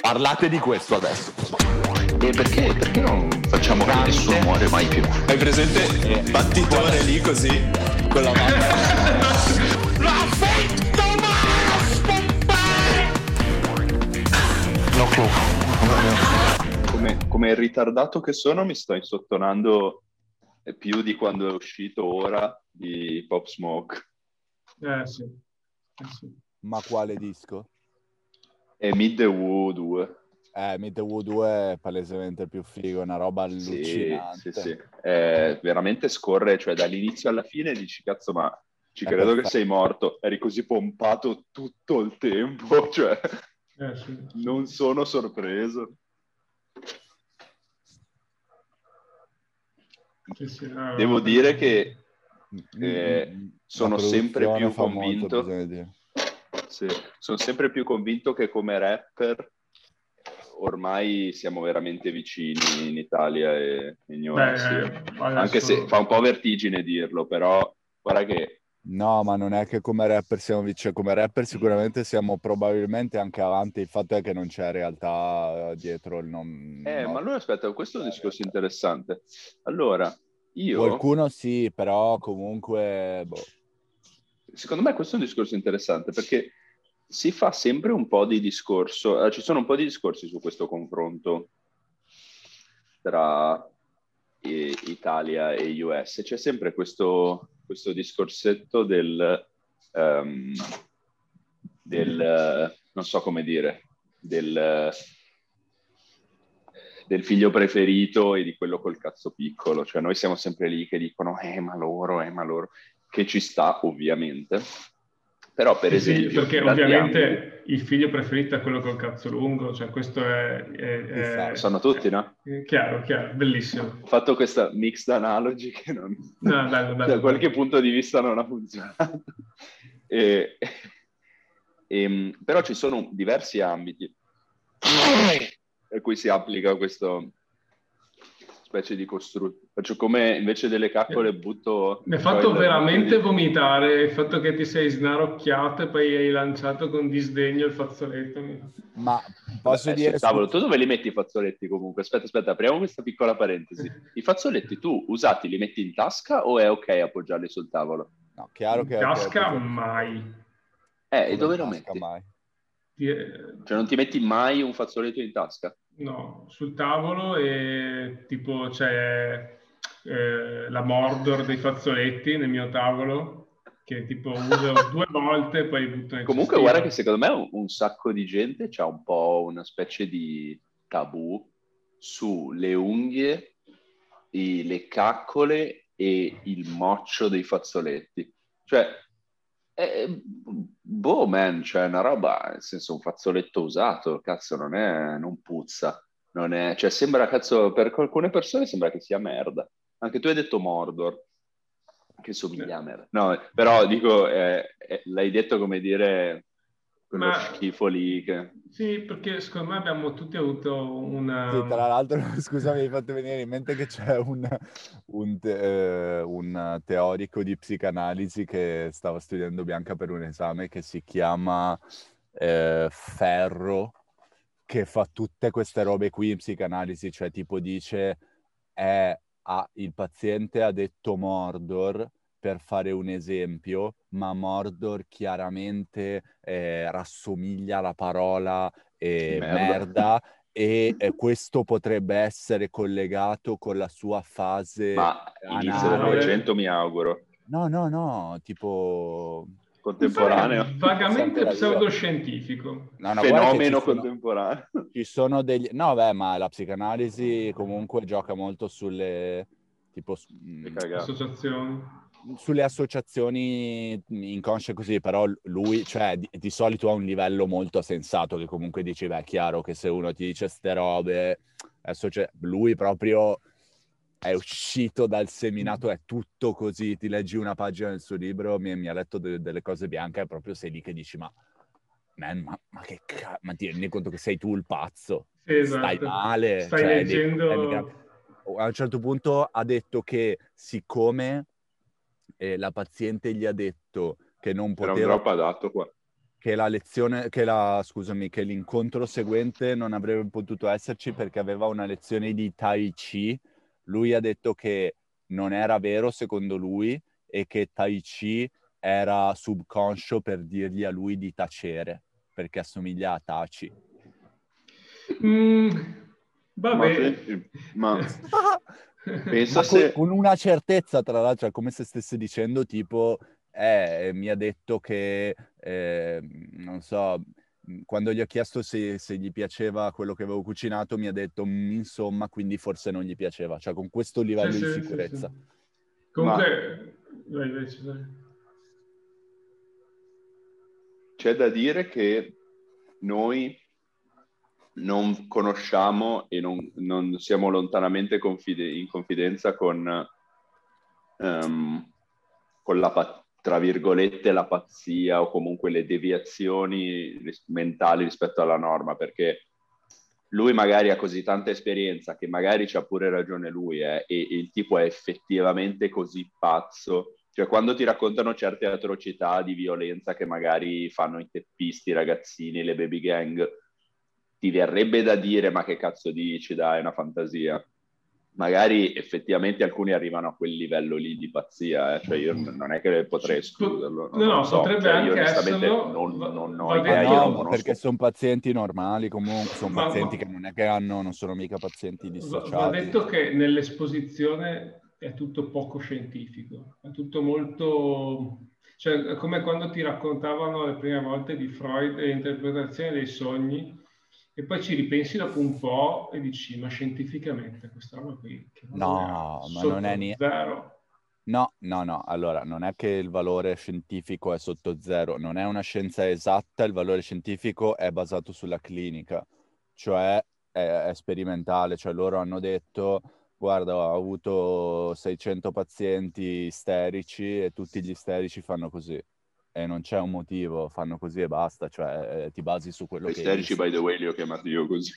Parlate di questo adesso. E perché non facciamo che nessuno muore mai più? Hai presente battitore lì così con la mano? Come ritardato che sono, mi sto insottonando più di quando è uscito ora di Pop Smoke. Sì. Ma quale disco? E Meet the Woo 2. Meet the Woo 2 è palesemente il più figo, è una roba allucinante. Sì. Veramente scorre, cioè dall'inizio alla fine dici, cazzo, ma ci credo perfetto. che sei morto. Eri così pompato tutto il tempo, cioè Sì. non sono sorpreso. Sì, Devo dire che sono La sempre produzione più fa molto, convinto. bisogna dire. Sì, sono sempre più convinto che come rapper ormai siamo veramente vicini in Italia e in US. Anche se fa un po' vertigine dirlo, però guarda che... No, ma non è che come rapper siamo vicini, come rapper sicuramente siamo probabilmente anche avanti, il fatto è che non c'è realtà dietro il nome. Ma allora aspetta, questo è un discorso interessante. Allora, Qualcuno sì, però comunque... Secondo me questo è un discorso interessante, perché si fa sempre un po' di discorso, ci sono un po' di discorsi su questo confronto tra Italia e US. C'è sempre questo discorsetto del non so come dire, del figlio preferito e di quello col cazzo piccolo. Cioè noi siamo sempre lì che dicono ma loro, che ci sta ovviamente. Però per esempio... Sì, perché ovviamente il figlio preferito è quello col cazzo lungo, cioè questo è sono tutti, no? Chiaro, bellissimo. Ho fatto questa mixed analogy che non... No, bello, da qualche punto di vista non ha funzionato. Però ci sono diversi ambiti per cui si applica questo specie di costrutto. Faccio come invece delle caccole butto... Mi ha fatto veramente vomitare il fatto che ti sei snarocchiato e poi hai lanciato con disdegno il fazzoletto. Ma posso dire... Tavolo, tu dove li metti i fazzoletti comunque? Aspetta, apriamo questa piccola parentesi. I fazzoletti tu usati li metti in tasca o è ok appoggiarli sul tavolo? No, chiaro che... In tasca mai. E dove lo metti? Mai. Cioè non ti metti mai un fazzoletto in tasca? No, sul tavolo e tipo c'è la Mordor dei fazzoletti nel mio tavolo che tipo uso 2 volte e poi butto nel Comunque cestino. guarda che secondo me un sacco di gente c'ha un po' una specie di tabù sulle unghie, le caccole e il moccio dei fazzoletti. Cioè, man, cioè una roba, nel senso un fazzoletto usato, cazzo, non puzza. Non è, cioè sembra, cazzo, per alcune persone sembra che sia merda. Anche tu hai detto Mordor, che somiglia a merda. No, però dico, l'hai detto come dire quello schifo lì che... Sì, perché secondo me abbiamo tutti avuto una... Sì, tra l'altro, scusami, mi hai fatto venire in mente che c'è un teorico di psicanalisi che stava studiando Bianca per un esame che si chiama Ferro, che fa tutte queste robe qui in psicanalisi, cioè tipo dice il paziente ha detto Mordor per fare un esempio, ma Mordor chiaramente rassomiglia alla parola merda e questo potrebbe essere collegato con la sua fase ma inizio del Novecento mi auguro. No, tipo contemporaneo, vagamente pseudoscientifico. Fenomeno contemporaneo. Ci sono degli... No, beh, ma la psicanalisi comunque gioca molto sulle tipo associazioni. Sulle associazioni inconsce così, però lui, cioè, di solito ha un livello molto sensato che comunque dici, beh, è chiaro che se uno ti dice ste robe, lui proprio è uscito dal seminato, è tutto così, ti leggi una pagina del suo libro, mi ha letto delle cose bianche, e proprio sei lì che dici, ma che cazzo, ma ti rendi conto che sei tu il pazzo? Sì, esatto. Stai male. Stai leggendo... A un certo punto ha detto che siccome la paziente gli ha detto che non poteva... Era un drop adatto qua. che la lezione, che l'incontro seguente non avrebbe potuto esserci perché aveva una lezione di Tai Chi. Lui ha detto che non era vero secondo lui e che Tai Chi era subconscio per dirgli a lui di tacere, perché assomiglia a Taci. Vabbè. Ma pensa con una certezza, tra l'altro, è come se stesse dicendo tipo, mi ha detto che, non so, quando gli ho chiesto se gli piaceva quello che avevo cucinato, mi ha detto, insomma, quindi forse non gli piaceva. Cioè, con questo livello di sicurezza. Sì. Comunque... C'è da dire che noi non conosciamo e non siamo lontanamente in confidenza con tra virgolette la pazzia o comunque le deviazioni mentali rispetto alla norma, perché lui magari ha così tanta esperienza che magari c'ha pure ragione lui e il tipo è effettivamente così pazzo. Cioè, quando ti raccontano certe atrocità di violenza che magari fanno i teppisti, i ragazzini, le baby gang, ti verrebbe da dire, ma che cazzo dici, dai, è una fantasia. Magari effettivamente alcuni arrivano a quel livello lì di pazzia, cioè io non è che potrei escluderlo. No, so. potrebbe cioè, anche io onestamente esserlo. non ho idea, io no, non conosco. perché sono pazienti normali comunque, sono pazienti che non è che non sono mica pazienti dissociati. Va detto che nell'esposizione è tutto poco scientifico, è tutto molto... Cioè, è come quando ti raccontavano le prime volte di Freud e l'interpretazione dei sogni, e poi ci ripensi dopo un po' e dici, ma scientificamente questa roba qui... No, ma non è niente. Zero. No, allora, non è che il valore scientifico è sotto zero, non è una scienza esatta, il valore scientifico è basato sulla clinica, cioè è sperimentale, cioè loro hanno detto, guarda, ho avuto 600 pazienti isterici e tutti gli isterici fanno così, e non c'è un motivo, fanno così e basta, cioè ti basi su quello che... Isterici, by the way, li ho chiamati io così.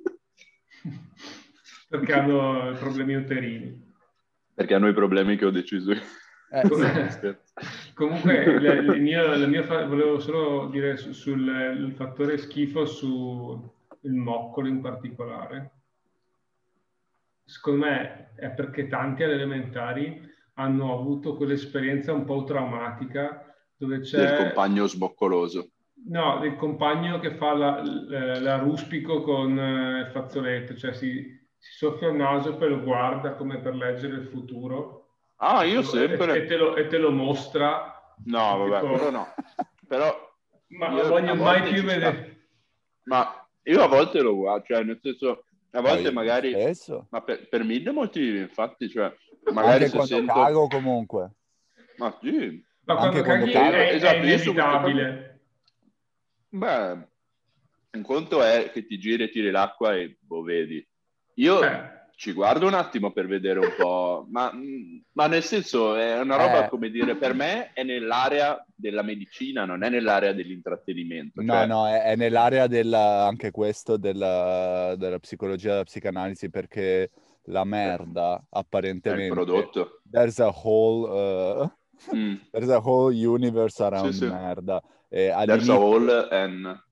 Perché hanno problemi uterini. Perché hanno i problemi che ho deciso io. Comunque, volevo solo dire sul fattore schifo sul moccolo in particolare. Secondo me è perché tanti alle elementari hanno avuto quell'esperienza un po' traumatica dove c'è... Del compagno sboccoloso. No, del compagno che fa la ruspico con il fazzoletto, cioè si soffia il naso, poi lo guarda come per leggere il futuro. Ah, io sempre... E te lo mostra. No, vabbè, quello no. Però... Ma non voglio mai più vedere. Ma io a volte lo guardo, cioè nel senso, a volte magari... Spesso. Ma per mille motivi, infatti, cioè... Magari anche se quando sento... cago comunque. Ma sì. Ma quando caghi è inevitabile. Beh, un conto è che ti giri e tiri l'acqua e vedi. Io ci guardo un attimo per vedere un po', ma nel senso è una roba, come dire, per me è nell'area della medicina, non è nell'area dell'intrattenimento. No, no, è nell'area anche questo della psicologia, della psicanalisi, perché la merda apparentemente... È il prodotto. There's a whole universe around merda. There's a whole and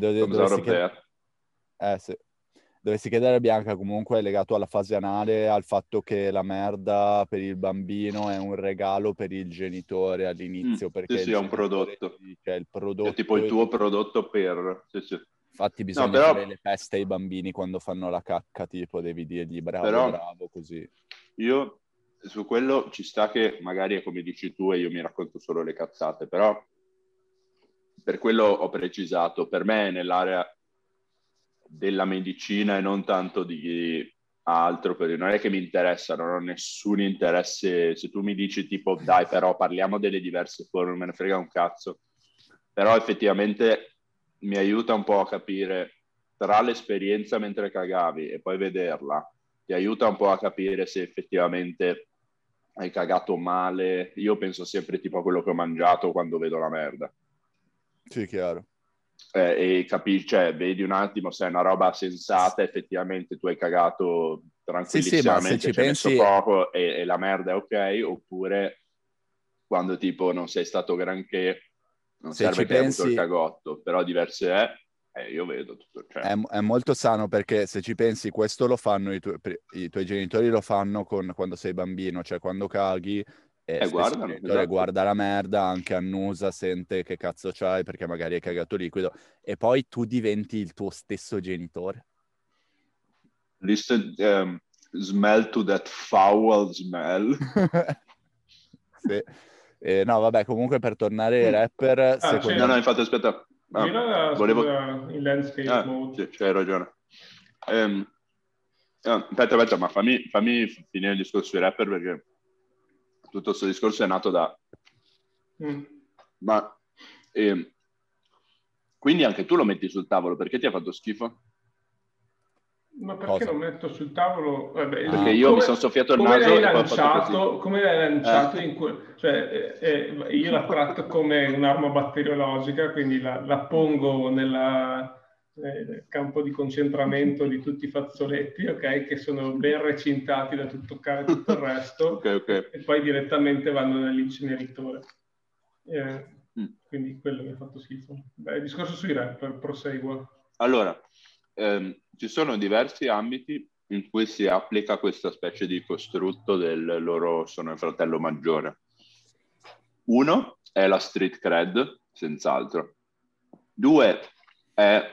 sì. Dovessi chiedere a Bianca, comunque è legato alla fase anale, al fatto che la merda per il bambino è un regalo per il genitore all'inizio, perché sì, è un prodotto. Cioè il prodotto... È tipo il tuo prodotto per... Sì. Infatti bisogna fare le feste ai bambini quando fanno la cacca, tipo devi dirgli bravo, così. Io su quello ci sta che magari è come dici tu e io mi racconto solo le cazzate, però per quello ho precisato, per me è nell'area della medicina e non tanto di altro, perché non è che mi interessa, non ho nessun interesse. Se tu mi dici tipo dai, però parliamo delle diverse forme, me ne frega un cazzo, però effettivamente mi aiuta un po' a capire tra l'esperienza mentre cagavi e poi vederla, ti aiuta un po' a capire se effettivamente hai cagato male. Io penso sempre tipo a quello che ho mangiato quando vedo la merda. Sì, chiaro. E capisci, cioè, vedi un attimo se è una roba sensata, effettivamente tu hai cagato tranquillissimamente, sì, ci hai messo poco e la merda è ok, oppure quando tipo non sei stato granché, Non Se serve ci che hai avuto il pensi, cagotto, però diverse io vedo tutto. Cioè. è molto sano, perché se ci pensi, questo lo fanno i tuoi genitori, lo fanno quando sei bambino, cioè quando caghi, e spesso il Guardano, genitore esatto. guarda la merda, anche annusa, sente che cazzo c'hai perché magari hai cagato liquido, e poi tu diventi il tuo stesso genitore. Listen, smell to that foul smell. Sì. No, vabbè, comunque per tornare ai rapper, secondo No, infatti, aspetta. Gira Volevo... in landscape mode. Sì, c'hai ragione. Aspetta, ma fammi finire il discorso sui rapper, perché tutto questo discorso è nato da... Ma quindi anche tu lo metti sul tavolo, perché ti ha fatto schifo? Ma perché lo metto sul tavolo? Vabbè, perché io mi sono soffiato il naso e poi ho fatto così. Come l'hai lanciato? Io la tratto come un'arma batteriologica, quindi la pongo nel campo di concentramento di tutti i fazzoletti, ok? Che sono ben recintati da toccare tutto il resto, okay. E poi direttamente vanno nell'inceneritore. Quindi quello mi ha fatto schifo. Il discorso sui rapper, proseguo. Allora, ci sono diversi ambiti in cui si applica questa specie di costrutto del loro sono il fratello maggiore. Uno è la street cred, senz'altro. Due è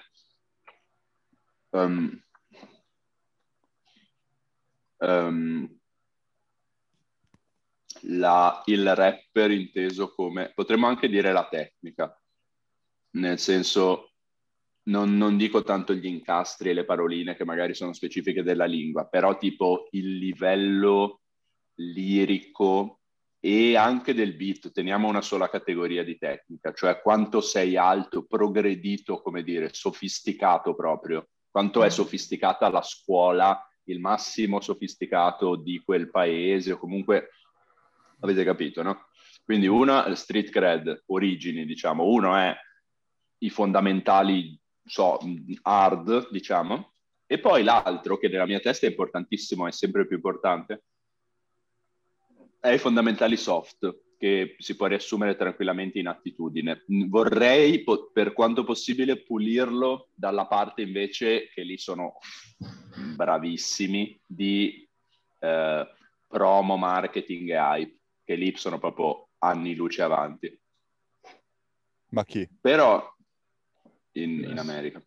il rapper inteso come, potremmo anche dire la tecnica, nel senso, non dico tanto gli incastri e le paroline che magari sono specifiche della lingua, però tipo il livello lirico e anche del beat. Teniamo una sola categoria di tecnica, cioè quanto sei alto, progredito, come dire, sofisticato proprio, quanto è sofisticata la scuola, il massimo sofisticato di quel paese, o comunque, avete capito, no? Quindi una street cred, origini, diciamo, uno è i fondamentali hard, diciamo, e poi l'altro, che nella mia testa è importantissimo, è sempre più importante, è i fondamentali soft, che si può riassumere tranquillamente in attitudine. Vorrei, per quanto possibile, pulirlo dalla parte invece, che lì sono bravissimi, di promo, marketing e hype, che lì sono proprio anni luce avanti. Ma chi? Però in America.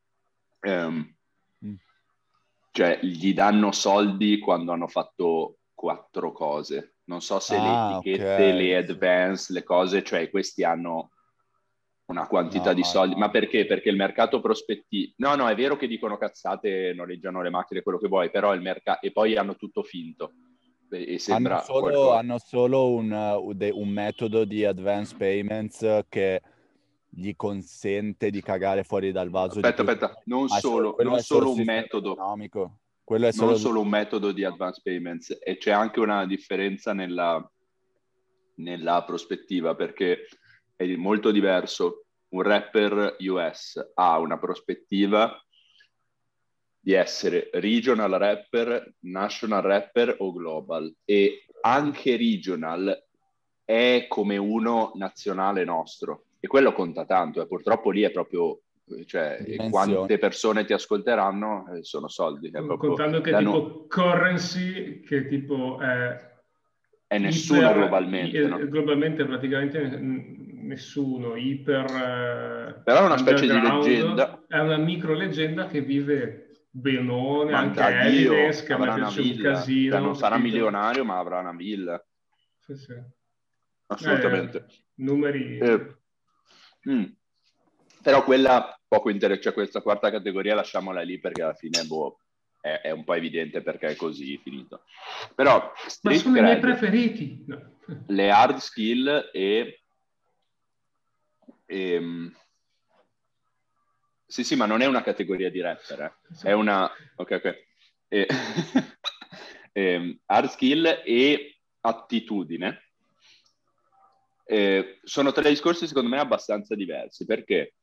Cioè, gli danno soldi quando hanno fatto 4 cose. Non so se le etichette, le advance, le cose, cioè questi hanno una quantità di soldi. Ma perché? Perché il mercato prospettivo... No, è vero che dicono cazzate, noleggiano le macchine, quello che vuoi, però il mercato... E poi hanno tutto finto. E sembra hanno solo un metodo di advance payments che gli consente di cagare fuori dal vaso. Aspetta, non solo un metodo economico. Quello è solo un metodo di advance payments, e c'è anche una differenza nella prospettiva, perché è molto diverso. Un rapper US ha una prospettiva di essere regional rapper, national rapper o global, e anche regional è come uno nazionale nostro, e quello conta tanto, e purtroppo lì è proprio, cioè, quante persone ti ascolteranno sono soldi. Contando che tipo currency, che tipo è nessuno globalmente, no? Globalmente praticamente nessuno, però è una specie di leggenda, è una micro leggenda che vive benone, anche Evidence, che avrà una villa, casino, cioè non sarà milionario, ma avrà una villa. Sì. Assolutamente. Numeri. Però quella poco cioè questa quarta categoria lasciamola lì, perché alla fine è un po' evidente perché è così finito. Però ma sono i miei preferiti. No. Le hard skill e sì, ma non è una categoria di rapper, è una hard skill e attitudine sono 3 discorsi secondo me abbastanza diversi, perché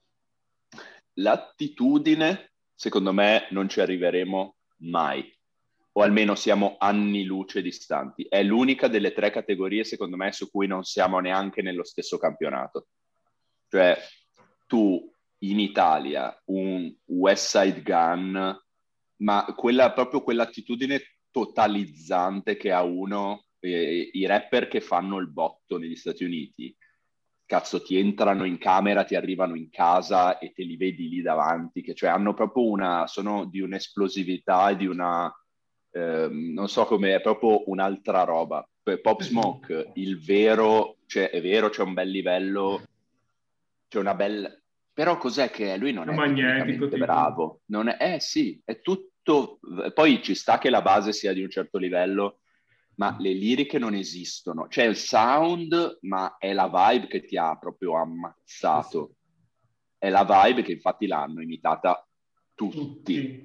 l'attitudine secondo me non ci arriveremo mai, o almeno siamo anni luce distanti. È l'unica delle 3 categorie secondo me su cui non siamo neanche nello stesso campionato. Cioè, tu in Italia un West Side Gun, ma proprio quell'attitudine totalizzante che ha uno, i rapper che fanno il botto negli Stati Uniti, cazzo, ti entrano in camera, ti arrivano in casa e te li vedi lì davanti, che cioè hanno proprio sono di un'esplosività e di una, non so come, è proprio un'altra roba. Pop Smoke, il vero, cioè è vero, c'è un bel livello, c'è una bella... Però cos'è che lui non È è magnetico, tecnicamente tipo. bravo? Non è, sì, è tutto... Poi ci sta che la base sia di un certo livello, ma le liriche non esistono. C'è il sound, ma è la vibe che ti ha proprio ammazzato. È la vibe che infatti l'hanno imitata tutti.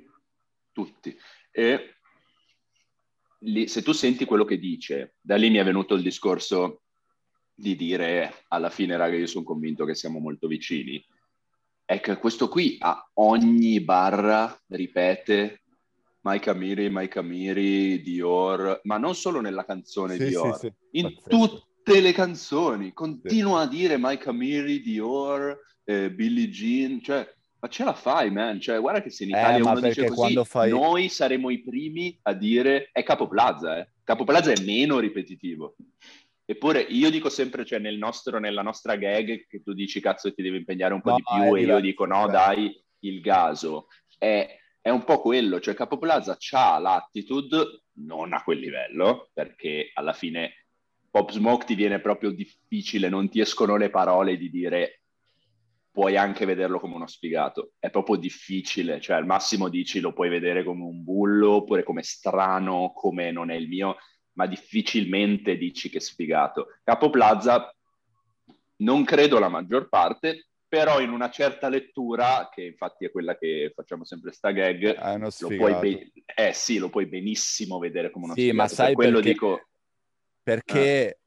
E se tu senti quello che dice, da lì mi è venuto il discorso di dire alla fine, raga, io sono convinto che siamo molto vicini. È che questo qui a ogni barra ripete Mike Amiri, Dior, ma non solo nella canzone Dior, sì. in Pazzesco. tutte le canzoni, continua a dire Mike Amiri, Dior, Billie Jean, cioè, ma ce la fai, man? Cioè, guarda che se in Italia uno dice così, quando fai... noi saremo i primi a dire, è Capo Plaza, Capo Plaza è meno ripetitivo. Eppure io dico sempre, cioè nella nostra gag, che tu dici cazzo ti devi impegnare un po' di più e io dico no dai, il gaso, è un po' quello, cioè Capo Plaza c'ha l'attitude, non a quel livello, perché alla fine Pop Smoke ti viene proprio difficile, non ti escono le parole di dire puoi anche vederlo come uno sfigato, è proprio difficile, cioè al massimo dici lo puoi vedere come un bullo, oppure come strano, come non è il mio, ma difficilmente dici che è sfigato. Capo Plaza non credo la maggior parte, però in una certa lettura, che infatti è quella che facciamo sempre sta gag, È uno sfigato. sì, lo puoi benissimo vedere come uno sì, sfigato. ma sai per quello perché? dico... Perché,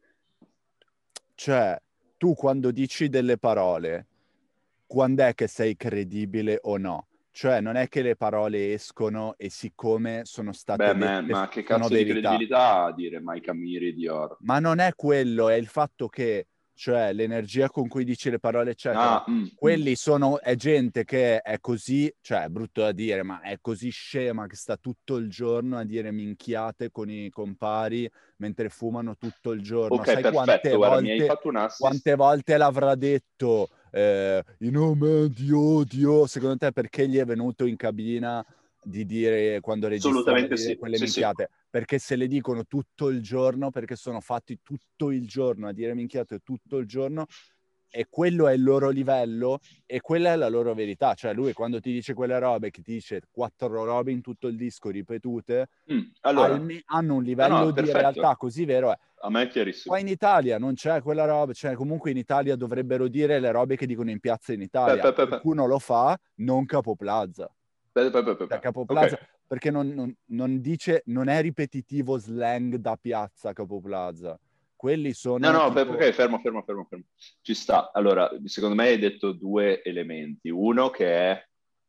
cioè, tu quando dici delle parole, quando è che sei credibile o no? Cioè, non è che le parole escono e siccome sono state dette, ma che sono cazzo di verità. credibilità a dire Mike Amiri, Dior? Ma non è quello, è il fatto che, cioè, l'energia con cui dici le parole, eccetera, quelli sono, è gente che è così, cioè, è brutto da dire, ma è così scema che sta tutto il giorno a dire minchiate con i compari mentre fumano tutto il giorno. Ok, Sai perfetto, guarda, mi hai fatto un assist. quante volte l'avrà detto, man, Dio, secondo te perché gli è venuto in cabina di dire quando registrava Assolutamente sì. quelle Sì, minchiate? Perché se le dicono tutto il giorno, perché sono fatti tutto il giorno a dire minchiate tutto il giorno, e quello è il loro livello e quella è la loro verità. Cioè lui quando ti dice quelle robe, che ti dice 4 robe in tutto il disco ripetute, allora, hanno un livello di realtà così vero. A me è chiarissimo. Qua in Italia non c'è quella roba, cioè comunque in Italia dovrebbero dire le robe che dicono in piazza in Italia. Qualcuno lo fa, non Capo Plaza. Capo Plaza, Okay. perché non dice, non è ripetitivo slang da piazza Capo Plaza. Quelli sono... No, tipo... ok, fermo. Ci sta. Allora, secondo me hai detto due elementi. Uno che è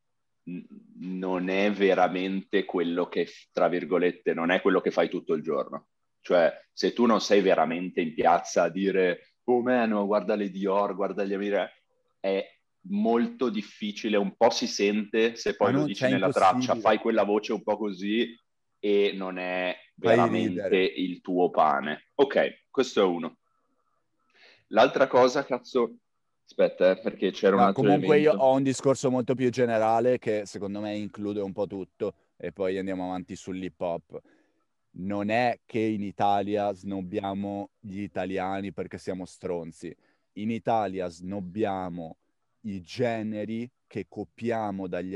non è veramente quello che, tra virgolette, non è quello che fai tutto il giorno. Cioè, se tu non sei veramente in piazza a dire oh man, guarda le Dior, guarda gli Amire, è molto difficile, un po' si sente se poi lo dici nella traccia, fai quella voce un po' così e non è veramente il tuo pane. Ok, questo è uno. L'altra cosa, cazzo, aspetta, perché c'era un altro comunque elemento. io ho un discorso molto più generale che secondo me include un po' tutto e poi andiamo avanti sull'hip hop. Non è che in Italia snobbiamo gli italiani perché siamo stronzi. In Italia snobbiamo i generi che copiamo dalle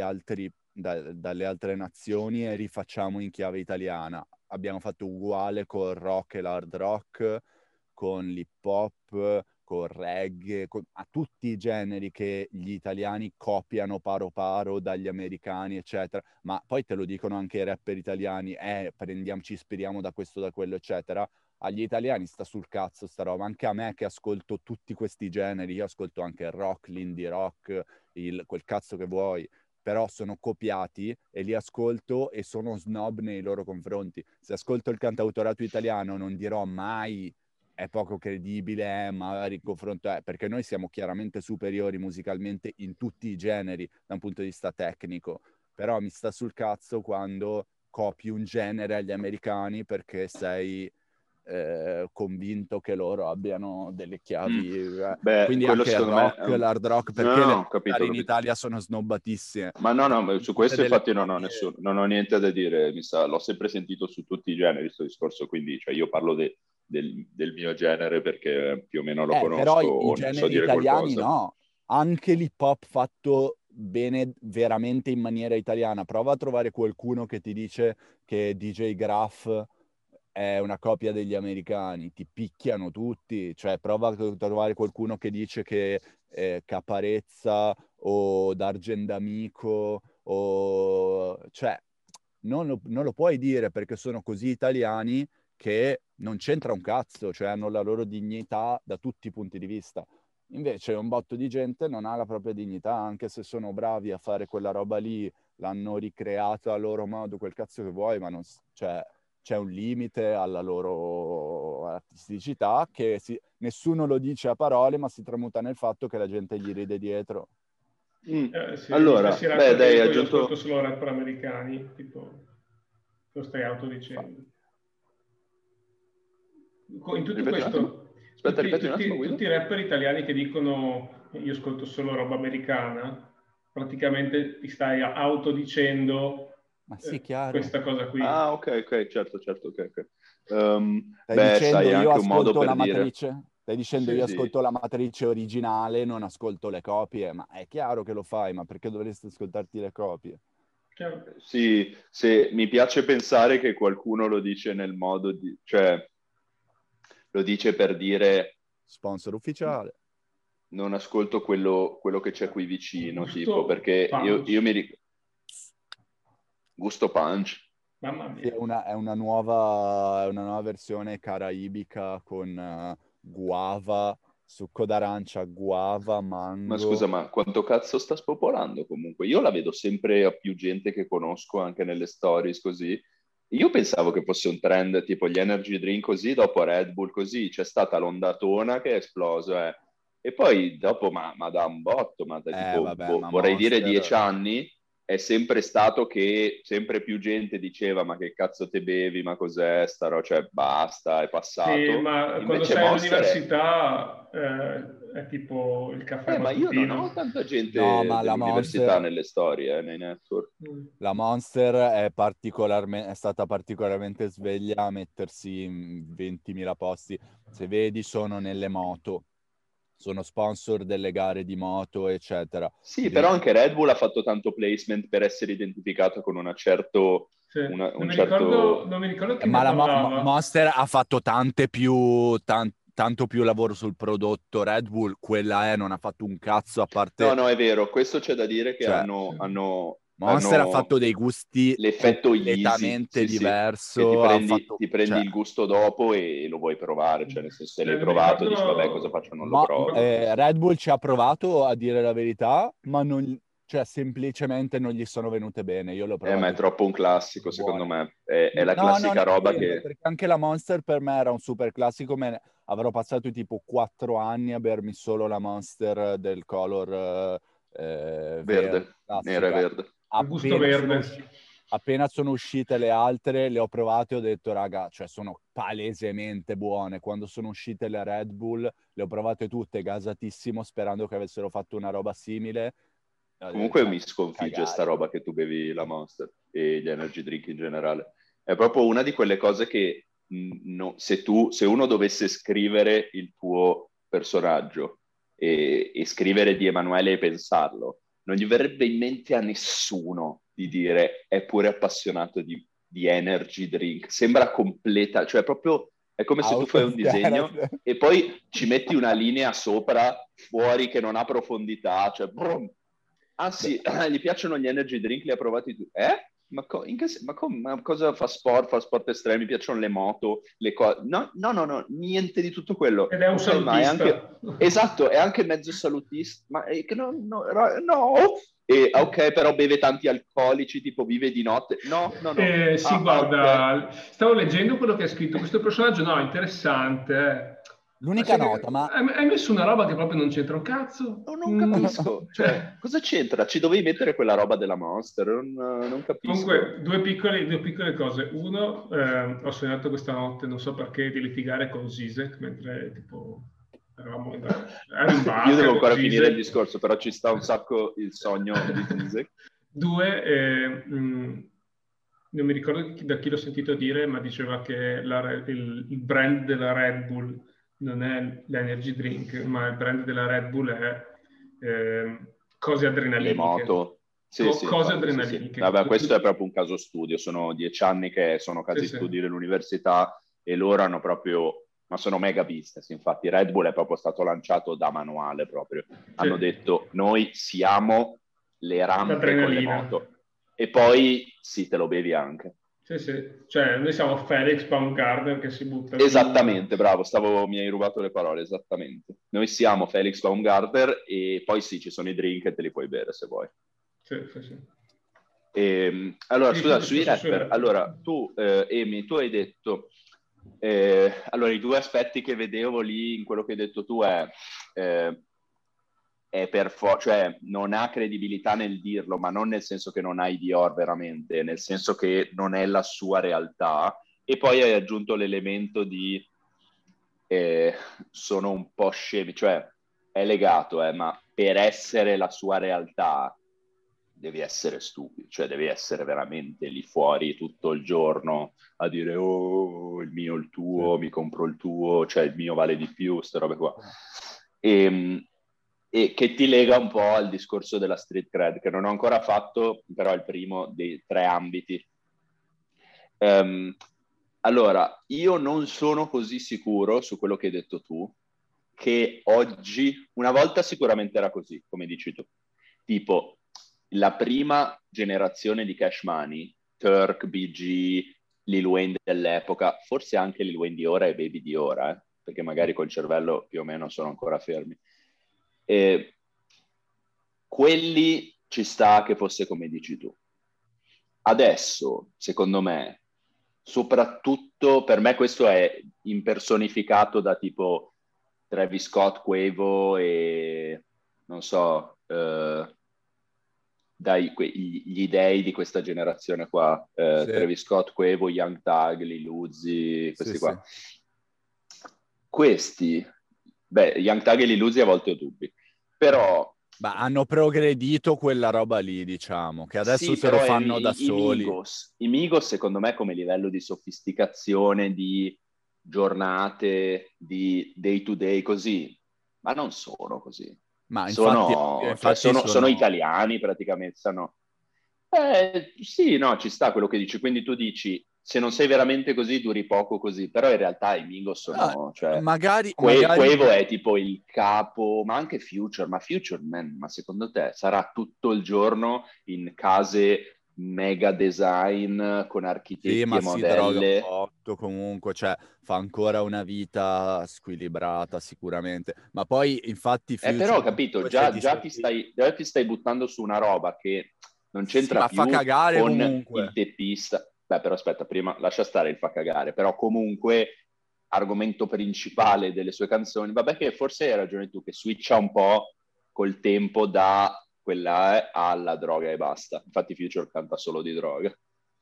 altre nazioni e rifacciamo in chiave italiana. Abbiamo fatto uguale col rock e l'hard rock, con l'hip hop, col reggae, a tutti i generi che gli italiani copiano paro paro dagli americani, eccetera. Ma poi te lo dicono anche i rapper italiani, ci ispiriamo da questo, da quello, eccetera. Agli italiani sta sul cazzo sta roba, anche a me che ascolto tutti questi generi, io ascolto anche il rock, l'indie rock, quel cazzo che vuoi, però sono copiati e li ascolto e sono snob nei loro confronti. Se ascolto il cantautorato italiano non dirò mai è poco credibile, magari confronto, perché noi siamo chiaramente superiori musicalmente in tutti i generi da un punto di vista tecnico, però mi sta sul cazzo quando copi un genere agli americani perché sei convinto che loro abbiano delle chiavi. Beh, quindi quello anche il secondo me rock, l'hard rock, No, perché no, le ho capito, chitarre ho in capito. Italia sono snobbatissime. Ma no, su questo Tutte delle infatti copie- non ho niente da dire, l'ho sempre sentito su tutti i generi questo discorso, quindi cioè, io parlo del mio genere perché più o meno lo Però conosco i o ne so generi dire italiani qualcosa. no, anche l'hip hop fatto bene veramente in maniera italiana. Prova a trovare qualcuno che ti dice che DJ Graf è una copia degli americani, ti picchiano tutti. Cioè, prova a trovare qualcuno che dice che Caparezza o D'Argent D'Amico o... Cioè, non lo puoi dire perché sono così italiani che non c'entra un cazzo, cioè hanno la loro dignità da tutti i punti di vista. Invece un botto di gente non ha la propria dignità, anche se sono bravi a fare quella roba lì, l'hanno ricreata a loro modo, quel cazzo che vuoi, ma non, cioè, c'è un limite alla loro artisticità che nessuno lo dice a parole, ma si tramuta nel fatto che la gente gli ride dietro. Sì, Allora, stasera beh, anche dai, io aggiunto... ascolto solo rapper americani, tipo, lo stai autodicendo. In tutto Ripeti un attimo? questo, Aspetta, ripeti un attimo, Guido. tutti i rapper italiani che dicono io ascolto solo roba americana, praticamente ti stai autodicendo Ma sì, chiaro. questa cosa qui. Ah, ok, certo, ok. Stai Beh, dicendo sai, è io anche un modo ascolto la per dire... matrice? Stai dicendo Sì, io Sì. ascolto la matrice originale, non ascolto le copie? Ma è chiaro che lo fai, ma perché dovresti ascoltarti le copie? Chiaro. Sì, mi piace pensare che qualcuno lo dice nel modo di... cioè, lo dice per dire... Sponsor ufficiale. Non ascolto quello che c'è qui vicino, Gusto tipo, perché punch. io mi ricordo... Gusto punch. Mamma mia. Sì, è una nuova versione caraibica con guava, succo d'arancia, guava, Ma scusa, mango. ma quanto cazzo sta spopolando comunque? Io la vedo sempre a più gente che conosco anche nelle stories così. Io pensavo che fosse un trend tipo gli energy drink così, dopo Red Bull così, c'è stata l'ondatona che è esploso, eh. E poi dopo, ma da un botto, ma da tipo, Vabbè, ma vorrei dire Monster... 10 anni, è sempre stato che sempre più gente diceva ma che cazzo te bevi, ma cos'è sta roba, cioè basta, è Sì, passato. ma quando Invece sei Monster all'università è tipo il caffè ma io non mattutino. ho tanta No, gente ma dell'università nelle storie, nei network. la Monster è stata particolarmente sveglia a mettersi in 20.000 posti. Se vedi, sono nelle moto, sono sponsor delle gare di moto, eccetera. Sì, però anche Red Bull ha fatto tanto placement per essere identificato con una certo... Sì. un certo... Non mi ricordo chi Ma ne la parlava. Monster ha fatto tanto più lavoro sul prodotto. Red Bull, quella non ha fatto un cazzo a parte... No, è vero, questo c'è da dire che Cioè, Monster ha hanno fatto dei gusti l'effetto Yeezy, completamente sì, che diverso. ti prendi Cioè, il gusto dopo e lo vuoi provare, cioè nel senso se l'hai Non mi provato dici vabbè cosa ricordo. faccio, non lo provo. Red Bull ci ha provato a dire la verità, ma non, cioè, semplicemente non gli sono venute bene. Io l'ho Ma è provato. troppo un classico, secondo me. È la No, non classica è roba quello, che... perché anche la Monster per me era un super classico. Avrò passato tipo 4 anni a bermi solo la Monster del color Verde, nera e classica. verde. Il gusto verde. Appena sono uscite le altre, le ho provate e ho detto, raga, cioè sono palesemente buone. Quando sono uscite le Red Bull, le ho provate tutte, gasatissimo, sperando che avessero fatto una roba simile. Comunque Cioè, mi sconfigge cagare. sta roba che tu bevi la Monster e gli energy drink in generale. È proprio una di quelle cose che se uno dovesse scrivere il tuo personaggio e scrivere di Emanuele e pensarlo, non gli verrebbe in mente a nessuno di dire è pure appassionato di energy drink. Sembra completa, cioè proprio è come se tu fai un disegno e poi ci metti una linea sopra, fuori, che non ha profondità, cioè... Brum. Ah sì, gli piacciono gli energy drink, li ha provati tu. Ma cosa fa sport? Fa sport estremi, mi piacciono le moto, le cose... No, niente di tutto quello. Ed è un Ok, ma è salutista. anche... Esatto, è anche mezzo salutista. Ma è che no. E ok, però beve tanti alcolici, tipo vive di notte. No. Sì, guarda, stavo leggendo quello che ha scritto questo personaggio, no, interessante. L'unica nota, ma... Hai messo una roba che proprio non c'entra un cazzo? Non capisco. Cioè, cosa c'entra? Ci dovevi mettere quella roba della Monster? Non capisco. Comunque, due piccole cose. Uno, ho sognato questa notte, non so perché, di litigare con Zizek, mentre tipo eravamo in bar. Io devo ancora finire il discorso, però ci sta un sacco il sogno di Zizek. Due, non mi ricordo da chi l'ho sentito dire, ma diceva che il brand della Red Bull non è l'energy drink, ma il brand della Red Bull è cose adrenaliniche. Le moto. Sì, cose infatti, adrenaliniche. sì. Vabbè, questo è proprio un caso studio. Sono 10 anni che sono casi studi dell'università e loro hanno proprio... Ma sono mega business, infatti. Red Bull è proprio stato lanciato da manuale proprio. Hanno detto, noi siamo le rampe con le moto. E poi sì, te lo bevi anche. Sì, cioè noi siamo Felix Baumgartner che si butta. Esattamente, bravo, mi hai rubato le parole, esattamente. Noi siamo Felix Baumgartner e poi sì, ci sono i drink e te li puoi bere se vuoi. Sì. Allora, scusa, sui rapper, allora tu, Emi, tu hai detto, allora i due aspetti che vedevo lì in quello che hai detto tu è cioè non ha credibilità nel dirlo, ma non nel senso che non hai Dior veramente, nel senso che non è la sua realtà. E poi hai aggiunto l'elemento di sono un po' scemi, cioè è legato, ma per essere la sua realtà devi essere stupido, cioè devi essere veramente lì fuori tutto il giorno a dire oh, il mio, il tuo, mi compro il tuo, cioè il mio vale di più, queste robe qua. E che ti lega un po' al discorso della street cred, che non ho ancora fatto, però è il primo dei 3 ambiti. Allora, io non sono così sicuro su quello che hai detto tu, che oggi, una volta sicuramente era così, come dici tu. Tipo, la prima generazione di Cash Money, Turk, BG, Lil Wayne dell'epoca, forse anche Lil Wayne di ora e Baby di ora, perché magari col cervello più o meno sono ancora fermi. Quelli ci sta che fosse come dici tu. Adesso, secondo me, soprattutto per me questo è impersonificato da tipo Travis Scott, Quavo e non so, gli dei di questa generazione qua, Travis Scott, Quavo, Young Thug, Lil Uzi, questi qua. Questi, Young Thug e Lil Uzi a volte ho dubbi, però... Ma hanno progredito quella roba lì, diciamo, che adesso se lo fanno da soli. I Migos, secondo me, come livello di sofisticazione, di giornate, di day to day, così, ma non sono così. Ma infatti sono italiani praticamente, sì, no, ci sta quello che dici, quindi tu dici se non sei veramente così duri poco così, però in realtà i Migos sono, cioè magari Quavo è tipo il capo, ma anche Future, ma secondo te sarà tutto il giorno in case mega design con architetti e modelle? Si droga molto comunque, cioè fa ancora una vita squilibrata sicuramente, ma poi infatti Future, però ho capito, già ti stai buttando su una roba che non c'entra più fa cagare con comunque. Il teppista. Beh, però aspetta, prima lascia stare il fa cagare, però comunque argomento principale delle sue canzoni, vabbè che forse hai ragione tu, che switcha un po' col tempo da quella alla droga e basta. Infatti Future canta solo di droga.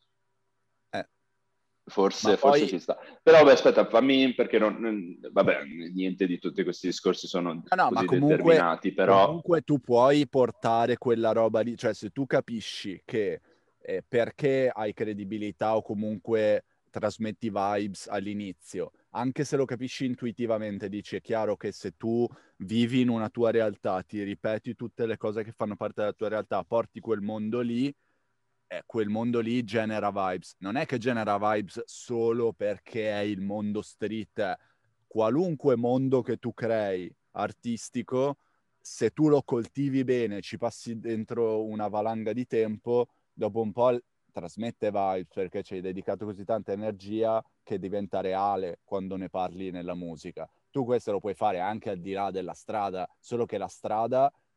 Forse ci sta. Però beh, aspetta, fammi, perché vabbè, niente di tutti questi discorsi sono così determinati, però... Comunque tu puoi portare quella roba lì, cioè se tu capisci che perché hai credibilità o comunque trasmetti vibes all'inizio, anche se lo capisci intuitivamente, dici è chiaro che se tu vivi in una tua realtà, ti ripeti tutte le cose che fanno parte della tua realtà, porti quel mondo lì genera vibes. Non è che genera vibes solo perché è il mondo street, qualunque mondo che tu crei artistico, se tu lo coltivi bene, ci passi dentro una valanga di tempo, dopo un po' trasmette vibes perché ci hai dedicato così tanta energia che diventa reale quando ne parli nella musica. Tu questo lo puoi fare anche al di là della strada, solo che la strada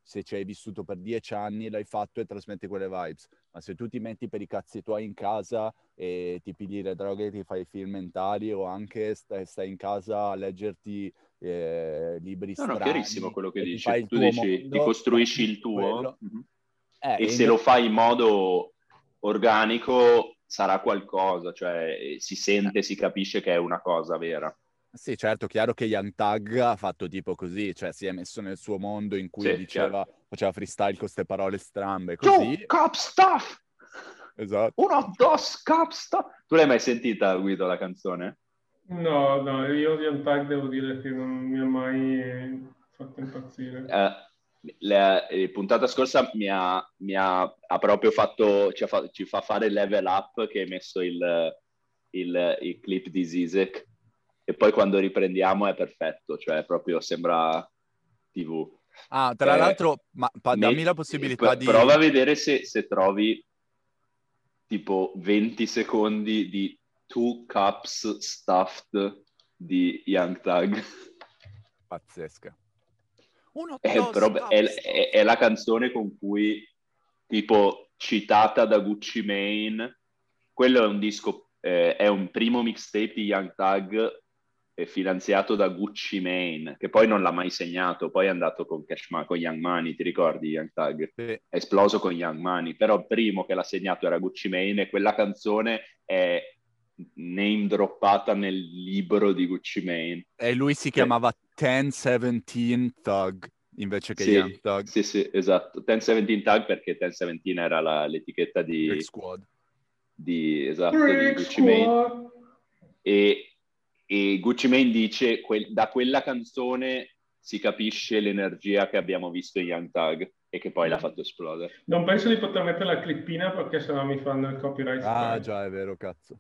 se ci hai vissuto per 10 anni, l'hai fatto e trasmetti quelle vibes. Ma se tu ti metti per i cazzi tuoi in casa e ti pigli le droghe e ti fai film mentali, o anche stai in casa a leggerti libri No, chiarissimo strani quello che e ti dici. fai il Tu tuo dici, ti mondo, costruisci il tuo, quello. e se lo fai in modo organico sarà qualcosa, cioè si sente, si capisce che è una cosa vera. Sì, certo, chiaro che Young Thug ha fatto tipo così, cioè si è messo nel suo mondo in cui Sì, chiaro. faceva freestyle con queste parole strambe, Tu, così. cop stuff! Esatto. Uno, dos, cop stuff! Tu l'hai mai sentita, Guido, la canzone? No, io di Unplugged devo dire che non mi ha mai fatto impazzire. La puntata scorsa ha proprio fatto, ci fa fare level up, che hai messo il clip di Zizek, e poi quando riprendiamo è perfetto, cioè proprio sembra TV. Ah, tra l'altro, dammi la possibilità di... Prova a vedere se trovi tipo 20 secondi di Two Cups Stuffed di Young Thug. Pazzesca. È la canzone con cui, tipo, citata da Gucci Mane. Quello è un disco, è un primo mixtape di Young Thug finanziato da Gucci Mane, che poi non l'ha mai segnato, poi è andato con con Young Money, ti ricordi Young Thug? Sì. È esploso con Young Money, però il primo che l'ha segnato era Gucci Mane, e quella canzone è name droppata nel libro di Gucci Mane. E lui si chiamava 1017 Thug invece che Young Thug. Sì, esatto. 1017 Thug perché 1017 era l'etichetta di Brick Squad. Di Gucci Mane. E Gucci Mane dice da quella canzone si capisce l'energia che abbiamo visto in Young Thug e che poi l'ha fatto esplodere. Non penso di poter mettere la clippina perché sennò mi fanno il copyright strike. Già, è vero, cazzo.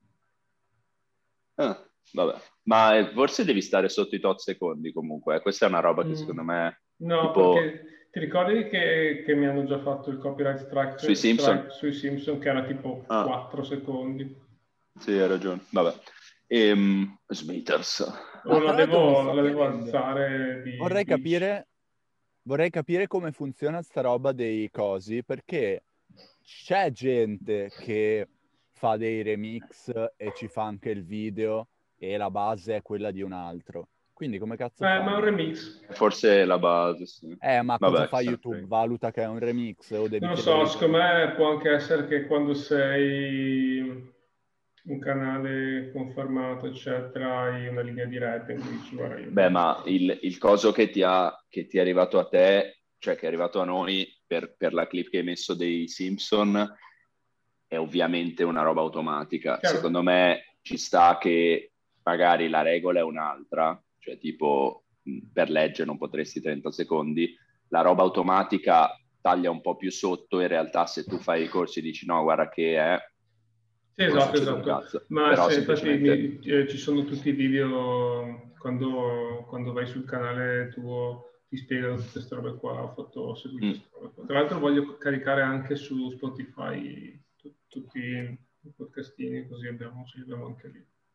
Vabbè, ma forse devi stare sotto i tot secondi comunque. Questa è una roba che secondo me... No, tipo... perché ti ricordi che mi hanno già fatto il copyright strike sui Simpson? Sui Simpson, che era tipo 4 secondi. Sì, hai ragione. Vabbè. Smithers. La devo alzare di... Vorrei capire come funziona sta roba dei cosi, perché c'è gente che fa dei remix e ci fa anche il video e la base è quella di un altro. Quindi come cazzo fa? Ma è un remix. Forse è la base, sì. Ma cosa fa YouTube? Valuta che è un remix o devi... Non lo so, secondo me può anche essere che quando sei un canale confermato, eccetera, hai una linea diretta e dici, guarda, io... Beh, ma il coso che ti è arrivato a te, cioè che è arrivato a noi per la clip che hai messo dei Simpson, è ovviamente una roba automatica. Chiaro. Secondo me ci sta che magari la regola è un'altra, cioè tipo per legge non potresti 30 secondi, la roba automatica taglia un po' più sotto, in realtà se tu fai i corsi e dici no, guarda che è... Sì, esatto. Ma però infatti ci sono tutti i video, quando vai sul canale tuo ti spiegano tutte queste robe qua, ho fatto seguire queste robe qua. Tra l'altro voglio caricare anche su Spotify tutti i podcastini, così ci abbiamo anche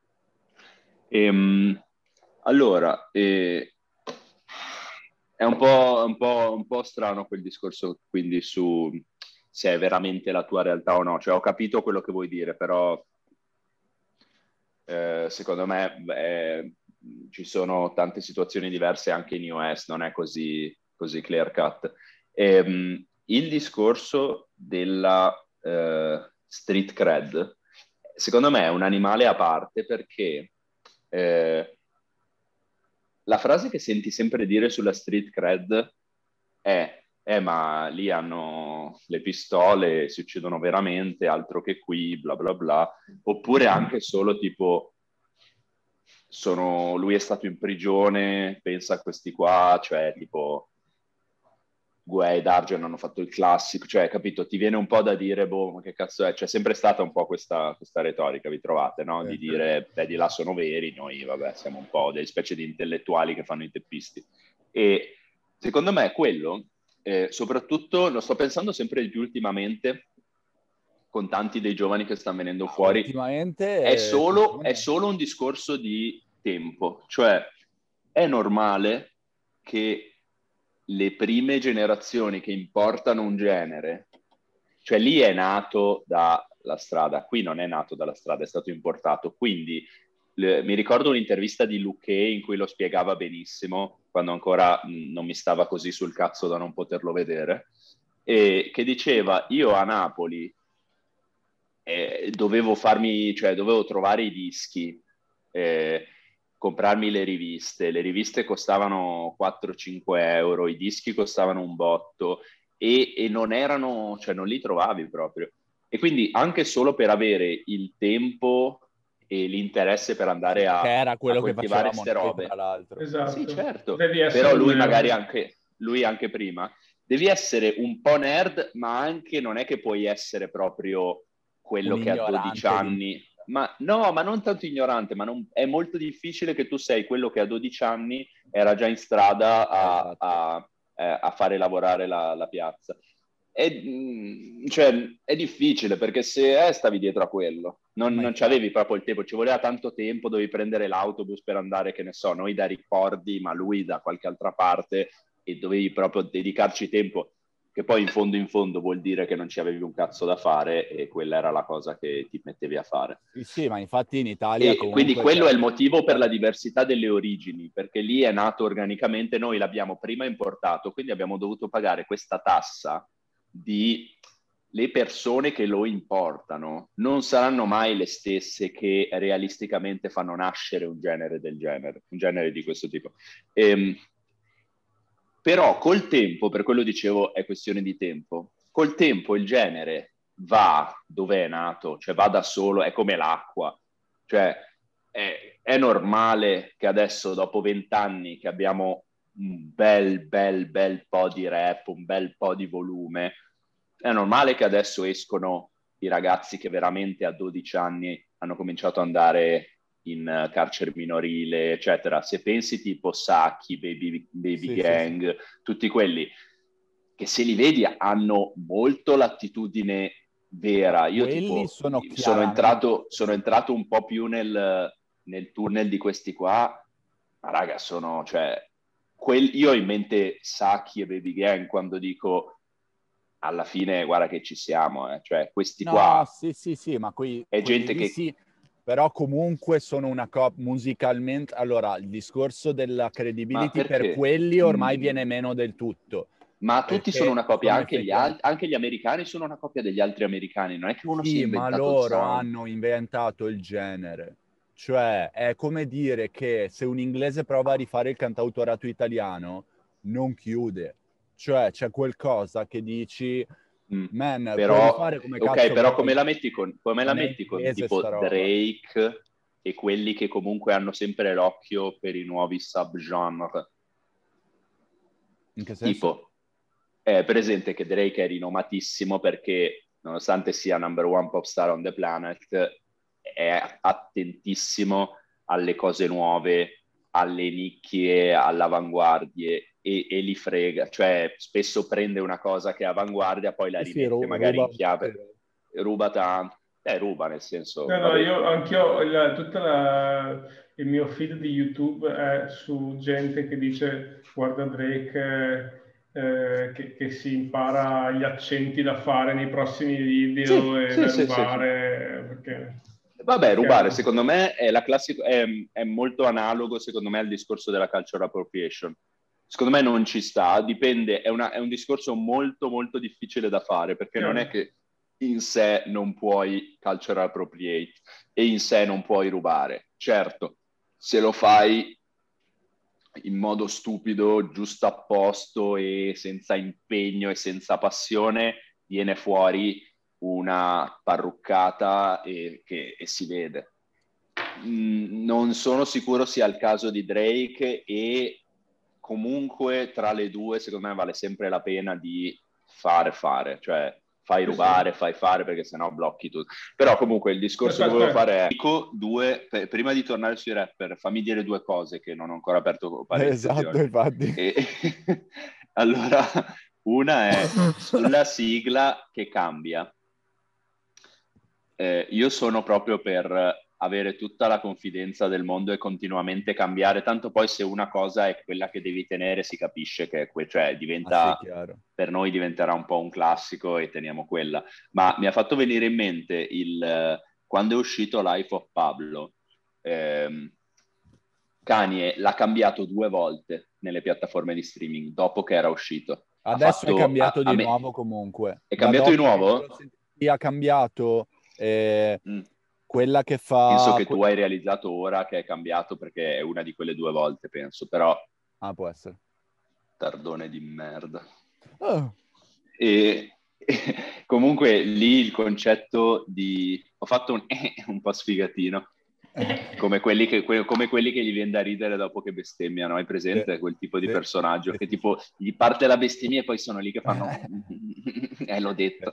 lì. Allora, è un po' strano quel discorso, quindi su se è veramente la tua realtà o no. Cioè, ho capito quello che vuoi dire, però secondo me ci sono tante situazioni diverse anche in iOS, non è così clear cut. Il discorso della street cred, secondo me è un animale a parte, perché la frase che senti sempre dire sulla street cred è ma lì hanno le pistole, si uccidono veramente, altro che qui, bla bla bla. Oppure anche solo tipo lui è stato in prigione, pensa a questi qua, cioè tipo Guè ed Argen hanno fatto il classico, cioè capito, ti viene un po' da dire boh, ma che cazzo è? C'è sempre stata un po' questa retorica, vi trovate, no? Di dire di là sono veri, noi vabbè siamo un po' delle specie di intellettuali che fanno i teppisti. E secondo me quello, soprattutto lo sto pensando sempre di più ultimamente con tanti dei giovani che stanno venendo fuori, ultimamente è solo un discorso di tempo, cioè è normale che le prime generazioni che importano un genere, cioè lì è nato dalla strada, qui non è nato dalla strada, è stato importato, quindi mi ricordo un'intervista di Luque in cui lo spiegava benissimo, quando ancora non mi stava così sul cazzo da non poterlo vedere, e che diceva: io a Napoli dovevo trovare i dischi, comprarmi le riviste costavano 4-5 euro, i dischi costavano un botto e non erano, cioè non li trovavi proprio. E quindi anche solo per avere il tempo e l'interesse per andare a, che era quello che coltivare facevamo ste noi, robe. tra l'altro. Esatto. Sì, certo. Devi essere Però lui anche prima, devi essere un po' nerd, ma anche non è che puoi essere proprio quello Un che a 12 anni... Ma no, ma non tanto ignorante, ma è molto difficile che tu sei quello che a 12 anni era già in strada a fare lavorare la piazza. Cioè, è difficile, perché se stavi dietro a quello, non c'avevi proprio il tempo, ci voleva tanto tempo, dovevi prendere l'autobus per andare, che ne so, noi da Ricordi, ma lui da qualche altra parte, e dovevi proprio dedicarci tempo, che poi in fondo vuol dire che non ci avevi un cazzo da fare, e quella era la cosa che ti mettevi a fare. Sì, ma infatti in Italia comunque... Quindi quello è il motivo per la diversità delle origini, perché lì è nato organicamente, noi l'abbiamo prima importato, quindi abbiamo dovuto pagare questa tassa di... Le persone che lo importano non saranno mai le stesse che realisticamente fanno nascere un genere del genere, un genere di questo tipo. Però col tempo, per quello dicevo, è questione di tempo, col tempo il genere va dove è nato, cioè va da solo, è come l'acqua, cioè è normale che adesso dopo 20 anni che abbiamo un bel po' di rap, un bel po' di volume, è normale che adesso escono i ragazzi che veramente a 12 anni hanno cominciato ad andare in carcere minorile, eccetera. Se pensi tipo Sacchi, Baby Gang, tutti quelli che se li vedi hanno molto l'attitudine vera. Io tipo sono entrato un po' più nel tunnel di questi qua, ma raga, io ho in mente Sacchi e Baby Gang quando dico alla fine guarda che ci siamo, cioè questi qua sì, ma è gente che sì, però comunque sono una musicalmente, allora il discorso della credibility per quelli ormai viene meno del tutto. Ma tutti sono una coppia, anche gli americani sono una coppia degli altri americani, non è che uno si è inventato ma loro hanno inventato il genere. Cioè, è come dire che se un inglese prova a rifare il cantautorato italiano, non chiude. Cioè, c'è qualcosa che dici, man, però, puoi fare come cazzo ok, però vuoi. come la metti con tipo Drake e quelli che comunque hanno sempre l'occhio per i nuovi subgenre? In che senso? Tipo, è presente che Drake è rinomatissimo perché, nonostante sia number one pop star on the planet, è attentissimo alle cose nuove, alle nicchie, all'avanguardie, e li frega, cioè spesso prende una cosa che è avanguardia, poi la rimette magari in chiave, ruba tanto, ruba nel senso... Anch'io il mio feed di YouTube è su gente che dice guarda Drake che si impara gli accenti da fare nei prossimi video rubare. Perché... Vabbè, rubare secondo me è la classica, è molto analogo secondo me al discorso della cultural appropriation. Secondo me non ci sta, dipende, è un discorso molto molto difficile da fare, perché non è che in sé non puoi cultural appropriate e in sé non puoi rubare. Certo, se lo fai in modo stupido, giusto a posto e senza impegno e senza passione, viene fuori una parruccata e si vede. Non sono sicuro sia il caso di Drake, e comunque tra le due secondo me vale sempre la pena di fare, cioè fai rubare, fai fare, perché sennò blocchi tutto. Però comunque il discorso che volevo fare è prima di tornare sui rapper, fammi dire due cose che non ho ancora aperto parentesi. Esatto, infatti. Allora, una è sulla sigla che cambia. Io sono proprio per avere tutta la confidenza del mondo e continuamente cambiare, tanto poi se una cosa è quella che devi tenere si capisce che cioè diventa, chiaro. per noi diventerà un po' un classico e teniamo quella. Ma mi ha fatto venire in mente quando è uscito Life of Pablo, Kanye l'ha cambiato 2 volte nelle piattaforme di streaming dopo che era uscito. Adesso è cambiato di nuovo comunque. È cambiato di nuovo? Sì, ha cambiato quella che fa... Penso che tu hai realizzato ora che è cambiato perché è una di quelle 2 volte, penso, però... Ah, può essere. Tardone di merda. Oh. E comunque lì il concetto di... Ho fatto un po' sfigatino. Come quelli che gli viene da ridere dopo che bestemmiano, hai presente quel tipo di personaggio che tipo gli parte la bestemmia e poi sono lì che fanno l'ho detto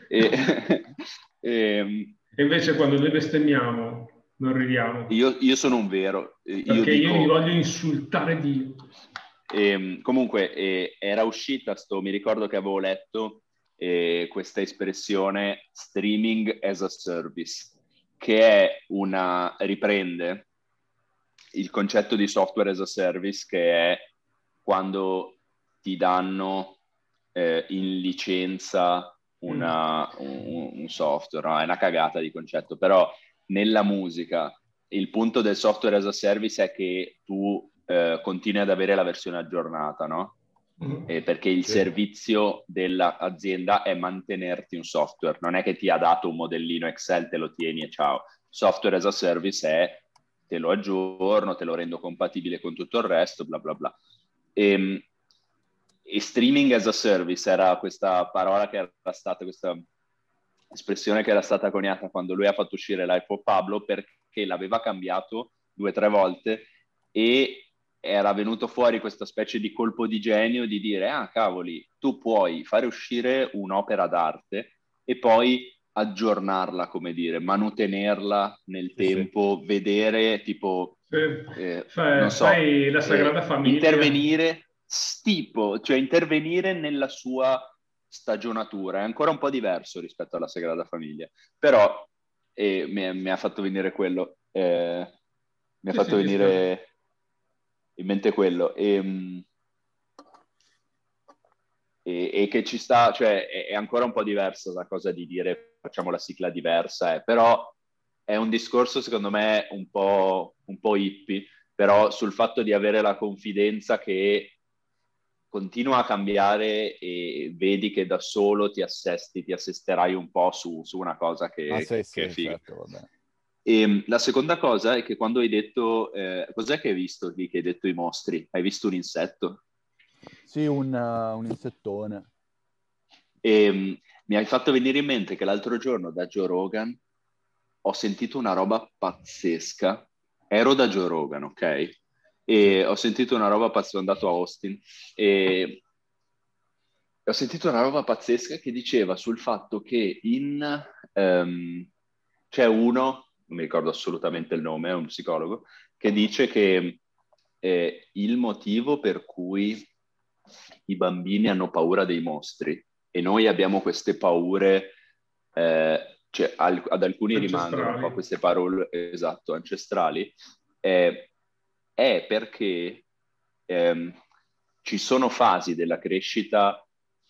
e invece quando noi bestemmiamo non ridiamo. Io sono un vero perché io mi voglio insultare Dio. Comunque era uscita mi ricordo che avevo letto questa espressione streaming as a service, che riprende il concetto di software as a service, che è quando ti danno in licenza un software, no? È una cagata di concetto, però nella musica il punto del software as a service è che tu continui ad avere la versione aggiornata, no? Perché il servizio dell'azienda è mantenerti un software, non è che ti ha dato un modellino Excel, te lo tieni e ciao. Software as a service è te lo aggiorno, te lo rendo compatibile con tutto il resto, bla bla bla. E streaming as a service era questa parola che era stata, questa espressione che era stata coniata quando lui ha fatto uscire Life of Pablo, perché l'aveva cambiato 2 o 3 volte e era venuto fuori questa specie di colpo di genio di dire, cavoli, tu puoi fare uscire un'opera d'arte e poi aggiornarla, come dire, manutenerla nel tempo, vedere tipo, non so, fai la Sagrada Famiglia. Intervenire nella sua stagionatura. È ancora un po' diverso rispetto alla Sagrada Famiglia, però mi ha fatto venire quello, mi ha fatto venire in mente quello e che ci sta, cioè è ancora un po' diversa la cosa di dire facciamo la sigla diversa, però è un discorso secondo me un po' hippie, però sul fatto di avere la confidenza che continua a cambiare e vedi che da solo ti assesterai un po' su una cosa che è figa. Certo, va bene. E la seconda cosa è che quando hai detto, cos'è che hai visto lì che hai detto i mostri? Hai visto un insetto? Sì, un insettone. E mi hai fatto venire in mente che l'altro giorno da Joe Rogan ho sentito una roba pazzesca. Ero da Joe Rogan, ok? E ho sentito una roba pazzesca, sono andato a Austin e ho sentito una roba pazzesca che diceva sul fatto che c'è uno, non mi ricordo assolutamente il nome, è un psicologo, che dice che il motivo per cui i bambini hanno paura dei mostri e noi abbiamo queste paure, cioè ad alcuni rimangono un po' queste parole, esatto, ancestrali, è perché ci sono fasi della crescita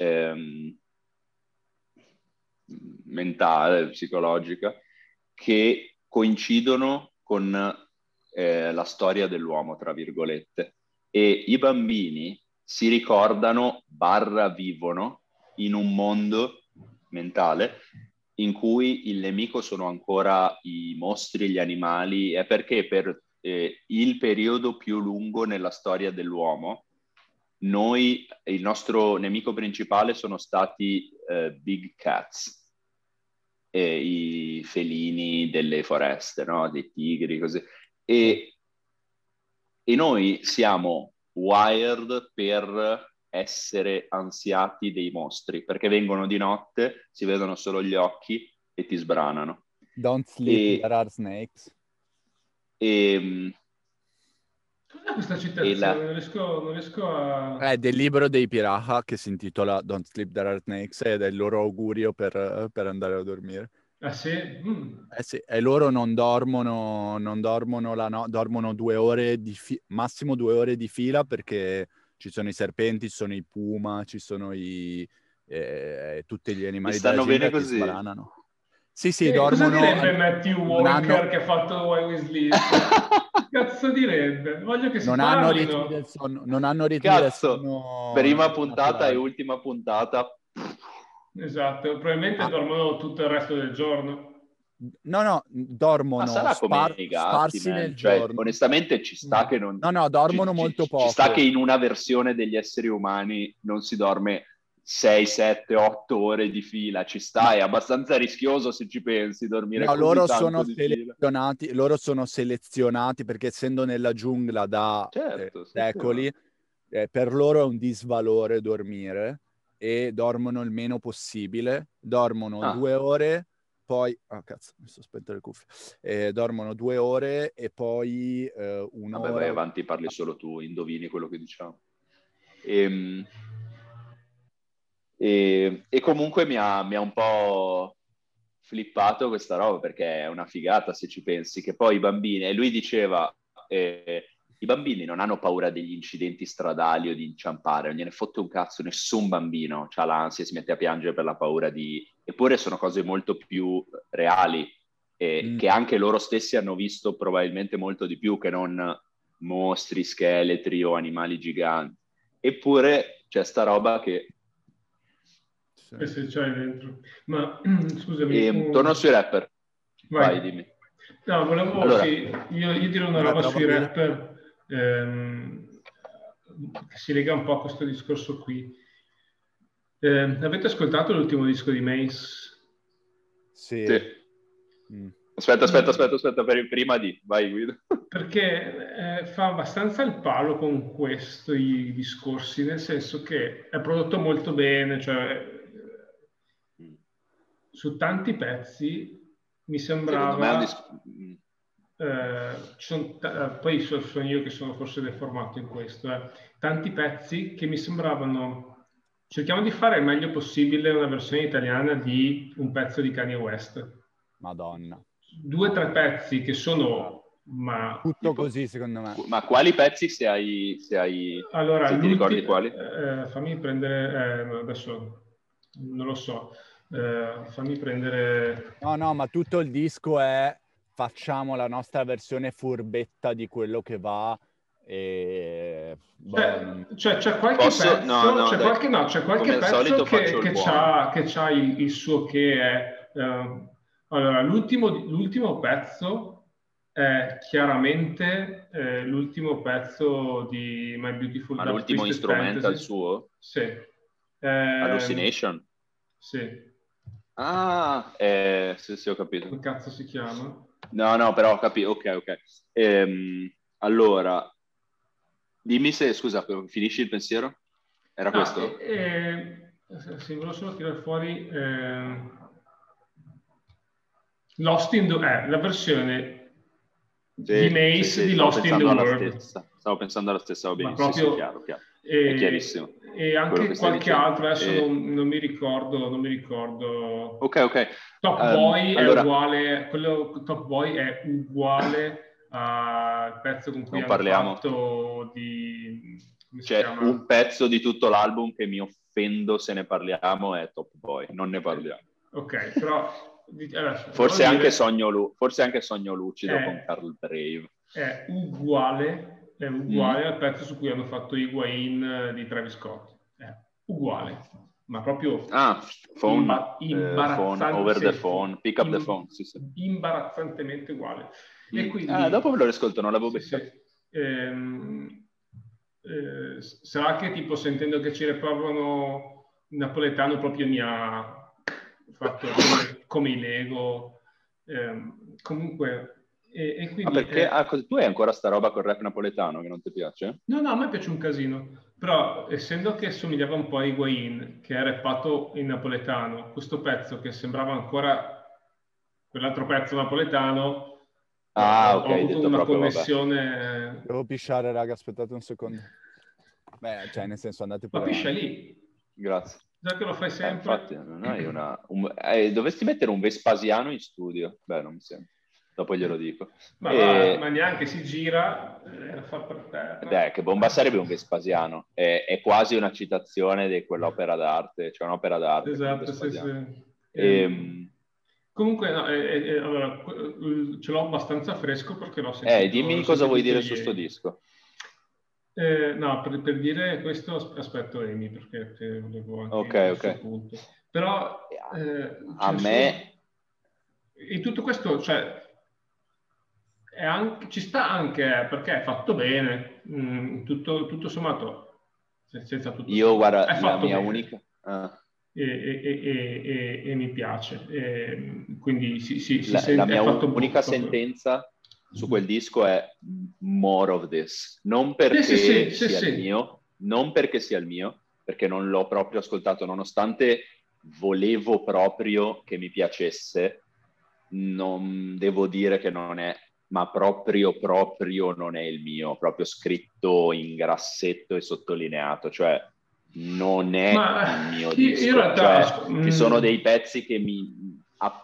mentale, psicologica, che coincidono con la storia dell'uomo, tra virgolette, e i bambini si ricordano / vivono in un mondo mentale in cui il nemico sono ancora i mostri, gli animali, è perché per il periodo più lungo nella storia dell'uomo il nostro nemico principale sono stati big cats, i felini delle foreste, no? Dei tigri, così. E noi siamo wired per essere ansiati dei mostri, perché vengono di notte, si vedono solo gli occhi e ti sbranano. Don't sleep, there are snakes. Cos'è questa citazione? Non riesco a... È del libro dei Piraha che si intitola Don't Sleep, There Are Snakes ed è il loro augurio per andare a dormire. Ah sì? Sì, e loro non dormono dormono 2 ore massimo 2 ore di fila, perché ci sono i serpenti, ci sono i puma, ci sono tutti gli E animali della stanno bene giungla che ti così? sbaranano. Sì, Cosa dormono. direbbe Matthew Non Walker che ha fatto Why We Sleep? Cazzo direbbe? Voglio che si non hanno ritmi del parlino. sonno, non hanno ritmi del Cazzo, sonno prima puntata e naturali. ultima puntata. Esatto, probabilmente Ah, dormono tutto il resto del giorno. no, Ma dormono sarà come i gatti, sparsi man. nel Cioè, giorno. onestamente ci sta che non... No, dormono molto Ci sta che poco. in una versione degli esseri umani non si dorme 6, 7, 8 ore di fila. Ci sta, è abbastanza rischioso se ci pensi, dormire No, così tanto di fila. loro sono selezionati perché, essendo nella giungla da Certo, sì, sì, secoli, per loro è un disvalore dormire, e dormono il meno possibile. Dormono Ah, 2 ore, poi... Ah, cazzo, mi sono spento le cuffie. Dormono 2 ore e poi vabbè, vai un'ora. avanti, parli solo tu, indovini quello che diciamo. E comunque mi ha un po' flippato questa roba, perché è una figata se ci pensi, che poi i bambini, e lui diceva, i bambini non hanno paura degli incidenti stradali o di inciampare, non gliene fotte un cazzo, nessun bambino ha l'ansia e si mette a piangere per la paura di... Eppure sono cose molto più reali, che anche loro stessi hanno visto probabilmente molto di più che non mostri, scheletri o animali giganti. Eppure c'è sta roba che... Se c'hai dentro. Ma scusami. Torno sui rapper. Vai. Dimmi. No, volevo... Allora, sì, io dirò una roba sui rapper che si lega un po' a questo discorso qui. Avete ascoltato l'ultimo disco di Mace? Sì. Aspetta, prima di... Vai, Guido. Perché fa abbastanza il palo con questi discorsi, nel senso che è prodotto molto bene, cioè su tanti pezzi mi sembrava... poi sono io che sono forse deformato in questo, tanti pezzi che mi sembravano... Cerchiamo di fare il meglio possibile una versione italiana di un pezzo di Kanye West. Madonna. 2 o 3 pezzi che sono... Ma tutto tipo, così, secondo me. Ma quali pezzi, se allora, se ti ricordi quali? Fammi prendere... adesso non lo so. Fammi prendere... No, ma tutto il disco è: facciamo la nostra versione furbetta di quello che va. C'è qualche pezzo, c'è qualche pezzo che c'ha il suo che è... allora, l'ultimo pezzo è chiaramente l'ultimo pezzo di My Beautiful Dark Twisted Fantasy. Ma l'ultimo instrumental suo? Sì. Hallucination? Sì. Ah, sì, ho capito. Come cazzo si chiama? No, però ho capito, ok. Allora, dimmi se, scusa, finisci il pensiero? Era questo? Sì, volevo solo tirare fuori Lost in the... la versione di Mace di Lost in the World. Stavo pensando alla stessa, va bene, proprio, sì, chiaro. È chiarissimo. E anche qualche altro, adesso non mi ricordo. Ok. Top Boy è uguale, quello Top Boy è uguale al pezzo con cui hanno fatto di... C'è un pezzo di tutto l'album che mi offendo se ne parliamo, è Top Boy, non ne parliamo. Ok, però... Forse anche Sogno Lucido con Carl Brave. È uguale al pezzo su cui hanno fatto Higuain di Travis Scott. È uguale, ma proprio phone over the phone, pick up the phone, sì. Imbarazzantemente uguale. E quindi, dopo me lo riascolto, non l'avevo beccato. Sarà che tipo sentendo che ci riparlano in napoletano proprio mi ha fatto come i Lego, comunque. E quindi, perché tu hai ancora sta roba col rap napoletano che non ti piace? No, a me piace un casino, però essendo che somigliava un po' a Higuain, che è rappato in napoletano, questo pezzo che sembrava ancora quell'altro pezzo napoletano, ho avuto una connessione. Devo pisciare, raga, aspettate un secondo. Beh, cioè, nel senso, andate pure. Ma piscia lì. Grazie. Già che lo fai sempre. Infatti, non hai dovresti mettere un Vespasiano in studio. Beh, non mi sembra. Dopo glielo dico. Ma neanche si gira, la fa per terra. Che bomba sarebbe un Vespasiano. È quasi una citazione di quell'opera d'arte. C'è un'opera d'arte. Esatto, sì. Comunque, no, allora, ce l'ho abbastanza fresco perché l'ho sentito. Dimmi cosa vuoi dire su sto disco. No, per dire questo aspetto Amy, perché volevo anche ok. punto. Però a me in tutto questo, cioè ci sta anche perché è fatto bene, tutto sommato, senza tutto. Io guarda, è fatto la mia bene. unica e mi piace, quindi si sente. La mia unica sentenza su quel disco è more of this, non perché sia il mio, non perché sia il mio, perché non l'ho proprio ascoltato, nonostante volevo proprio che mi piacesse, non devo dire che non è, ma proprio non è il mio, proprio scritto in grassetto e sottolineato, cioè non è il mio disco. In realtà, ci sono dei pezzi che mi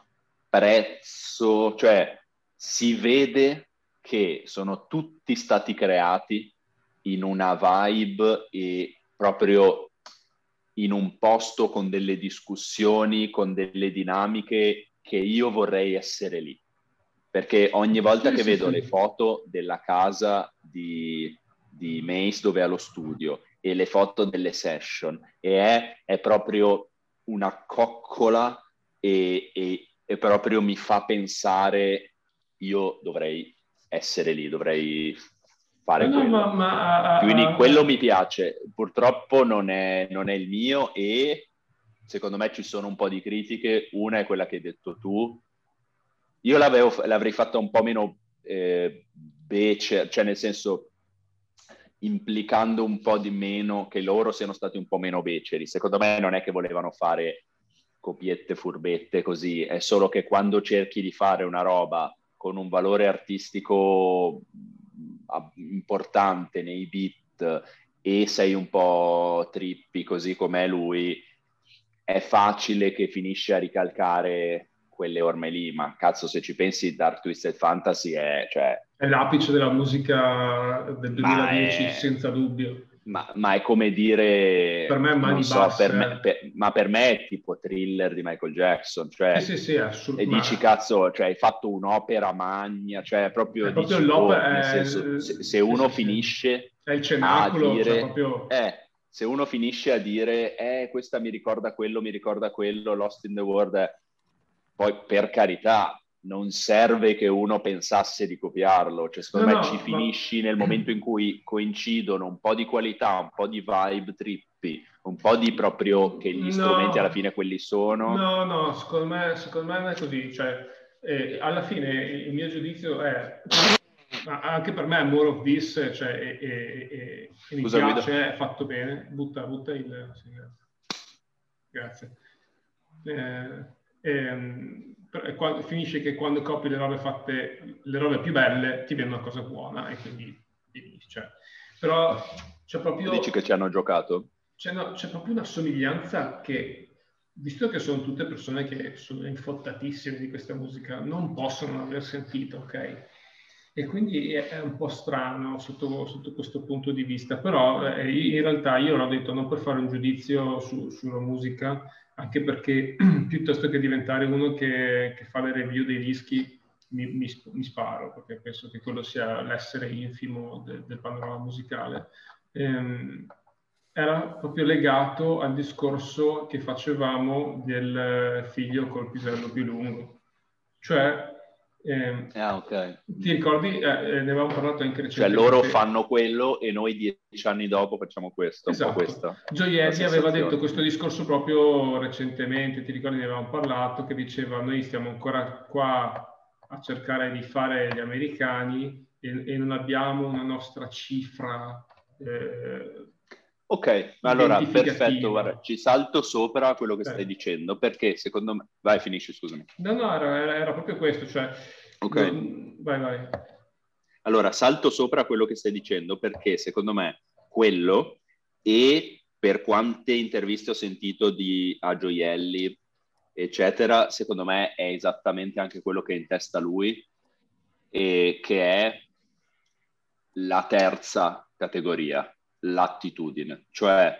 apprezzo, cioè si vede che sono tutti stati creati in una vibe e proprio in un posto con delle discussioni, con delle dinamiche che io vorrei essere lì. Perché ogni volta che vedo le foto della casa di Mace dove è lo studio e le foto delle session, e è proprio una coccola e proprio mi fa pensare io dovrei essere lì, dovrei fare quello. Quindi quello mi piace, purtroppo non è il mio, e secondo me ci sono un po' di critiche. Una è quella che hai detto tu. Io l'avrei fatta un po' meno cioè nel senso implicando un po' di meno, che loro siano stati un po' meno beceri. Secondo me non è che volevano fare copiette furbette così, è solo che quando cerchi di fare una roba con un valore artistico importante nei beat e sei un po' trippy così com'è lui, è facile che finisce a ricalcare quelle orme lì, ma cazzo, se ci pensi, Dark Twisted Fantasy è l'apice della musica del 2010, senza dubbio. Ma è come dire, per me mani basse, ma per me è tipo Thriller di Michael Jackson, cioè sì, e dici cazzo, cioè hai fatto un'opera magna, cioè proprio dici, nel senso, se uno finisce è il cenacolo, a dire, cioè proprio... se uno finisce a dire questa mi ricorda quello, Lost in the World, poi per carità non serve che uno pensasse di copiarlo, cioè secondo me ci finisci nel momento in cui coincidono un po' di qualità, un po' di vibe trippy, un po' di proprio che gli strumenti alla fine quelli sono. No, secondo me non è così, cioè alla fine il mio giudizio è, anche per me è more of this, cioè e mi piace, è fatto bene, butta il... Grazie. Finisce che quando copi le robe più belle ti viene una cosa buona, e quindi cioè, però c'è proprio... Dici che ci hanno giocato? C'è proprio una somiglianza che, visto che sono tutte persone che sono infottatissime di questa musica, non possono non aver sentito, ok? E quindi è un po' strano sotto questo punto di vista, però in realtà io l'ho detto non per fare un giudizio sulla musica, anche perché piuttosto che diventare uno che fa le review dei dischi mi sparo, perché penso che quello sia l'essere infimo del panorama musicale. Era proprio legato al discorso che facevamo del figlio col pisello più lungo. Cioè, ok. Ti ricordi? Ne avevamo parlato anche recentemente. Cioè loro fanno quello e noi 10 anni dopo facciamo questo. Esatto. Un po' questo. Gioielli aveva detto questo discorso proprio recentemente, ti ricordi, ne avevamo parlato, che diceva noi stiamo ancora qua a cercare di fare gli americani e non abbiamo una nostra cifra ok, allora perfetto, guarda, ci salto sopra quello che stai dicendo, perché secondo me... Vai, finisci, scusami. No, era proprio questo, cioè... Ok. Vai. Allora, salto sopra quello che stai dicendo, perché secondo me quello e per quante interviste ho sentito a Gioielli, eccetera, secondo me è esattamente anche quello che è in testa lui, e che è la terza categoria, l'attitudine. Cioè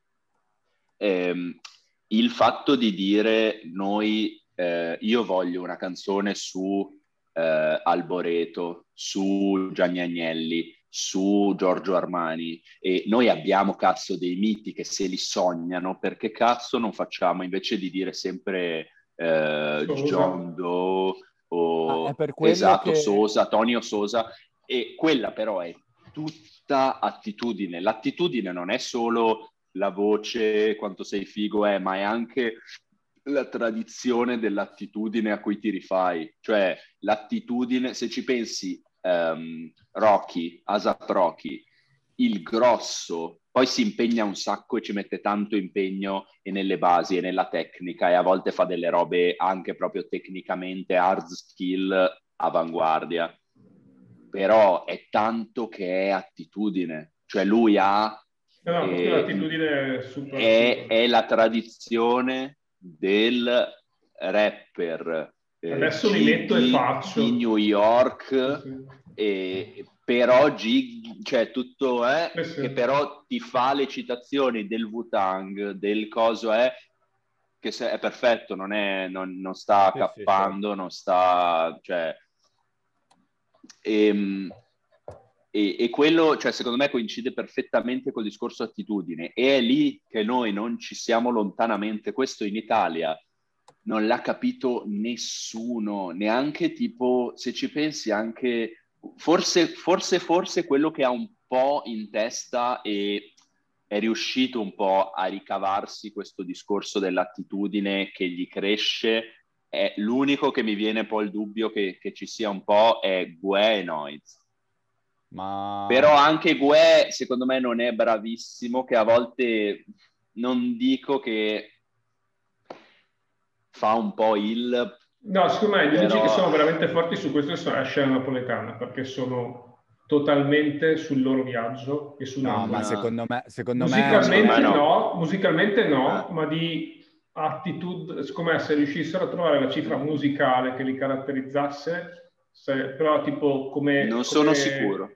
il fatto di dire io voglio una canzone su Alboreto, su Gianni Agnelli, su Giorgio Armani, e noi abbiamo cazzo dei miti che se li sognano, perché cazzo non facciamo, invece di dire sempre John Doe o è per quello esatto, che... Sosa, Tonio Sosa, e quella però è tutta attitudine. L'attitudine non è solo la voce, quanto sei figo ma è anche la tradizione dell'attitudine a cui ti rifai. Cioè l'attitudine, se ci pensi, Rocky, ASAP Rocky, il grosso, poi si impegna un sacco e ci mette tanto impegno e nelle basi e nella tecnica, e a volte fa delle robe anche proprio tecnicamente hard skill avanguardia, però è tanto che è attitudine. Cioè lui ha l'attitudine super è la tradizione del rapper adesso mi metto e faccio di New York, sì. per oggi, cioè tutto sì. che però ti fa le citazioni del Wu-Tang, del coso che è perfetto, non sta cappando, non sta, cioè e quello, cioè, secondo me coincide perfettamente col discorso attitudine, e è lì che noi non ci siamo lontanamente. Questo in Italia non l'ha capito nessuno, neanche tipo, se ci pensi anche, forse quello che ha un po' in testa e è riuscito un po' a ricavarsi questo discorso dell'attitudine che gli cresce, è l'unico che mi viene poi il dubbio che ci sia un po' è Gue e Noiz. Però anche Gue secondo me non è bravissimo, che a volte non dico che fa un po' no, secondo me gli unici che sono veramente forti su questo sono la scena napoletana, perché sono totalmente sul loro viaggio e su ma secondo me musicalmente no, ma di attitudine, secondo me se riuscissero a trovare la cifra musicale che li caratterizzasse, però tipo come sono sicuro.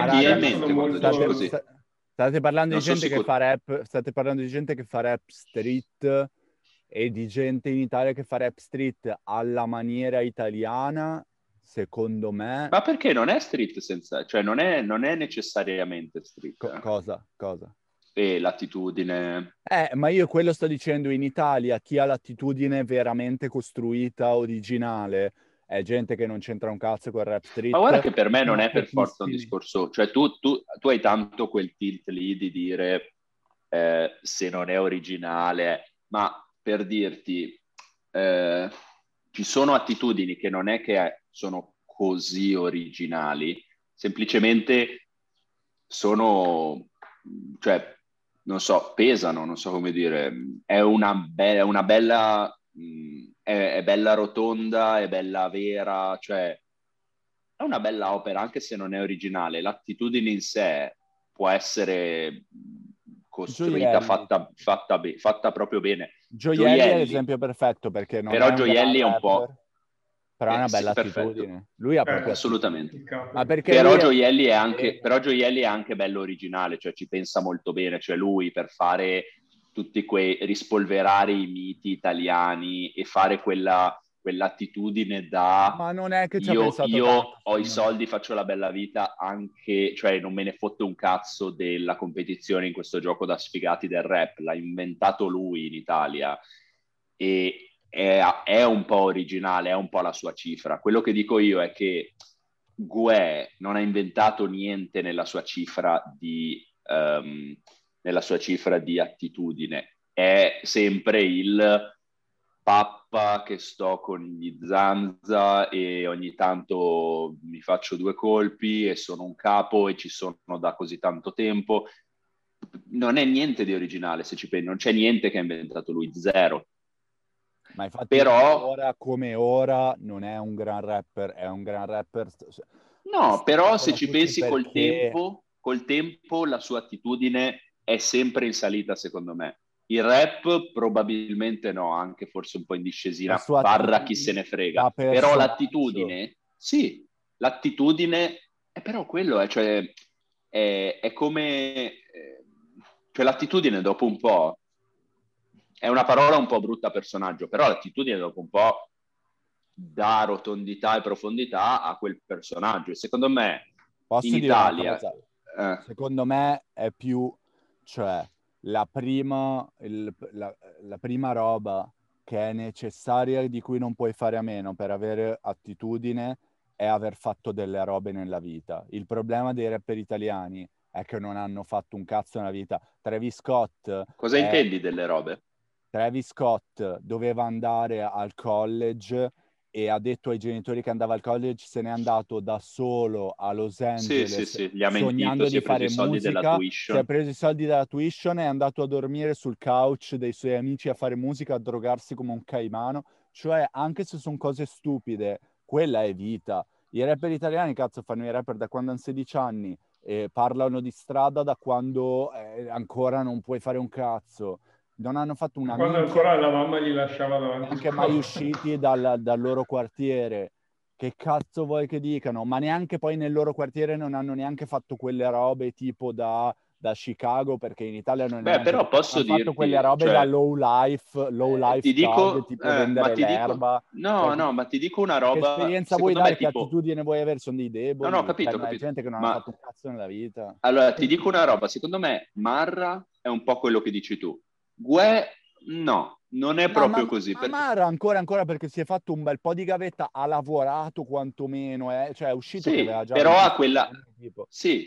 State parlando di gente che fa rap, state parlando di gente che fa rap street e di gente in Italia che fa rap street alla maniera italiana, secondo me. Ma perché non è street senza, cioè non è necessariamente street. Cosa? L'attitudine. Ma io quello sto dicendo, in Italia chi ha l'attitudine veramente costruita, originale, è gente che non c'entra un cazzo con il rap street. Ma guarda che per me non è per forza un discorso, cioè tu hai tanto quel tilt lì di dire se non è originale, ma per dirti ci sono attitudini che non è che sono così originali, semplicemente sono, cioè non so, pesano, non so come dire, è una bella è bella rotonda, è bella vera, cioè è una bella opera anche se non è originale. L'attitudine in sé può essere costruita, fatta proprio bene. Gioielli è l'esempio perfetto, perché non però è Gioielli è un po', però è una bella attitudine. Lui ha proprio assolutamente. Ma perché però Gioielli è anche bello originale, cioè ci pensa molto bene, cioè lui per fare tutti rispolverare i miti italiani e fare quell'attitudine ma non è che ci ha pensato io tanto, ho i soldi, faccio la bella vita, anche, cioè non me ne fotte un cazzo della competizione in questo gioco da sfigati del rap, l'ha inventato lui in Italia e è un po' originale, è un po' la sua cifra. Quello che dico io è che Gue non ha inventato niente nella sua cifra di attitudine, è sempre il pappa che sto con gli Zanza e ogni tanto mi faccio 2 colpi e sono un capo e ci sono da così tanto tempo. Non è niente di originale, se ci pensi, non c'è niente che ha inventato lui, zero. Ma infatti però ora come ora non è un gran rapper, è un gran rapper. No, però se ci pensi col tempo la sua attitudine è sempre in salita secondo me. Il rap probabilmente no, anche forse un po' in discesina, barra chi se ne frega. Però l'attitudine, sì, l'attitudine è però quello, cioè è come... cioè l'attitudine dopo un po', è una parola un po' brutta personaggio, però l'attitudine dopo un po' dà rotondità e profondità a quel personaggio. E secondo me in Italia... Secondo me è più... cioè la prima roba che è necessaria e di cui non puoi fare a meno per avere attitudine è aver fatto delle robe nella vita. Il problema dei rapper italiani è che non hanno fatto un cazzo nella vita. Travis Scott... Cosa intendi delle robe? Travis Scott doveva andare al college e ha detto ai genitori che andava al college, se n'è andato da solo a Los Angeles, sì. Gli ha sognando mentito, di fare musica, si è preso i soldi della tuition, è andato a dormire sul couch dei suoi amici a fare musica, a drogarsi come un caimano. Cioè, anche se sono cose stupide, quella è vita. I rapper italiani, cazzo, fanno i rapper da quando hanno 16 anni e parlano di strada da quando ancora non puoi fare un cazzo. Non hanno fatto una quando ancora la mamma gli lasciava davanti, neanche mai usciti dal loro quartiere. Che cazzo vuoi che dicano? Ma neanche poi nel loro quartiere non hanno neanche fatto quelle robe tipo da Chicago, perché in Italia non però posso hanno fatto quelle robe, cioè, da low life ti dico, thug, tipo vendere l'erba. Ma ti dico una roba. Che esperienza vuoi dare, che attitudine vuoi avere? Sono dei deboli. No, capito. C'è gente che non ha fatto un cazzo nella vita. Allora, ti dico una roba. Secondo me Marra è un po' quello che dici tu. Gue no, non è proprio così. Marra ancora perché si è fatto un bel po' di gavetta, ha lavorato quantomeno, cioè è uscito che aveva già... Però ha quella... Sì,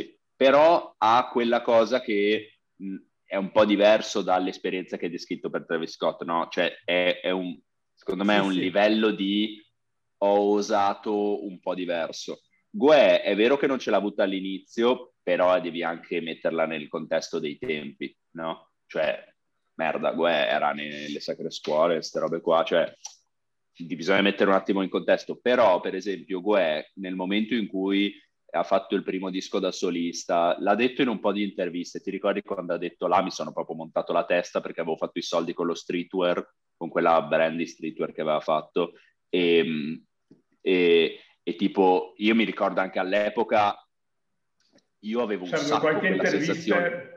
però ha quella cosa che è un po' diverso dall'esperienza che hai descritto per Travis Scott, no? Cioè è un, secondo me è un livello di ho osato un po' diverso. Gue è vero che non ce l'ha avuta all'inizio, però devi anche metterla nel contesto dei tempi, no? Cioè, merda, Gue era nelle sacre scuole, queste robe qua, cioè bisogna mettere un attimo in contesto. Però, per esempio, Gue, nel momento in cui ha fatto il primo disco da solista, l'ha detto in un po' di interviste, ti ricordi quando ha detto là mi sono proprio montato la testa perché avevo fatto i soldi con lo streetwear, con quella brand di streetwear che aveva fatto, e tipo, io mi ricordo anche all'epoca, io avevo un sacco quella sensazione.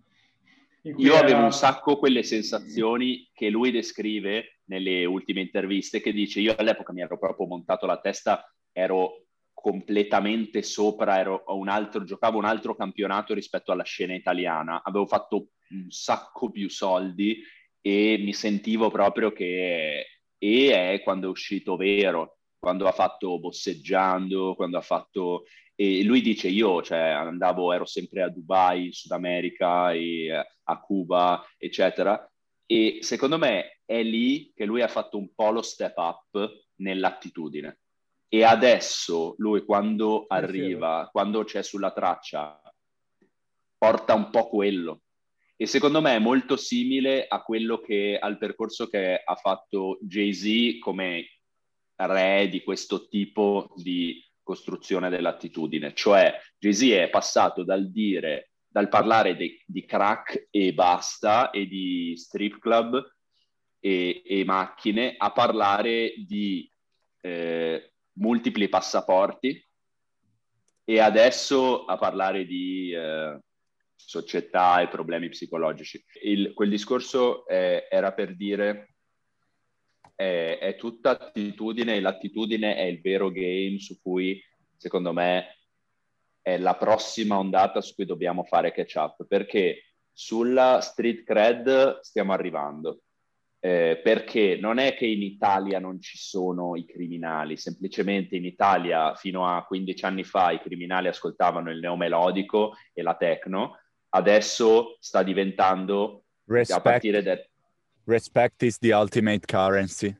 Io avevo un sacco quelle sensazioni che lui descrive nelle ultime interviste, che dice io all'epoca mi ero proprio montato la testa, ero completamente sopra, giocavo un altro campionato rispetto alla scena italiana, avevo fatto un sacco più soldi e mi sentivo proprio che... E è quando è uscito Vero, quando ha fatto Bosseggiando, quando ha fatto... E lui dice io, cioè, ero sempre a Dubai, in Sud America, e a Cuba, eccetera. E secondo me è lì che lui ha fatto un po' lo step up nell'attitudine. E adesso lui quando arriva, quando c'è sulla traccia, porta un po' quello. E secondo me è molto simile a al percorso che ha fatto Jay-Z come re di questo tipo di costruzione dell'attitudine. Cioè Jay-Z è passato dal parlare di crack e basta, e di strip club e macchine, a parlare di multipli passaporti, e adesso a parlare di società e problemi psicologici. Quel discorso era per dire è tutta attitudine, e l'attitudine è il vero game su cui secondo me è la prossima ondata su cui dobbiamo fare catch up, perché sulla street cred stiamo arrivando. Perché non è che in Italia non ci sono i criminali, semplicemente in Italia fino a 15 anni fa i criminali ascoltavano il neomelodico e la techno, adesso sta diventando a partire da... Respect is the ultimate currency.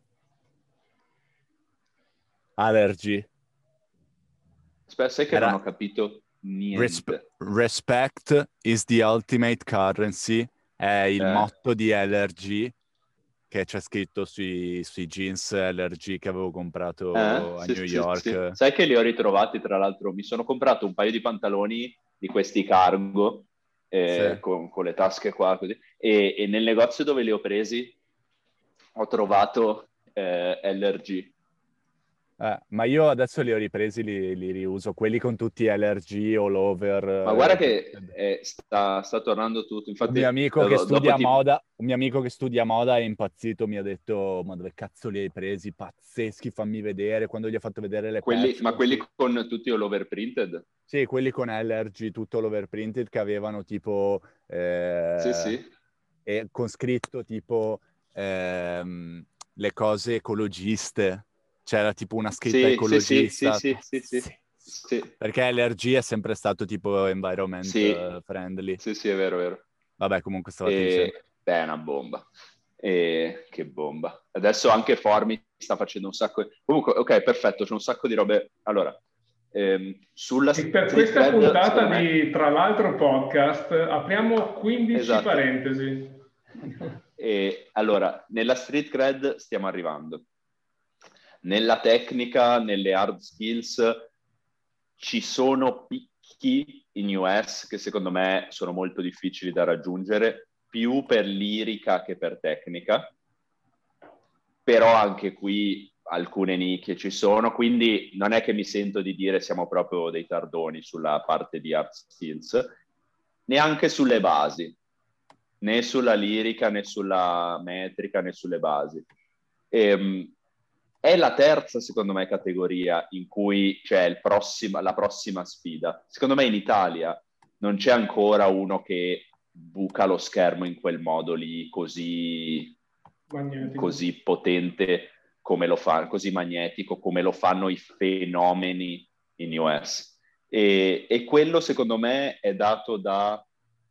Allergy. Aspetta, sai che non ho capito niente. Respect is the ultimate currency è il motto di Allergy, che c'è scritto sui jeans LRG che avevo comprato a New York. Sì. Sai che li ho ritrovati, tra l'altro mi sono comprato un paio di pantaloni di questi cargo Sì. con le tasche qua, così. E nel negozio dove li ho presi ho trovato LRG. Ma io adesso li ho ripresi, li riuso, quelli con tutti LRG all over. Ma guarda che sta tornando tutto. Un Infatti, mio amico che studia dopo moda, un mio amico che studia moda è impazzito, mi ha detto: ma dove cazzo li hai presi? Pazzeschi, fammi vedere. Quando gli ho fatto vedere le patch, ma quelli con tutti all over printed? sì, quelli con LRG, tutto l'overprinted, che avevano tipo Sì. e con scritto tipo le cose ecologiste. C'era tipo una scritta Sì. ecologista. Sì. Perché LRG è sempre stato tipo environment friendly. Sì, è vero. Vabbè, comunque stavate dicendo. Beh, è una bomba. Che bomba. Adesso anche Formi sta facendo un sacco. Comunque, ok, perfetto, c'è un sacco di robe. Allora, sulla E per street questa cred, puntata secondo me- di Tra l'altro podcast apriamo 15 Esatto. parentesi. E allora, nella street cred stiamo arrivando. Nella tecnica, nelle hard skills, ci sono picchi in US che secondo me sono molto difficili da raggiungere, più per lirica che per tecnica, però anche qui alcune nicchie ci sono, quindi non è che mi sento di dire siamo proprio dei tardoni sulla parte di hard skills, neanche sulle basi, né sulla lirica, né sulla metrica, né sulle basi. È la terza, secondo me, categoria in cui c'è la prossima sfida. Secondo me in Italia non c'è ancora uno che buca lo schermo in quel modo lì, così potente come lo fa, così magnetico come lo fanno i fenomeni in US. E quello, secondo me, è dato da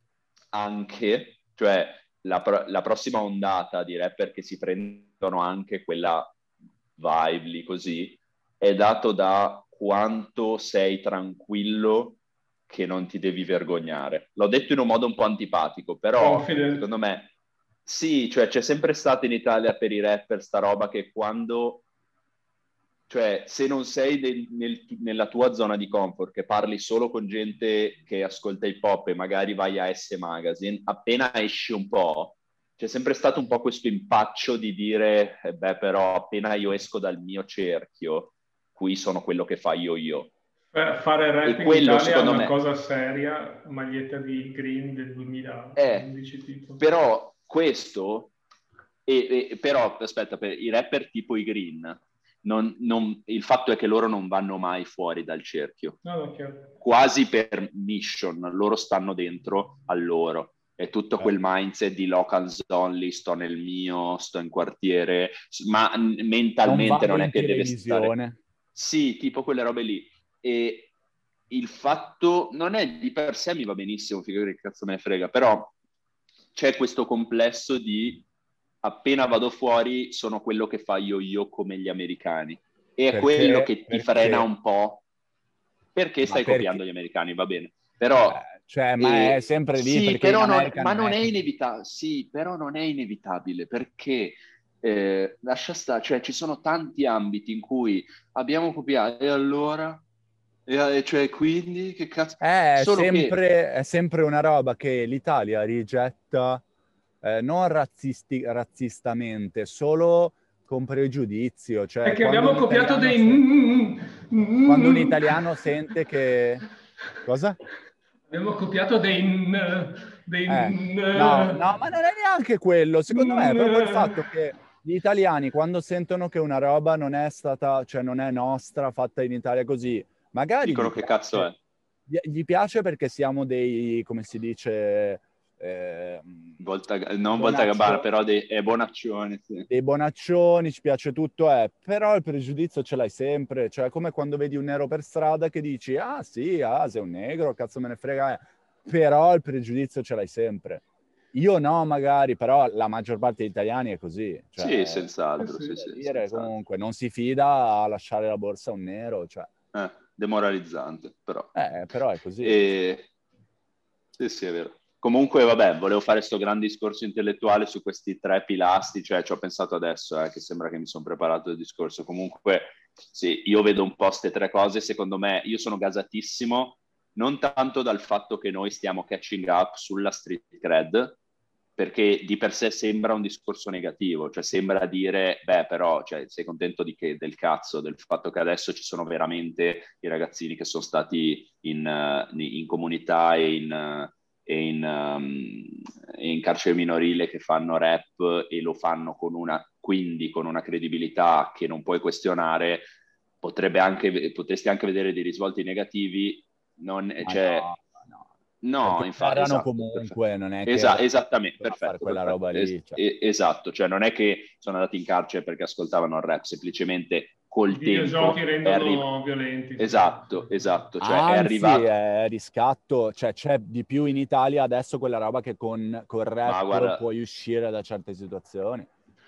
anche, cioè la prossima ondata di rapper che si prendono anche quella vibe lì così, è dato da quanto sei tranquillo che non ti devi vergognare. L'ho detto in un modo un po' antipatico, però secondo me sì, cioè c'è sempre stato in Italia per i rapper sta roba che quando, cioè se non sei nella tua zona di comfort, che parli solo con gente che ascolta hip hop e magari vai a S Magazine, appena esci un po', c'è sempre stato un po' questo impaccio di dire, beh, però appena io esco dal mio cerchio, qui sono quello che fa io. Fare rap in quello, Italia è una me, cosa seria, maglietta di Green del 2011 tipo. Però questo, però aspetta, per i rapper tipo i Green, il fatto è che loro non vanno mai fuori dal cerchio. No, quasi per mission, loro stanno dentro a loro. È tutto quel mindset di locals only, sto nel mio, sto in quartiere, ma mentalmente non è che deve stare. Sì, tipo quelle robe lì. E il fatto non è di per sé, mi va benissimo, figurati che cazzo me ne frega, però c'è questo complesso di appena vado fuori sono quello che fa io come gli americani. E è quello che ti frena un po'. Perché stai copiando gli americani, va bene. Però ma è sempre lì, sì, perché però non è inevitabile. Sì, però non è inevitabile, perché lascia stare, cioè ci sono tanti ambiti in cui abbiamo copiato e allora cioè quindi che cazzo è sempre una roba che l'Italia rigetta non razzistamente, solo con pregiudizio, cioè perché abbiamo copiato quando un italiano sente che cosa? Abbiamo copiato dei no, ma non è neanche quello, secondo me è proprio il fatto che gli italiani quando sentono che una roba non è stata, cioè non è nostra, fatta in Italia così, magari dicono che cazzo è. Gli piace perché siamo dei, come si dice, non Voltagabbana, però dei bonaccioni. Sì. Dei bonaccioni, ci piace tutto, però il pregiudizio ce l'hai sempre, cioè è come quando vedi un nero per strada che dici, sei un negro, cazzo me ne frega, però il pregiudizio ce l'hai sempre. Io no, magari, però la maggior parte degli italiani è così. Cioè, sì, sens'altro. Comunque non si fida a lasciare la borsa a un nero, cioè. Demoralizzante, però. Però è così. Sì, è vero. Comunque, vabbè, volevo fare questo grande discorso intellettuale su questi 3 pilastri, cioè ci ho pensato adesso, che sembra che mi sono preparato il discorso. Comunque, sì, io vedo un po' queste 3 cose, secondo me, io sono gasatissimo non tanto dal fatto che noi stiamo catching up sulla street cred, perché di per sé sembra un discorso negativo, cioè sembra dire, beh però cioè, sei contento del cazzo, del fatto che adesso ci sono veramente i ragazzini che sono stati in comunità e in carcere minorile che fanno rap e lo fanno quindi con una credibilità che non puoi questionare, potresti anche vedere dei risvolti negativi, cioè... No, infatti, erano esatto, comunque, non è che esattamente, perfetto, fare quella roba lì. Esatto, cioè non è che sono andati in carcere perché ascoltavano il rap, semplicemente col tempo... I videogiochi rendono violenti. Esatto, cioè anzi, è arrivato... è riscatto, cioè c'è di più in Italia adesso quella roba che con rap puoi uscire da certe situazioni.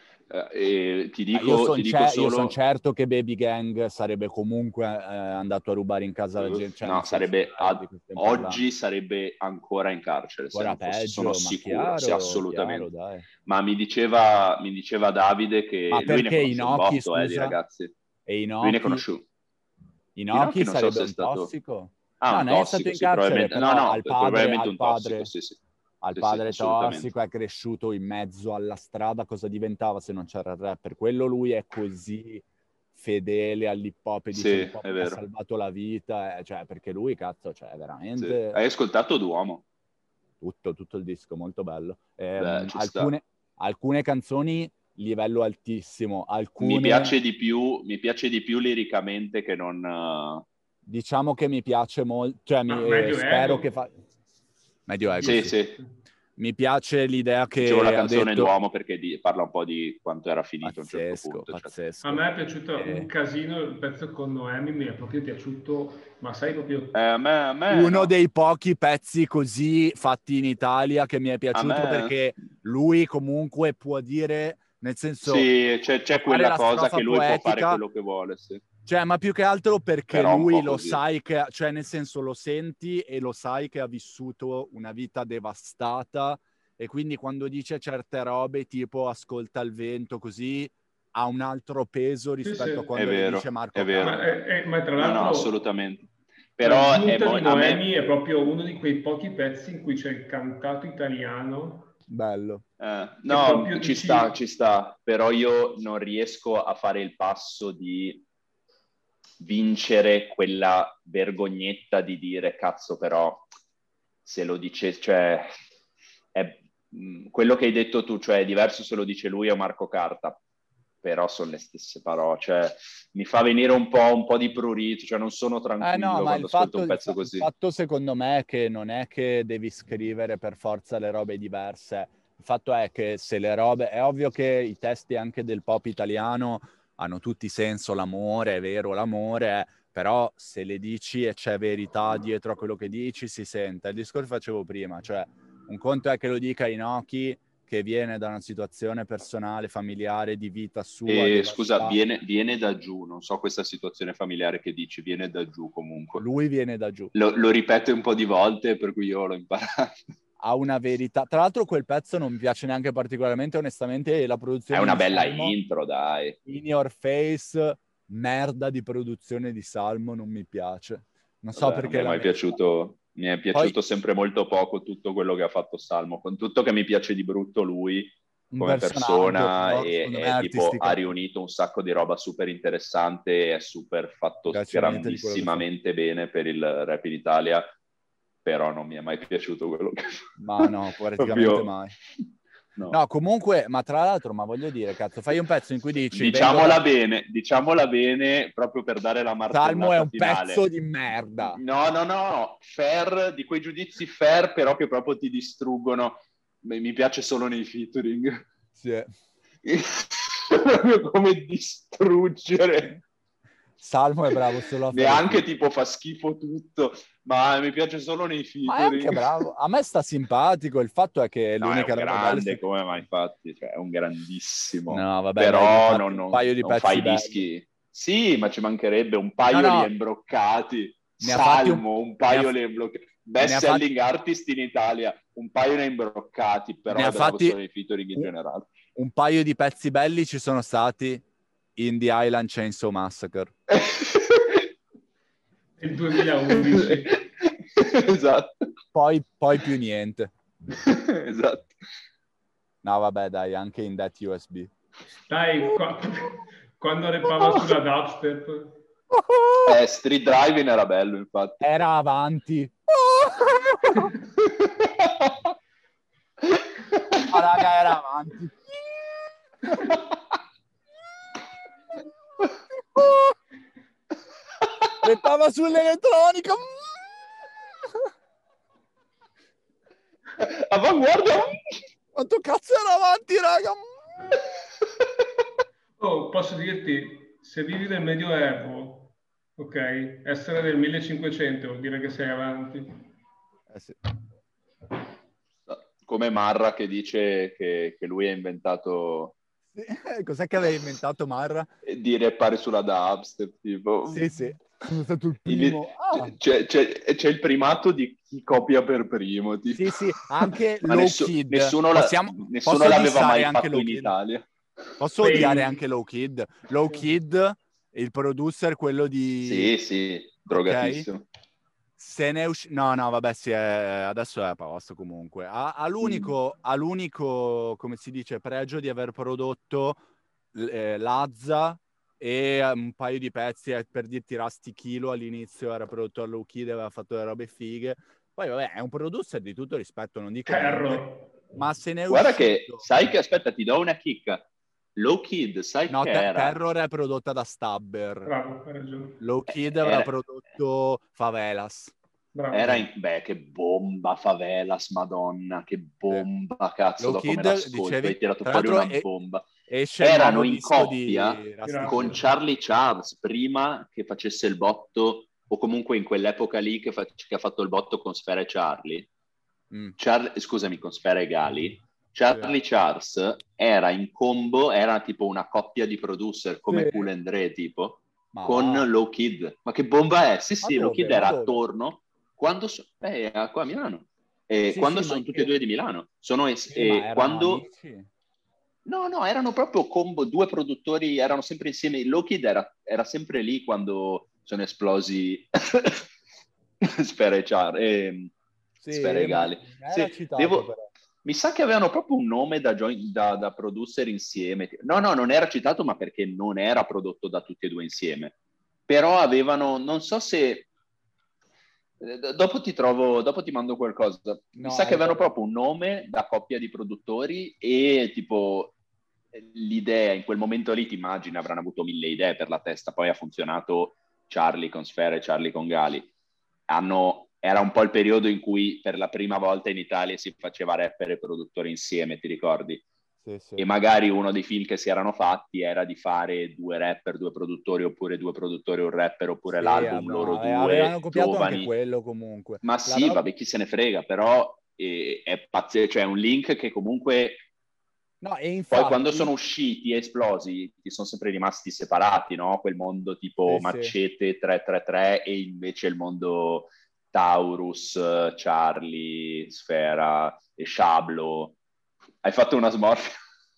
Ti dico, io solo... sono certo che Baby Gang sarebbe comunque andato a rubare in casa la gente. Cioè, no, oggi sarebbe ancora in carcere. Sono sicuro, chiaro, sì, assolutamente. Chiaro, ma mi diceva Davide che lui ne conosce un botto di ragazzi. E lui ne conosce. Inoki sarebbe un tossico? No, non è stato in carcere, però al padre... Al padre tossico, è cresciuto in mezzo alla strada, cosa diventava se non c'era il rap? Per quello lui è così fedele all'hip hop e dice che ha salvato la vita, cioè perché lui, cazzo, cioè veramente... Sì. Hai ascoltato Duomo? Tutto il disco, molto bello. Alcune canzoni, livello altissimo, alcune... Mi piace di più liricamente che non... Diciamo che mi piace molto, cioè spero che fa... Medio ego, sì. Mi piace l'idea che dicevo la canzone Duomo perché parla un po' di quanto era finito pazzesco, a un certo punto. Pazzesco. A me è piaciuto un casino il pezzo con Noemi, mi è proprio piaciuto, ma sai proprio... Uno dei pochi pezzi così fatti in Italia che mi è piaciuto perché lui comunque può dire, nel senso... Sì, c'è quella cosa che lui può fare quello che vuole, sì. Cioè, ma più che altro perché però lui lo sai che, cioè nel senso lo senti e lo sai che ha vissuto una vita devastata e quindi quando dice certe robe tipo ascolta il vento così ha un altro peso rispetto a quando le dice Marco. È vero. Ma tra l'altro... No, assolutamente. Però di Noemi è proprio uno di quei pochi pezzi in cui c'è il cantato italiano. Bello. No, ci sta, però io non riesco a fare il passo di vincere quella vergognetta di dire cazzo però se lo dice, cioè è quello che hai detto tu, cioè è diverso se lo dice lui o Marco Carta, però sono le stesse parole, cioè mi fa venire un po' di prurito, cioè non sono tranquillo quando ascolto un pezzo così. Il fatto secondo me è che non è che devi scrivere per forza le robe diverse, il fatto è che se le robe, è ovvio che i testi anche del pop italiano hanno tutti senso, l'amore, è vero, l'amore, però se le dici e c'è verità dietro a quello che dici, si sente. Il discorso che facevo prima, cioè un conto è che lo dica Inoki, che viene da una situazione personale, familiare, di vita sua. Scusa, viene da giù, non so questa situazione familiare che dici, viene da giù comunque. Lui viene da giù. Lo ripete un po' di volte, per cui io l'ho imparato. Ha una verità. Tra l'altro quel pezzo non mi piace neanche particolarmente, onestamente, la produzione è una bella intro, dai. In Your Face, merda di produzione di Salmo, non mi piace. Non so perché. Mi è piaciuto sempre molto poco tutto quello che ha fatto Salmo, con tutto che mi piace di brutto lui come persona e tipo ha riunito un sacco di roba super interessante, è super fatto grandissimamente bene per il rap in Italia. Però non mi è mai piaciuto quello che fa. Ma no, praticamente mai. No, comunque, ma tra l'altro, ma voglio dire, cazzo, fai un pezzo in cui dici... Diciamola bene, proprio per dare la martellata Salmo è un finale. Pezzo di merda. No, fair, di quei giudizi fair, però che proprio ti distruggono. Mi piace solo nei featuring. Sì. Proprio come distruggere... Salmo è bravo solo a neanche tipo fa schifo tutto, ma mi piace solo nei featuring. Ma è anche bravo, a me sta simpatico, il fatto è che l'unica è un grande come mai infatti, cioè è un grandissimo. No, vabbè, però non un paio di non pezzi fai belli. Dischi. Sì, ma ci mancherebbe un paio di imbroccati. Salmo, un paio di imbroccati. Best selling artist in Italia, un paio di imbroccati, però è bravo solo nei featuring in generale. Un paio di pezzi belli ci sono stati in The Island Chainsaw Massacre. Il 2011. Esatto. Poi più niente. Esatto. No, vabbè, dai, anche in That USB. Dai, quando repava sulla dubstep. Street Driving era bello, infatti. Era avanti. Ma raga, era avanti. Repava sull'elettronica. Avanguardia. Quanto cazzo era avanti, raga? Oh, posso dirti, se vivi nel Medioevo, ok, essere del 1500 vuol dire che sei avanti. Sì. Come Marra che dice che lui ha inventato... Cos'è che aveva inventato Marra? Di reppare sulla dubstep, tipo... Sì, sono stato il primo. C'è il primato di chi copia per primo. Tipo. Sì, anche Low Kid. Nessuno l'aveva mai fatto in Italia. Posso odiare anche Low Kid? Low Kid, il producer, quello di... Sì, drogatissimo. Okay. Se ne no, vabbè, sì, adesso è a posto comunque. Ha l'unico, come si dice, pregio di aver prodotto Lazza e un paio di pezzi, per dirti Rusty Kilo all'inizio era prodotto a Low Kid, aveva fatto le robe fighe. Poi vabbè, è un producer di tutto rispetto, non dico niente, ma se ne è Guarda uscito... che, sai che, aspetta, ti do una chicca. Low Kid, sai che era? Terror è prodotta da Stabber. Bravo, hai ragione. Low Kid aveva prodotto Favelas. Bravo. Era che bomba Favelas, madonna, che bomba, cazzo, Low dopo Kid, me l'ascolto, dicevi, hai tirato fuori una bomba. Erano in coppia con Charlie Charles prima che facesse il botto, o comunque in quell'epoca lì che ha fatto il botto con Sfera e Charlie. Scusami, con Sfera e Gali. Charlie Charles era in combo, era tipo una coppia di producer come Cool and Dre tipo, con Low Kid. Ma che bomba è? Sì, Low Kid era attorno quando qua a Milano. Quando sono tutti e due di Milano. Quando... Amici. No, erano proprio combo, due produttori, erano sempre insieme. Low Kid era sempre lì quando sono esplosi Sfera e Charlie. Sfera e Gali. Mi sa che avevano proprio un nome da producer insieme. No, non era citato, ma perché non era prodotto da tutti e due insieme. Però avevano, non so se... Dopo ti mando qualcosa. Mi sa che avevano proprio un nome da coppia di produttori e tipo l'idea, in quel momento lì ti immagini, avranno avuto 1000 idee per la testa, poi ha funzionato Charlie con Sfera e Charlie con Gali. Era un po' il periodo in cui per la prima volta in Italia si faceva rapper e produttori insieme, ti ricordi? Sì. E magari uno dei film che si erano fatti era di fare 2 rapper, 2 produttori, oppure 2 produttori e un rapper, oppure l'album loro due avevano copiato giovani. Anche quello comunque. Ma vabbè, chi se ne frega, però è pazzesco, cioè è un link che comunque... No, e infatti... Poi quando sono usciti e esplosi, ti sono sempre rimasti separati, no? Quel mondo tipo Macete 333 e invece il mondo Taurus, Charlie, Sfera e Shablo. Hai fatto una smorfia?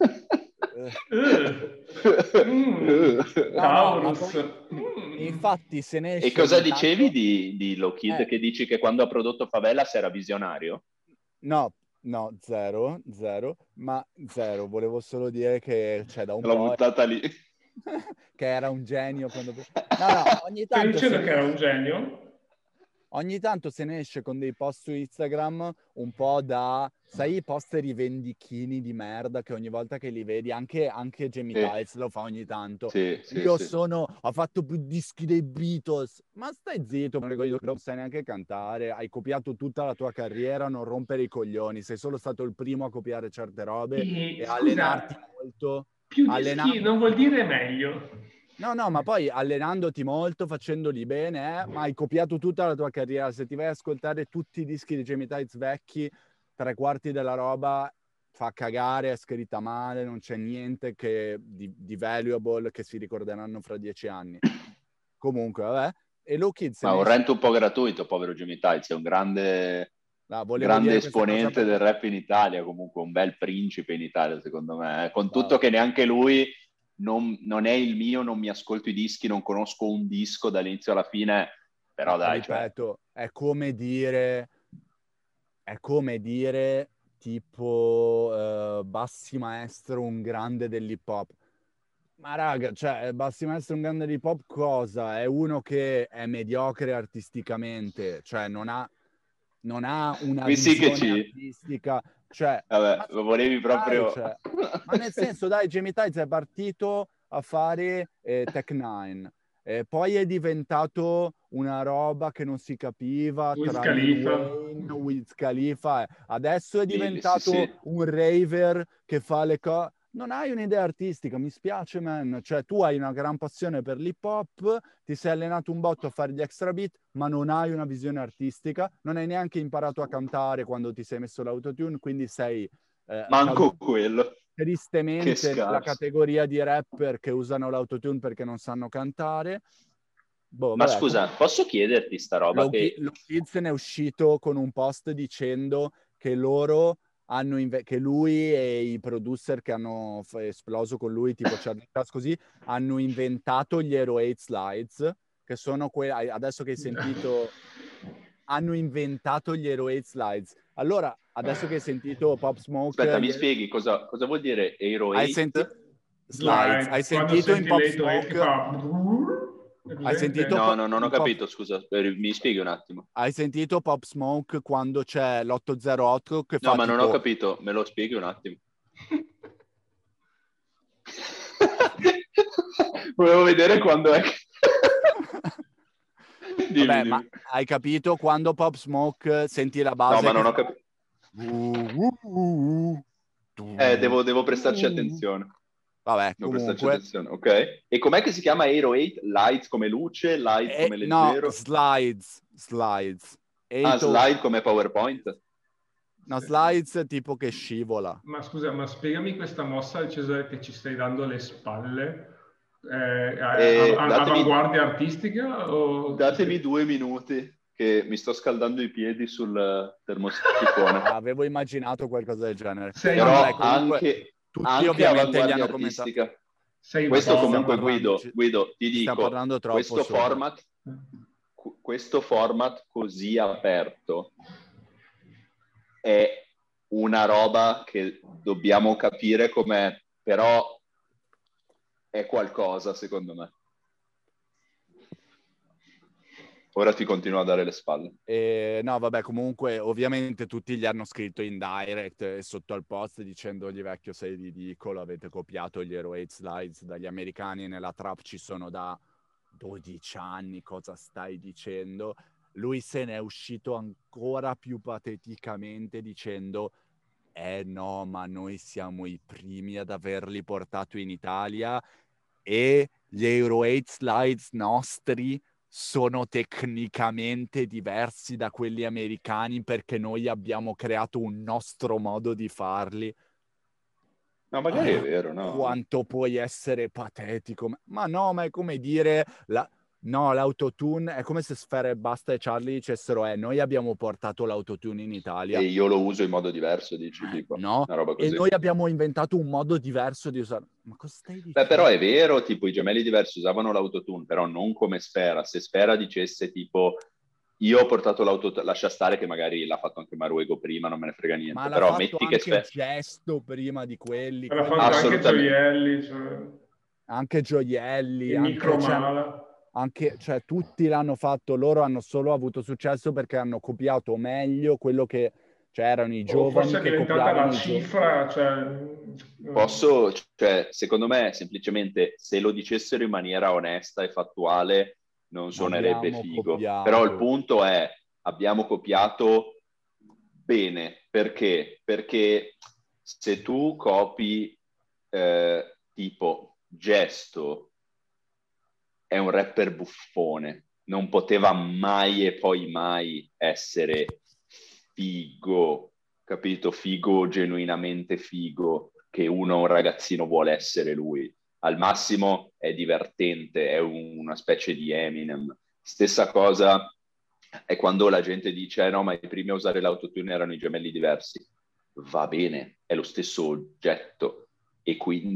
Taurus. Infatti se ne esce. E cosa dicevi di Low Kid che dici che quando ha prodotto Favelas era visionario? No, zero, ma zero. Volevo solo dire che da un l'ho po'... buttata lì. Che era un genio quando... No, ogni tanto... Stai dicendo che era un genio? Ogni tanto se ne esce con dei post su Instagram un po' sai, i post rivendichini di merda che ogni volta che li vedi, anche Jamie Tights lo fa ogni tanto. Ho fatto più dischi dei Beatles. Ma stai zitto, non sai neanche cantare, hai copiato tutta la tua carriera, non rompere i coglioni, sei solo stato il primo a copiare certe robe e allenarti molto. Più dischi non vuol dire meglio. No, ma poi allenandoti molto, facendoli bene, ma hai copiato tutta la tua carriera. Se ti vai a ascoltare tutti i dischi di Jamie Tights vecchi, 3/4 della roba fa cagare, è scritta male, non c'è niente di valuable che si ricorderanno fra 10 anni. Comunque, vabbè. E Low Kid ma un rent un po' gratuito, povero Jamie Tights, è un grande esponente del rap in Italia, comunque un bel principe in Italia, secondo me. Con tutto che neanche lui... Non è il mio, non mi ascolto i dischi, non conosco un disco dall'inizio alla fine, però dai, ripeto, è come dire tipo Bassi Maestro, un grande dell'hip hop. Ma raga, cioè, Bassi Maestro, un grande dell'hip hop cosa? È uno che è mediocre artisticamente, cioè non ha una Qui sì che visione artistica, cioè, Vabbè, lo volevi proprio... cioè, ma nel senso, dai, Jamie Tights è partito a fare Tech Nine, poi è diventato una roba che non si capiva Wiz tra Lil Khalifa. Wayne, Wiz Khalifa, adesso è Sì, diventato sì. un raver che fa le cose. Non hai un'idea artistica, mi spiace, man. Cioè, tu hai una gran passione per l'hip hop, ti sei allenato un botto a fare gli extra beat, ma non hai una visione artistica, non hai neanche imparato a cantare quando ti sei messo l'autotune, quindi sei Manco quello. tristemente Che nella scarso. categoria di rapper che usano l'autotune perché non sanno cantare. Boh, Ma vabbè, scusa, posso chiederti sta roba Low che... Kids ne è uscito con un post dicendo che loro che lui e i producer che hanno esploso con lui, tipo Charlie Cross così, hanno inventato gli Hero 8 Slides, che sono quelli, adesso che hai sentito, hanno inventato gli Hero 8 Slides. Allora, adesso che hai sentito Pop Smoke... Aspetta, mi spieghi cosa vuol dire Hero 8? Hai sentito... Slides. Hai sentito in Pop Smoke... Hai sentito... No, non ho capito, scusa, mi spieghi un attimo. Hai sentito Pop Smoke quando c'è l'808 che fa No, ma tipo... non ho capito, me lo spieghi un attimo. Volevo vedere quando è che... Vabbè, ma hai capito quando Pop Smoke senti la base? No, ma non che ho capito. Devo prestarci attenzione. Vabbè, devo comunque... prestarci attenzione, ok. E com'è che si chiama Hero 8? Lights come luce, lights come leggero? No, slides. Slide come PowerPoint? No, slides tipo che scivola. Ma scusa, ma spiegami questa mossa, Cesare, che ci stai dando le spalle. Avanguardia artistica? O... Datemi 2 minuti che mi sto scaldando i piedi sul termosifone. Avevo immaginato qualcosa del genere. Però comunque, tutti anche ovviamente gli hanno artistica. commentato. Questo comunque Guido, ti dico, parlando troppo questo format così aperto è una roba che dobbiamo capire com'è, però è qualcosa secondo me. Ora ti continuo a dare le spalle. No, vabbè, comunque, ovviamente tutti gli hanno scritto in direct sotto al post dicendogli vecchio sei ridicolo, avete copiato gli Hero 8 Slides dagli americani, nella trap ci sono da 12 anni, cosa stai dicendo? Lui se ne è uscito ancora più pateticamente dicendo no, ma noi siamo i primi ad averli portato in Italia e gli Hero 8 Slides nostri sono tecnicamente diversi da quelli americani perché noi abbiamo creato un nostro modo di farli. No, magari è vero, no? Quanto puoi essere patetico. Ma no, ma è come dire... l'autotune è come se Sfera e Basta e Charlie dicessero noi abbiamo portato l'autotune in Italia. E io lo uso in modo diverso, dici, tipo. No, una roba così. E noi abbiamo inventato un modo diverso di usare... Ma cosa stai dicendo? Beh, però è vero, tipo i Gemelli Diversi usavano l'autotune, però non come Sfera. Se Sfera dicesse tipo io ho portato l'autotune, lascia stare che magari l'ha fatto anche Maruego prima, non me ne frega niente. Ma però l'ha metti fatto che anche Gesto prima di quelli. L'ha fatto anche Gioielli. Cioè... Anche Gioielli. E Micromala. Anche, cioè, tutti l'hanno fatto, loro hanno solo avuto successo perché hanno copiato meglio quello che, cioè, erano i giovani. Forse è diventata la cifra, secondo me, semplicemente, se lo dicessero in maniera onesta e fattuale, non suonerebbe figo. Copiato. Però il punto è, abbiamo copiato bene. Perché? Perché se tu copi, tipo, Gesto, è un rapper buffone, non poteva mai e poi mai essere figo, capito? Figo, genuinamente figo, che un ragazzino vuole essere lui. Al massimo è divertente, è una specie di Eminem. Stessa cosa è quando la gente dice no, ma i primi a usare l'autotune erano i Gemelli Diversi. Va bene, è lo stesso oggetto. E quindi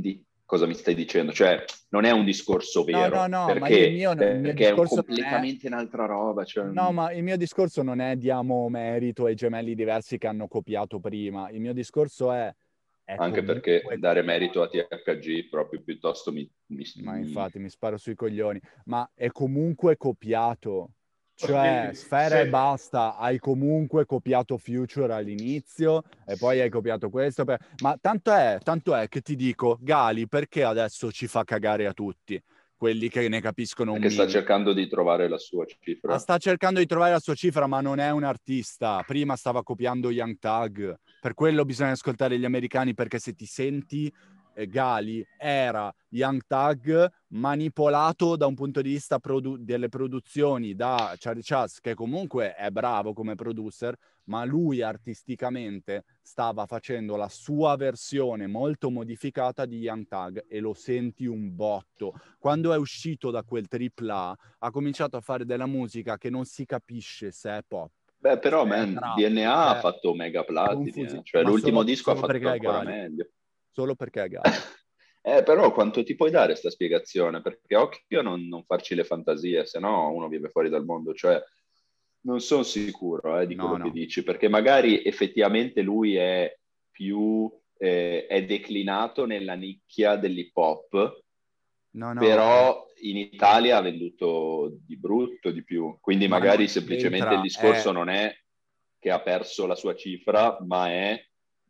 cosa mi stai dicendo, cioè non è un discorso vero, No, perché, ma il mio perché è discorso completamente un'altra roba. Cioè... No, ma il mio discorso non è diamo merito ai gemelli diversi che hanno copiato prima. Il mio discorso è Anche perché comunque dare copiato. merito a THG proprio piuttosto Ma infatti mi sparo sui coglioni. Ma è comunque copiato. Cioè, Sfera e basta, hai comunque copiato Future all'inizio e poi hai copiato questo. Ma tanto è che ti dico, Gali, perché adesso ci fa cagare a tutti? Quelli che ne capiscono un Perché sta minimo. cercando di trovare la sua cifra. Sta cercando di trovare la sua cifra, ma non è un artista. Prima stava copiando Young Thug. Per quello bisogna ascoltare gli americani, perché se ti senti, Gali era Young Thug manipolato da un punto di vista delle produzioni da Charlie Chas, che comunque è bravo come producer, ma lui artisticamente stava facendo la sua versione molto modificata di Young Thug e lo senti un botto. Quando è uscito da quel AAA ha cominciato a fare della musica che non si capisce se è pop. Beh, però, se è man, trap, DNA se ha è fatto mega platini, confusione. cioè Ma l'ultimo disco ha solo perché fatto è ancora Gali. meglio. Solo perché è Gali. Però quanto ti puoi dare sta spiegazione? Perché occhio a non farci le fantasie, se no uno vive fuori dal mondo. Cioè, non sono sicuro di quello che dici, perché magari effettivamente lui è più è declinato nella nicchia dell'hip hop, però in Italia ha venduto di brutto di più. Quindi magari semplicemente il discorso non è che ha perso la sua cifra, ma è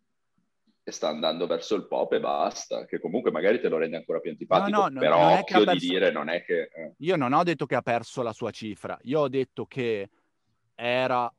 sta andando verso il pop e basta, che comunque magari te lo rende ancora più antipatico, però non è occhio che di dire, non è che... Io non ho detto che ha perso la sua cifra, io ho detto che è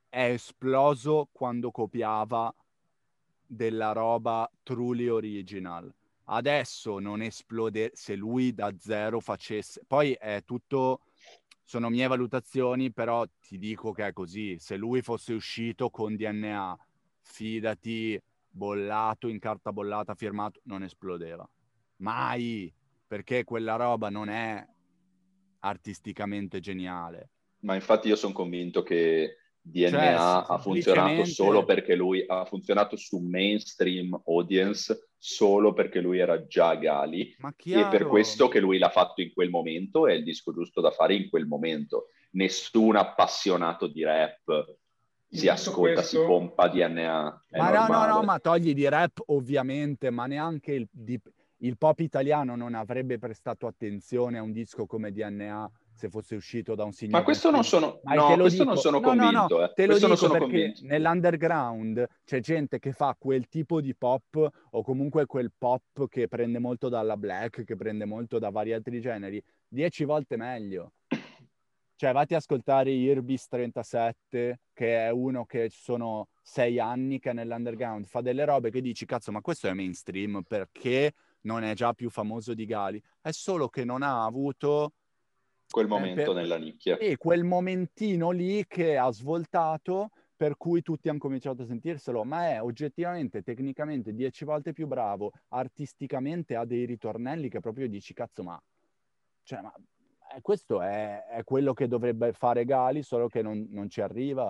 esploso quando copiava della roba truly original. Adesso non esplode se lui da zero facesse... Poi è tutto... Sono mie valutazioni, però ti dico che è così. Se lui fosse uscito con DNA, fidati, bollato, in carta bollata, firmato, non esplodeva. Mai! Perché quella roba non è artisticamente geniale. Ma infatti io sono convinto che DNA ha funzionato solo perché lui ha funzionato su mainstream audience, solo perché lui era già Gali, e per questo che lui l'ha fatto in quel momento, è il disco giusto da fare in quel momento. Nessun appassionato di rap si ascolta, si pompa DNA. No, ma togli di rap ovviamente, ma neanche il pop italiano non avrebbe prestato attenzione a un disco come DNA se fosse uscito da un signor... Ma questo non sono, non sono convinto. Te lo questo dico non sono perché convinto. nell'underground c'è gente che fa quel tipo di pop, o comunque quel pop che prende molto dalla black, che prende molto da vari altri generi, 10 volte meglio. Cioè, vatti a ascoltare Irbis 37, che è uno che sono 6 anni che è nell'underground, fa delle robe che dici, cazzo, ma questo è mainstream, perché non è già più famoso di Gali? È solo che non ha avuto... quel momento nella nicchia. E quel momentino lì che ha svoltato, per cui tutti hanno cominciato a sentirselo, ma è oggettivamente, tecnicamente 10 volte più bravo, artisticamente ha dei ritornelli che proprio dici, cazzo, ma... Cioè, ma questo è quello che dovrebbe fare Gali, solo che non ci arriva.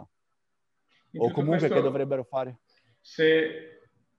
O comunque questo, che dovrebbero fare. Se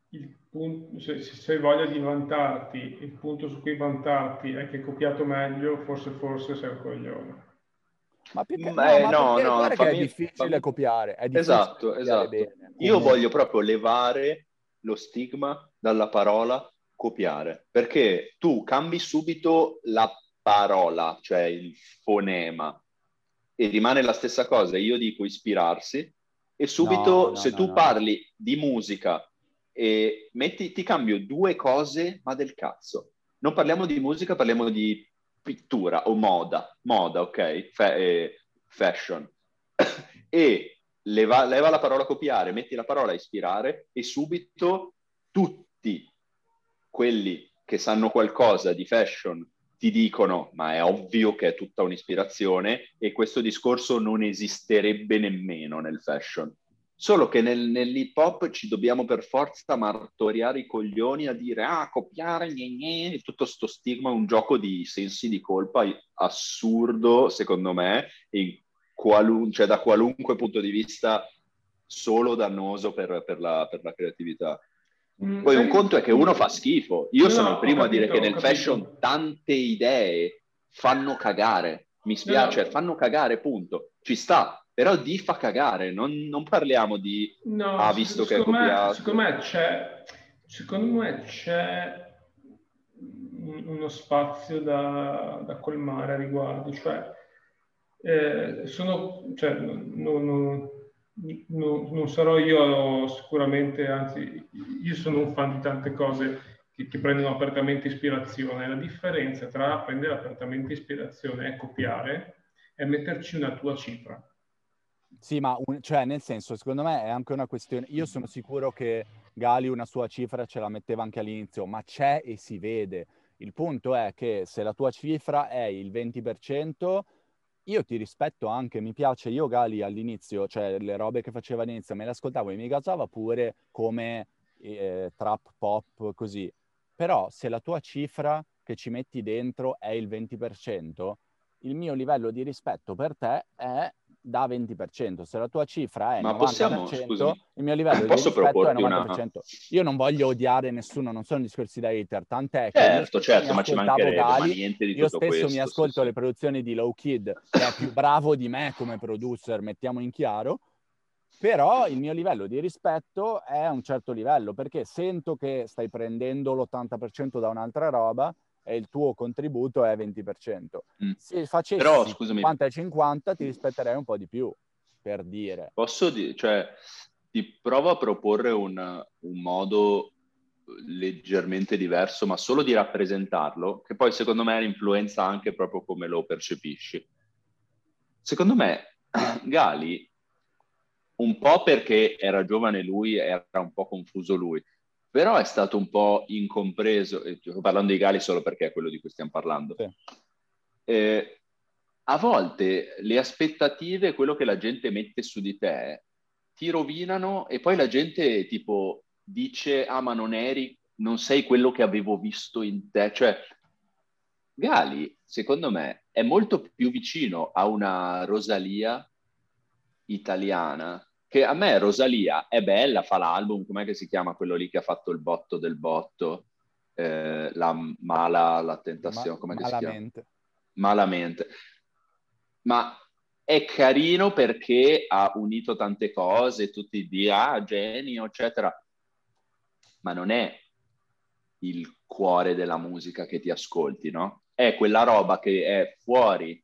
hai voglia di vantarti, il punto su cui vantarti è che hai copiato meglio, forse sei un coglione. Ma perché, guarda che è difficile copiare. È difficile esatto. bene. Io voglio proprio levare lo stigma dalla parola copiare, perché tu cambi subito la parola, cioè il fonema, e rimane la stessa cosa. Io dico ispirarsi, e subito se tu parli di musica e ti cambio due cose, ma del cazzo. Non parliamo di musica, parliamo di pittura o moda, ok? Fashion. E leva la parola copiare, metti la parola ispirare, e subito tutti quelli che sanno qualcosa di fashion ti dicono, ma è ovvio che è tutta un'ispirazione, e questo discorso non esisterebbe nemmeno nel fashion. Solo che nell'hip hop ci dobbiamo per forza martoriare i coglioni a dire copiare, tutto sto stigma, un gioco di sensi di colpa assurdo, secondo me, cioè da qualunque punto di vista solo dannoso per la creatività. Poi un conto è che uno fa schifo. Io sono il primo a dire che nel capito. fashion tante idee fanno cagare. Mi spiace, fanno cagare, punto. Ci sta, però di fa cagare, non parliamo di visto che è copiato. Secondo me c'è uno spazio da colmare a riguardo, non sarò io sicuramente, anzi io sono un fan di tante cose che prendono apertamente ispirazione. La differenza tra prendere apertamente ispirazione e copiare è metterci una tua cifra. Sì, ma nel senso, secondo me è anche una questione. Io sono sicuro che Gali una sua cifra ce la metteva anche all'inizio, ma c'è e si vede. Il punto è che se la tua cifra è il 20%, io ti rispetto anche, mi piace. Io Gali all'inizio, cioè le robe che faceva all'inizio, me le ascoltavo e mi gasava pure come trap pop, così. Però se la tua cifra che ci metti dentro è il 20%, il mio livello di rispetto per te è da 20%. Se la tua cifra è 90%, il mio livello di rispetto è 90%. Io non voglio odiare nessuno, non sono discorsi da hater, tant'è che certo, ma ci mancherebbe, ma niente di io tutto stesso questo, mi ascolto le produzioni di Low Kid, che è più bravo di me come producer, mettiamo in chiaro, però il mio livello di rispetto è a un certo livello, perché sento che stai prendendo l'80% da un'altra roba e il tuo contributo è 20%. Se facessi però, 50-50 ti rispetterei un po' di più, per dire. Posso dire, cioè, ti provo a proporre un modo leggermente diverso, ma solo di rappresentarlo, che poi secondo me influenza anche proprio come lo percepisci. Secondo me Gali, un po' perché era giovane lui, era un po' confuso lui, però è stato un po' incompreso, sto parlando di Gali solo perché è quello di cui stiamo parlando. Sì. A volte le aspettative, quello che la gente mette su di te, ti rovinano e poi la gente tipo dice ma non sei quello che avevo visto in te. Cioè, Gali, secondo me, è molto più vicino a una Rosalia italiana, che a me Rosalia è bella, fa l'album, com'è che si chiama quello lì che ha fatto il botto del botto? La tentazione, com'è che si chiama? Malamente. Ma è carino perché ha unito tante cose, tutti di genio, eccetera, ma non è il cuore della musica che ti ascolti, no? È quella roba che è fuori,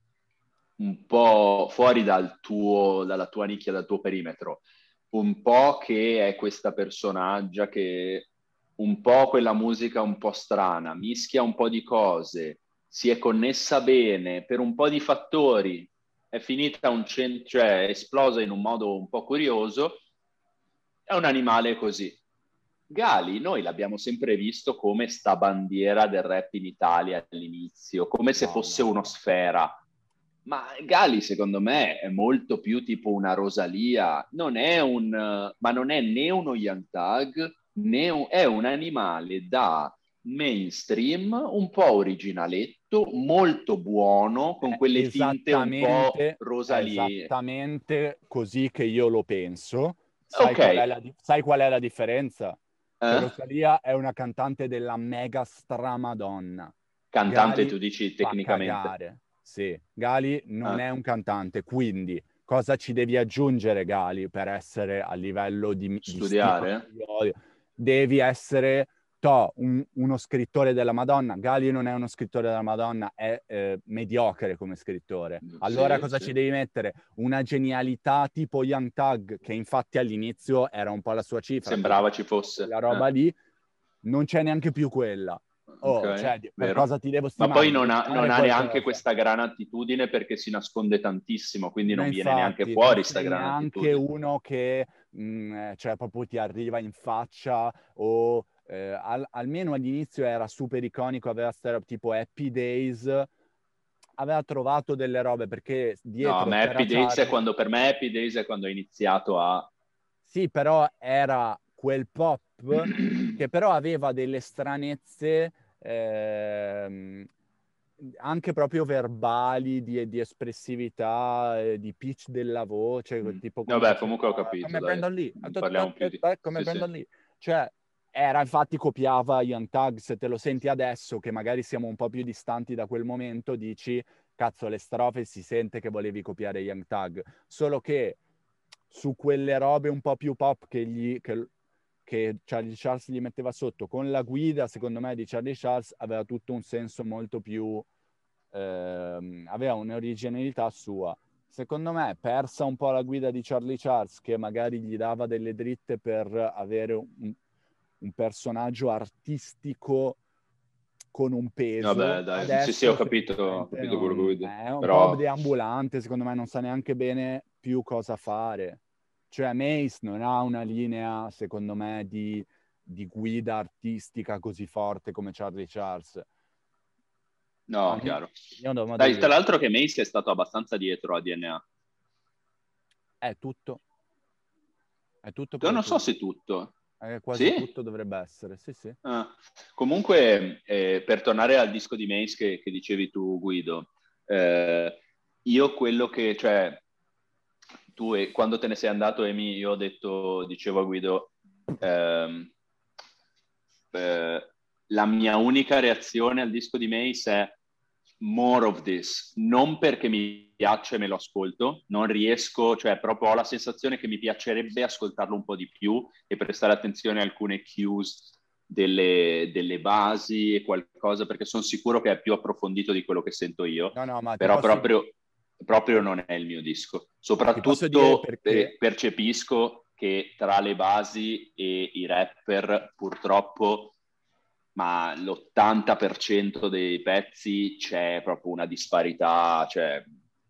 un po' fuori dalla tua nicchia, dal tuo perimetro, un po' che è questa personaggia che un po' quella musica un po' strana, mischia un po' di cose, si è connessa bene per un po' di fattori, è finita cioè è esplosa in un modo un po' curioso, è un animale così. Gali, noi l'abbiamo sempre visto come sta bandiera del rap in Italia all'inizio, come se fosse uno Sfera. Ma Gali, secondo me, è molto più tipo una Rosalia, ma non è né uno Young Thug, è un animale da mainstream, un po' originaletto, molto buono, con quelle tinte un po' Rosalie. Esattamente così che io lo penso. Sai qual è la differenza? Che Rosalia è una cantante della mega stramadonna. Cantante, tu dici tecnicamente? Sì, Gali non è un cantante, quindi cosa ci devi aggiungere, Gali, per essere a livello di studiare? Devi essere uno scrittore della Madonna. Gali non è uno scrittore della Madonna, è mediocre come scrittore. Allora cosa ci devi mettere? Una genialità tipo Young Thug, che infatti all'inizio era un po' la sua cifra. Sembrava ci fosse. La roba lì, non c'è neanche più quella. Cioè, per cosa ti devo stimare? Ma poi non ha neanche questa gran attitudine perché si nasconde tantissimo, quindi non viene neanche fuori sta gran attitudine. Neanche uno che cioè, proprio ti arriva in faccia o almeno all'inizio era super iconico, aveva tipo Happy Days, aveva trovato delle robe perché dietro... No, per me Happy Days è quando ha iniziato a... Sì, però era quel pop che però aveva delle stranezze anche proprio verbali, di espressività, di pitch della voce, tipo vabbè, comunque ho capito. Come Brandon Lee. Parliamo più di... Come Brandon Lee. Cioè, infatti copiava Young Thug. Se te lo senti adesso, che magari siamo un po' più distanti da quel momento, dici, cazzo, le strofe si sente che volevi copiare Young Thug. Solo che su quelle robe un po' più pop che Charlie Charles gli metteva sotto, con la guida, secondo me, di Charlie Charles, aveva tutto un senso molto più... aveva un'originalità sua. Secondo me, persa un po' la guida di Charlie Charles, che magari gli dava delle dritte per avere un personaggio artistico con un peso. Vabbè, dai, Adesso, sì, ho capito quello che vuoi dire. È un Però... po' deambulante, secondo me non sa neanche bene più cosa fare. Cioè Mace non ha una linea, secondo me, di guida artistica così forte come Charlie Charles. No, chiaro. Dai, tra l'altro che Mace è stato abbastanza dietro a DNA. È tutto. Io non so se tutto. Quasi tutto dovrebbe essere, sì. Comunque, per tornare al disco di Mace che dicevi tu, Guido, io quello che, cioè, tu quando te ne sei andato, Emi, io dicevo a Guido, la mia unica reazione al disco di Mace è more of this, non perché mi piace e me lo ascolto, non riesco, cioè proprio ho la sensazione che mi piacerebbe ascoltarlo un po' di più e prestare attenzione a alcune cues delle basi e qualcosa, perché sono sicuro che è più approfondito di quello che sento io, ma però proprio non è il mio disco. Soprattutto percepisco che tra le basi e i rapper purtroppo ma l'80% dei pezzi c'è proprio una disparità, cioè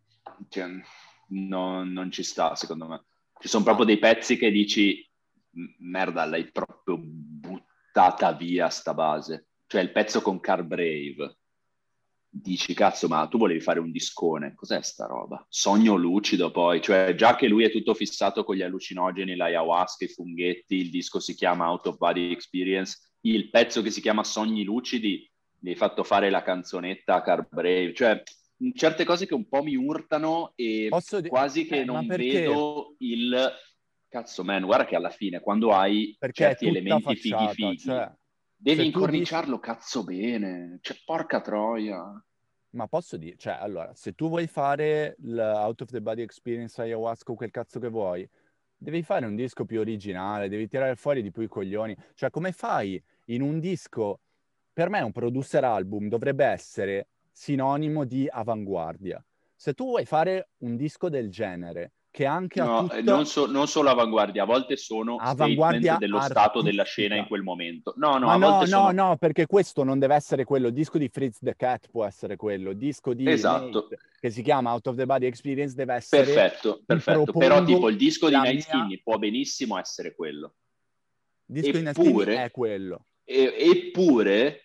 non ci sta, secondo me. Ci sono proprio dei pezzi che dici, merda, l'hai proprio buttata via sta base. Cioè il pezzo con Car Brave, dici, cazzo, ma tu volevi fare un discone, cos'è sta roba? Sogno lucido poi, cioè già che lui è tutto fissato con gli allucinogeni, l'ayahuasca, i funghetti, il disco si chiama Out of Body Experience, il pezzo che si chiama Sogni lucidi, gli hai fatto fare la canzonetta a Car Brave, cioè certe cose che un po' mi urtano e quasi che non vedo il... Cazzo, man, guarda che alla fine, quando hai certi elementi fighi, cioè, devi incorniciarlo cazzo bene, cioè porca troia. Ma posso dire, cioè, allora, se tu vuoi fare l'Out of the Body Experience, ayahuasca o quel cazzo che vuoi, devi fare un disco più originale, devi tirare fuori di più i coglioni. Cioè, come fai in un disco... Per me un producer album dovrebbe essere sinonimo di avanguardia. Se tu vuoi fare un disco del genere, che anche no, non solo avanguardia, a volte sono statement dello stato della scena in quel momento. No, perché questo non deve essere quello. Il disco di Fritz the Cat può essere quello. Il disco di esatto. Nate, che si chiama Out of the Body Experience, deve essere... Perfetto. Però tipo il disco di Night Skinny può benissimo essere quello. Il disco di Night Skinny è quello. Eppure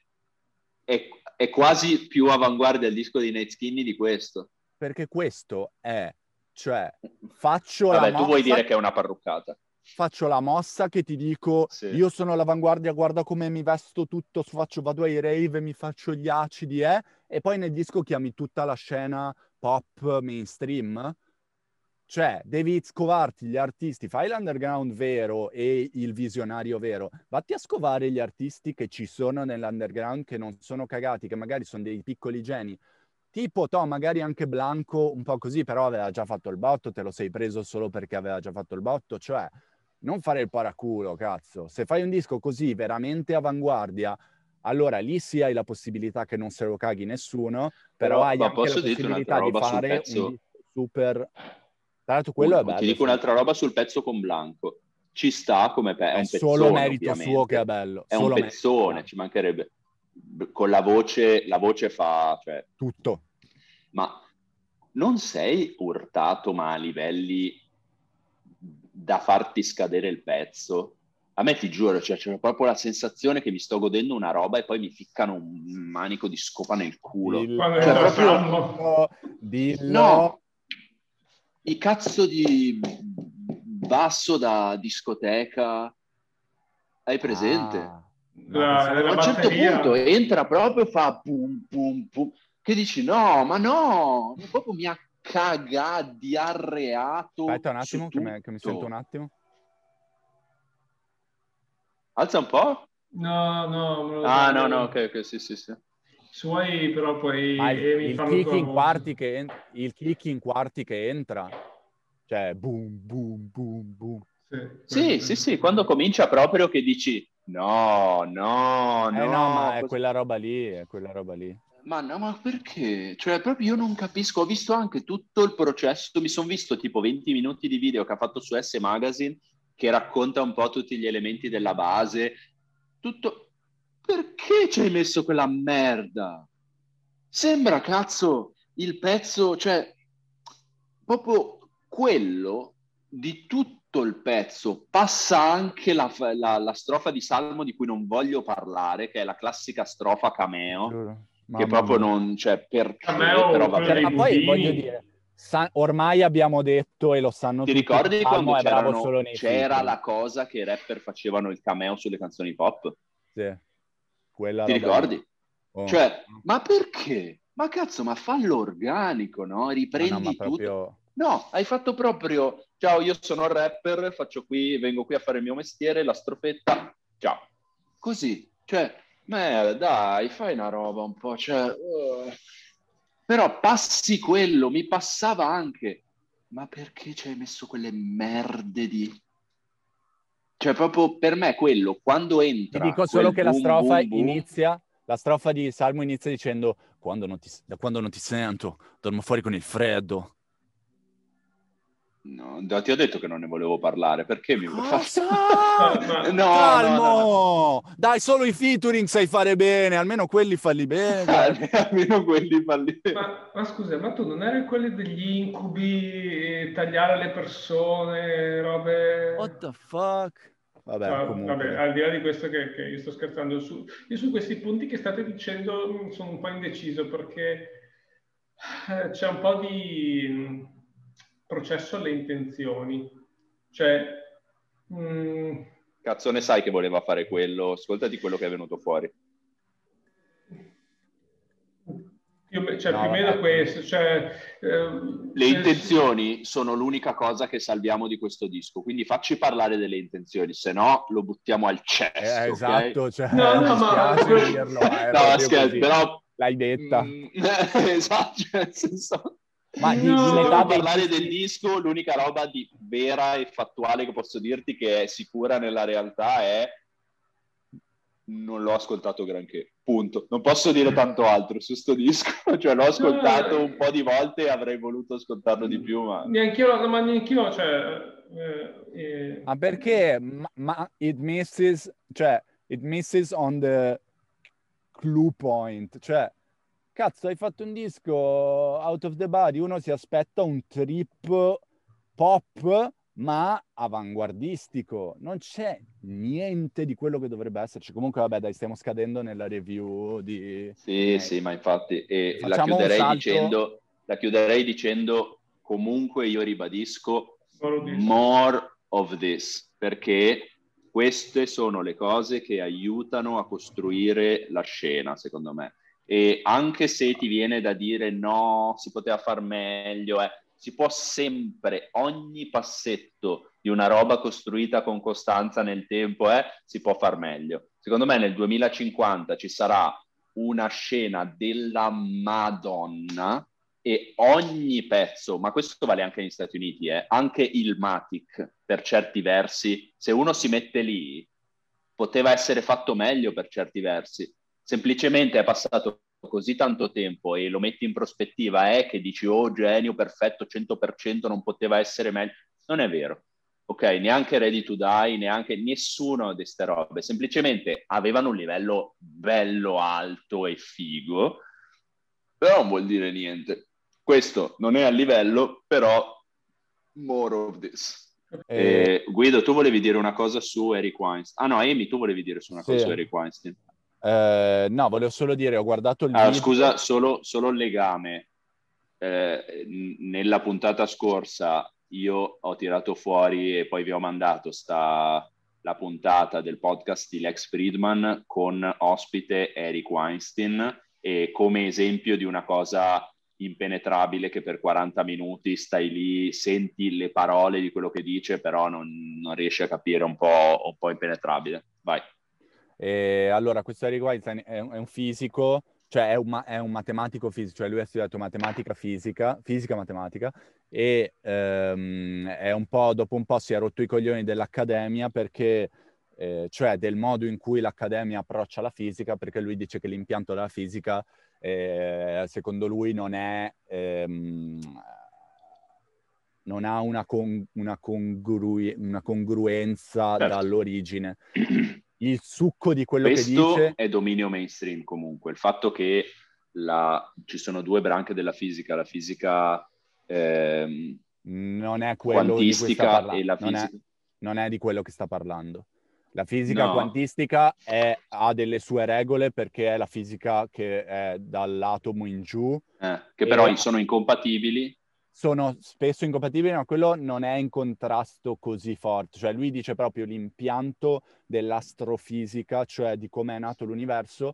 è quasi più avanguardia il disco di Night Skinny di questo. Perché questo è... Cioè, faccio la mossa... tu vuoi dire che è una parruccata. Faccio la mossa che ti dico, io sono all'avanguardia, guarda come mi vesto tutto, vado ai rave, mi faccio gli acidi, e poi nel disco chiami tutta la scena pop mainstream. Cioè, devi scovarti gli artisti, fai l'underground vero e il visionario vero, vatti a scovare gli artisti che ci sono nell'underground, che non sono cagati, che magari sono dei piccoli geni. Tipo, magari anche Blanco, un po' così, però aveva già fatto il botto, te lo sei preso solo perché aveva già fatto il botto, cioè, non fare il paraculo, cazzo. Se fai un disco così, veramente avanguardia, allora lì sì hai la possibilità che non se lo caghi nessuno, però hai anche la possibilità di fare un disco super... Tra l'altro quello è bello. Ti dico un'altra roba sul pezzo con Blanco. Ci sta come è un pezzone, solo merito ovviamente. Suo che è bello. È un pezzone, ci mancherebbe. Con la voce fa... Cioè... tutto. Ma non sei urtato, ma a livelli da farti scadere il pezzo? A me ti giuro, cioè, c'è proprio la sensazione che mi sto godendo una roba e poi mi ficcano un manico di scopa nel culo. No, i cazzo di basso da discoteca, hai presente? A un certo punto entra proprio e fa pum pum pum, che dici no, proprio mi ha cagadiarreato. Aspetta un attimo, che mi sento un attimo. Alza un po'? No, me lo Ah, dai. no, ok, sì. Suoi però poi Ma mi il fanno kick tua in voce. quarti il kick in quarti che entra, cioè boom, boom, boom, boom. Sì, quando comincia proprio che dici no, No, ma è così. quella roba lì, è quella roba lì. Ma no, ma perché? Cioè, proprio io non capisco. Ho visto anche tutto il processo. Mi sono visto tipo 20 minuti di video che ha fatto su S Magazine che racconta un po' tutti gli elementi della base. Tutto. Perché ci hai messo quella merda? Sembra cazzo il pezzo, cioè, proprio quello di tutto il pezzo. Passa anche la strofa di Salmo di cui non voglio parlare, che è la classica strofa cameo Giuro, che mamma proprio mia. non c'è perché, però Cameo, quello vabbè. dei Ma poi voglio budini. dire, ormai abbiamo detto e lo sanno Ti tutti che ricordi quando Salmo è bravo solo nei c'era featuring. la cosa che i rapper facevano il cameo sulle canzoni pop? Sì, quella Ti roba lì. ricordi? Oh. Cioè, ma perché? Ma cazzo, ma fallo organico, no? No, ma Riprendi tutto. proprio... No, hai fatto proprio, ciao, io sono il rapper, vengo qui a fare il mio mestiere, la strofetta, ciao. Così, cioè, merda, dai, fai una roba un po', cioè... Però passi quello, mi passava anche. Ma perché ci hai messo quelle merde di... Cioè, proprio per me quello, quando Ti entra dico solo quel che boom, boom, boom, la strofa di Salmo inizia dicendo da quando non ti sento, dormo fuori con il freddo. no, ti ho detto che non ne volevo parlare, perché mi vuoi fare... Ma No. Salmo! Dai, solo i featuring sai fare bene, almeno quelli falli bene. Dai. Almeno quelli falliti. ma scusa, ma tu non eri quelli degli incubi, tagliare le persone, What robe... the fuck? Vabbè, Vabbè, comunque. al di là di questo che io sto scherzando, io su questi punti che state dicendo sono un po' indeciso perché c'è un po' di processo alle intenzioni. Cioè, mh, Cazzo ne sai che voleva fare quello? Ascoltati quello che è venuto fuori. più o No, meno vabbè, questo. Cioè, Le intenzioni sono l'unica cosa che salviamo di questo disco, quindi facci parlare delle intenzioni, se no lo buttiamo al cesso, ok? esatto, no, cioè, no, mi ma spiace dirlo, ma è No, proprio scherzo, così. però... L'hai detta. esatto, cioè, nel senso... Ma di Se metà devo dei parlare del dischi... disco, l'unica roba di vera e fattuale che posso dirti che è sicura nella realtà è non l'ho ascoltato granché, punto. Non posso dire tanto altro su sto disco, cioè l'ho ascoltato un po' di volte e avrei voluto ascoltarlo di più, ma... neanch'io, cioè, Ma perché it misses on the clue point, cioè cazzo hai fatto un disco out of the body, uno si aspetta un trip pop ma avanguardistico, non c'è niente di quello che dovrebbe esserci. Comunque vabbè dai, stiamo scadendo nella review di Sì, ma infatti, e facciamo un salto. la chiuderei dicendo comunque io ribadisco solo disco. more of this, perché queste sono le cose che aiutano a costruire la scena, secondo me. E anche se ti viene da dire no, si poteva far meglio, si può sempre, ogni passetto di una roba costruita con costanza nel tempo, si può far meglio. Secondo me nel 2050 ci sarà una scena della Madonna e ogni pezzo, ma questo vale anche negli Stati Uniti, anche il Matic per certi versi, se uno si mette lì, poteva essere fatto meglio per certi versi. Semplicemente è passato così tanto tempo e lo metti in prospettiva, che dici, oh genio, perfetto, 100%, non poteva essere meglio. Non è vero. Ok, neanche Ready to Die, neanche nessuno di queste robe, semplicemente avevano un livello bello alto e figo, però non vuol dire niente. Questo non è a livello, però more of this. Guido, tu volevi dire una cosa su Eric Weinstein? Ah no, Amy, tu volevi dire su una cosa su Eric Weinstein? No, volevo solo dire, ho guardato il video. Scusa, solo il legame. Nella puntata scorsa io ho tirato fuori e poi vi ho mandato la puntata del podcast di Lex Friedman con ospite Eric Weinstein e come esempio di una cosa impenetrabile che per 40 minuti stai lì, senti le parole di quello che dice, però non riesci a capire, un po' impenetrabile. vai. Allora, questo Eric Weinstein è un fisico, cioè è un matematico fisico, cioè lui ha studiato fisica, matematica, e è un po', dopo un po' si è rotto i coglioni dell'accademia perché, cioè del modo in cui l'accademia approccia la fisica, perché lui dice che l'impianto della fisica, secondo lui, non ha una congruenza Certo. dall'origine. Il succo di quello Questo che dice è dominio mainstream comunque, il fatto che ci sono due branche della fisica, la fisica non è quello di cui sta quantistica parlando, e la fisica... non è di quello che sta parlando. La fisica No. quantistica ha delle sue regole perché è la fisica che è dall'atomo in giù. Che però sono incompatibili. Sono spesso incompatibili, ma quello non è in contrasto così forte. Cioè lui dice proprio l'impianto dell'astrofisica, cioè di come è nato l'universo,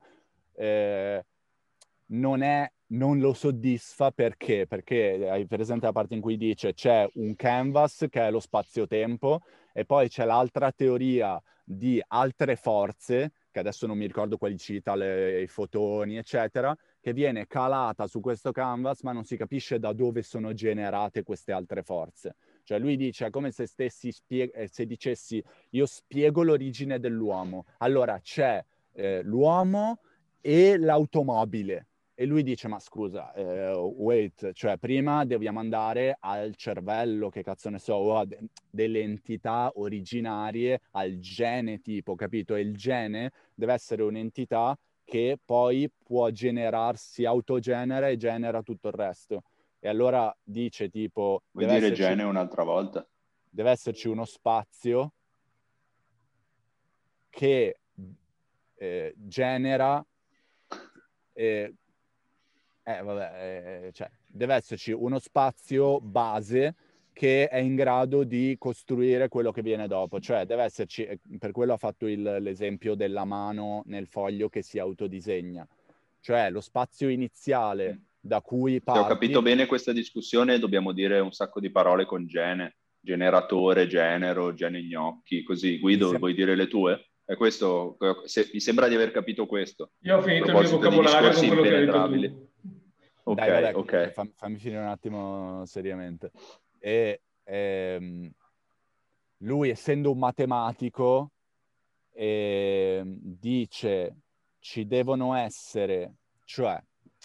non lo soddisfa perché hai presente la parte in cui dice c'è un canvas che è lo spazio-tempo e poi c'è l'altra teoria di altre forze, che adesso non mi ricordo quali cita, i fotoni, eccetera, che viene calata su questo canvas, ma non si capisce da dove sono generate queste altre forze. Cioè lui dice, è come se se dicessi, io spiego l'origine dell'uomo. Allora c'è l'uomo e l'automobile. E lui dice, ma scusa, wait, cioè prima dobbiamo andare al cervello, che cazzo ne so, o a delle entità originarie, al gene tipo, capito? E il gene deve essere un'entità che poi può generarsi, autogenera e genera tutto il resto. E allora dice tipo... Vuoi dire gene un'altra volta? Deve esserci uno spazio che genera... cioè, deve esserci uno spazio base che è in grado di costruire quello che viene dopo. Cioè deve esserci, per quello ha fatto l'esempio della mano nel foglio che si autodisegna. Cioè lo spazio iniziale da cui parti... Se ho capito bene questa discussione, dobbiamo dire un sacco di parole con gene, generatore, genero, gene gnocchi, così. Guido, vuoi dire le tue? È questo, mi sembra di aver capito questo. Io ho finito il mio vocabolario con quello che hai detto tu. Ok, dai, vabbè, ok. Fammi finire un attimo seriamente. Lui, essendo un matematico, dice ci devono essere, cioè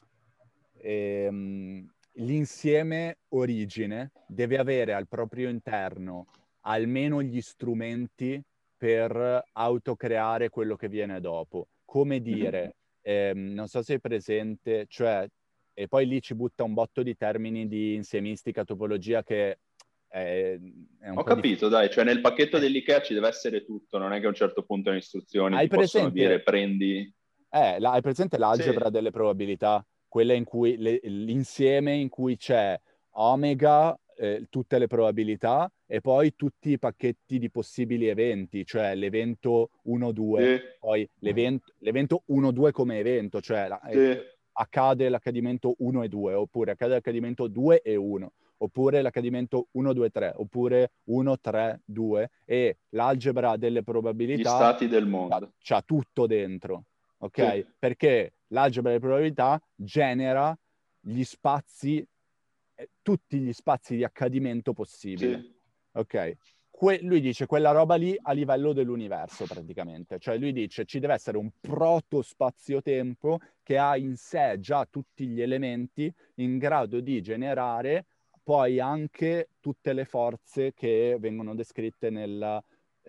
l'insieme origine deve avere al proprio interno almeno gli strumenti per autocreare quello che viene dopo. Come dire, non so se è presente, cioè, e poi lì ci butta un botto di termini di insiemistica, topologia che è un Ho po' capito, dai, cioè nel pacchetto dell'IKEA ci deve essere tutto, non è che a un certo punto le istruzioni ti possono dire prendi... hai presente l'algebra Sì. delle probabilità? Quella in cui l'insieme in cui c'è omega, tutte le probabilità, e poi tutti i pacchetti di possibili eventi, cioè l'evento 1-2, sì. Poi l'evento 1-2 come evento, cioè accade l'accadimento 1 e 2, oppure accade l'accadimento 2 e 1, oppure l'accadimento 1, 2, 3, oppure 1, 3, 2, e l'algebra delle probabilità... Gli stati del mondo. C'ha tutto dentro, ok? Sì. Perché l'algebra delle probabilità genera gli spazi, tutti gli spazi di accadimento possibile, sì. Ok? Lui dice quella roba lì a livello dell'universo praticamente, cioè lui dice ci deve essere un proto-spazio-tempo che ha in sé già tutti gli elementi in grado di generare poi anche tutte le forze che vengono descritte nelle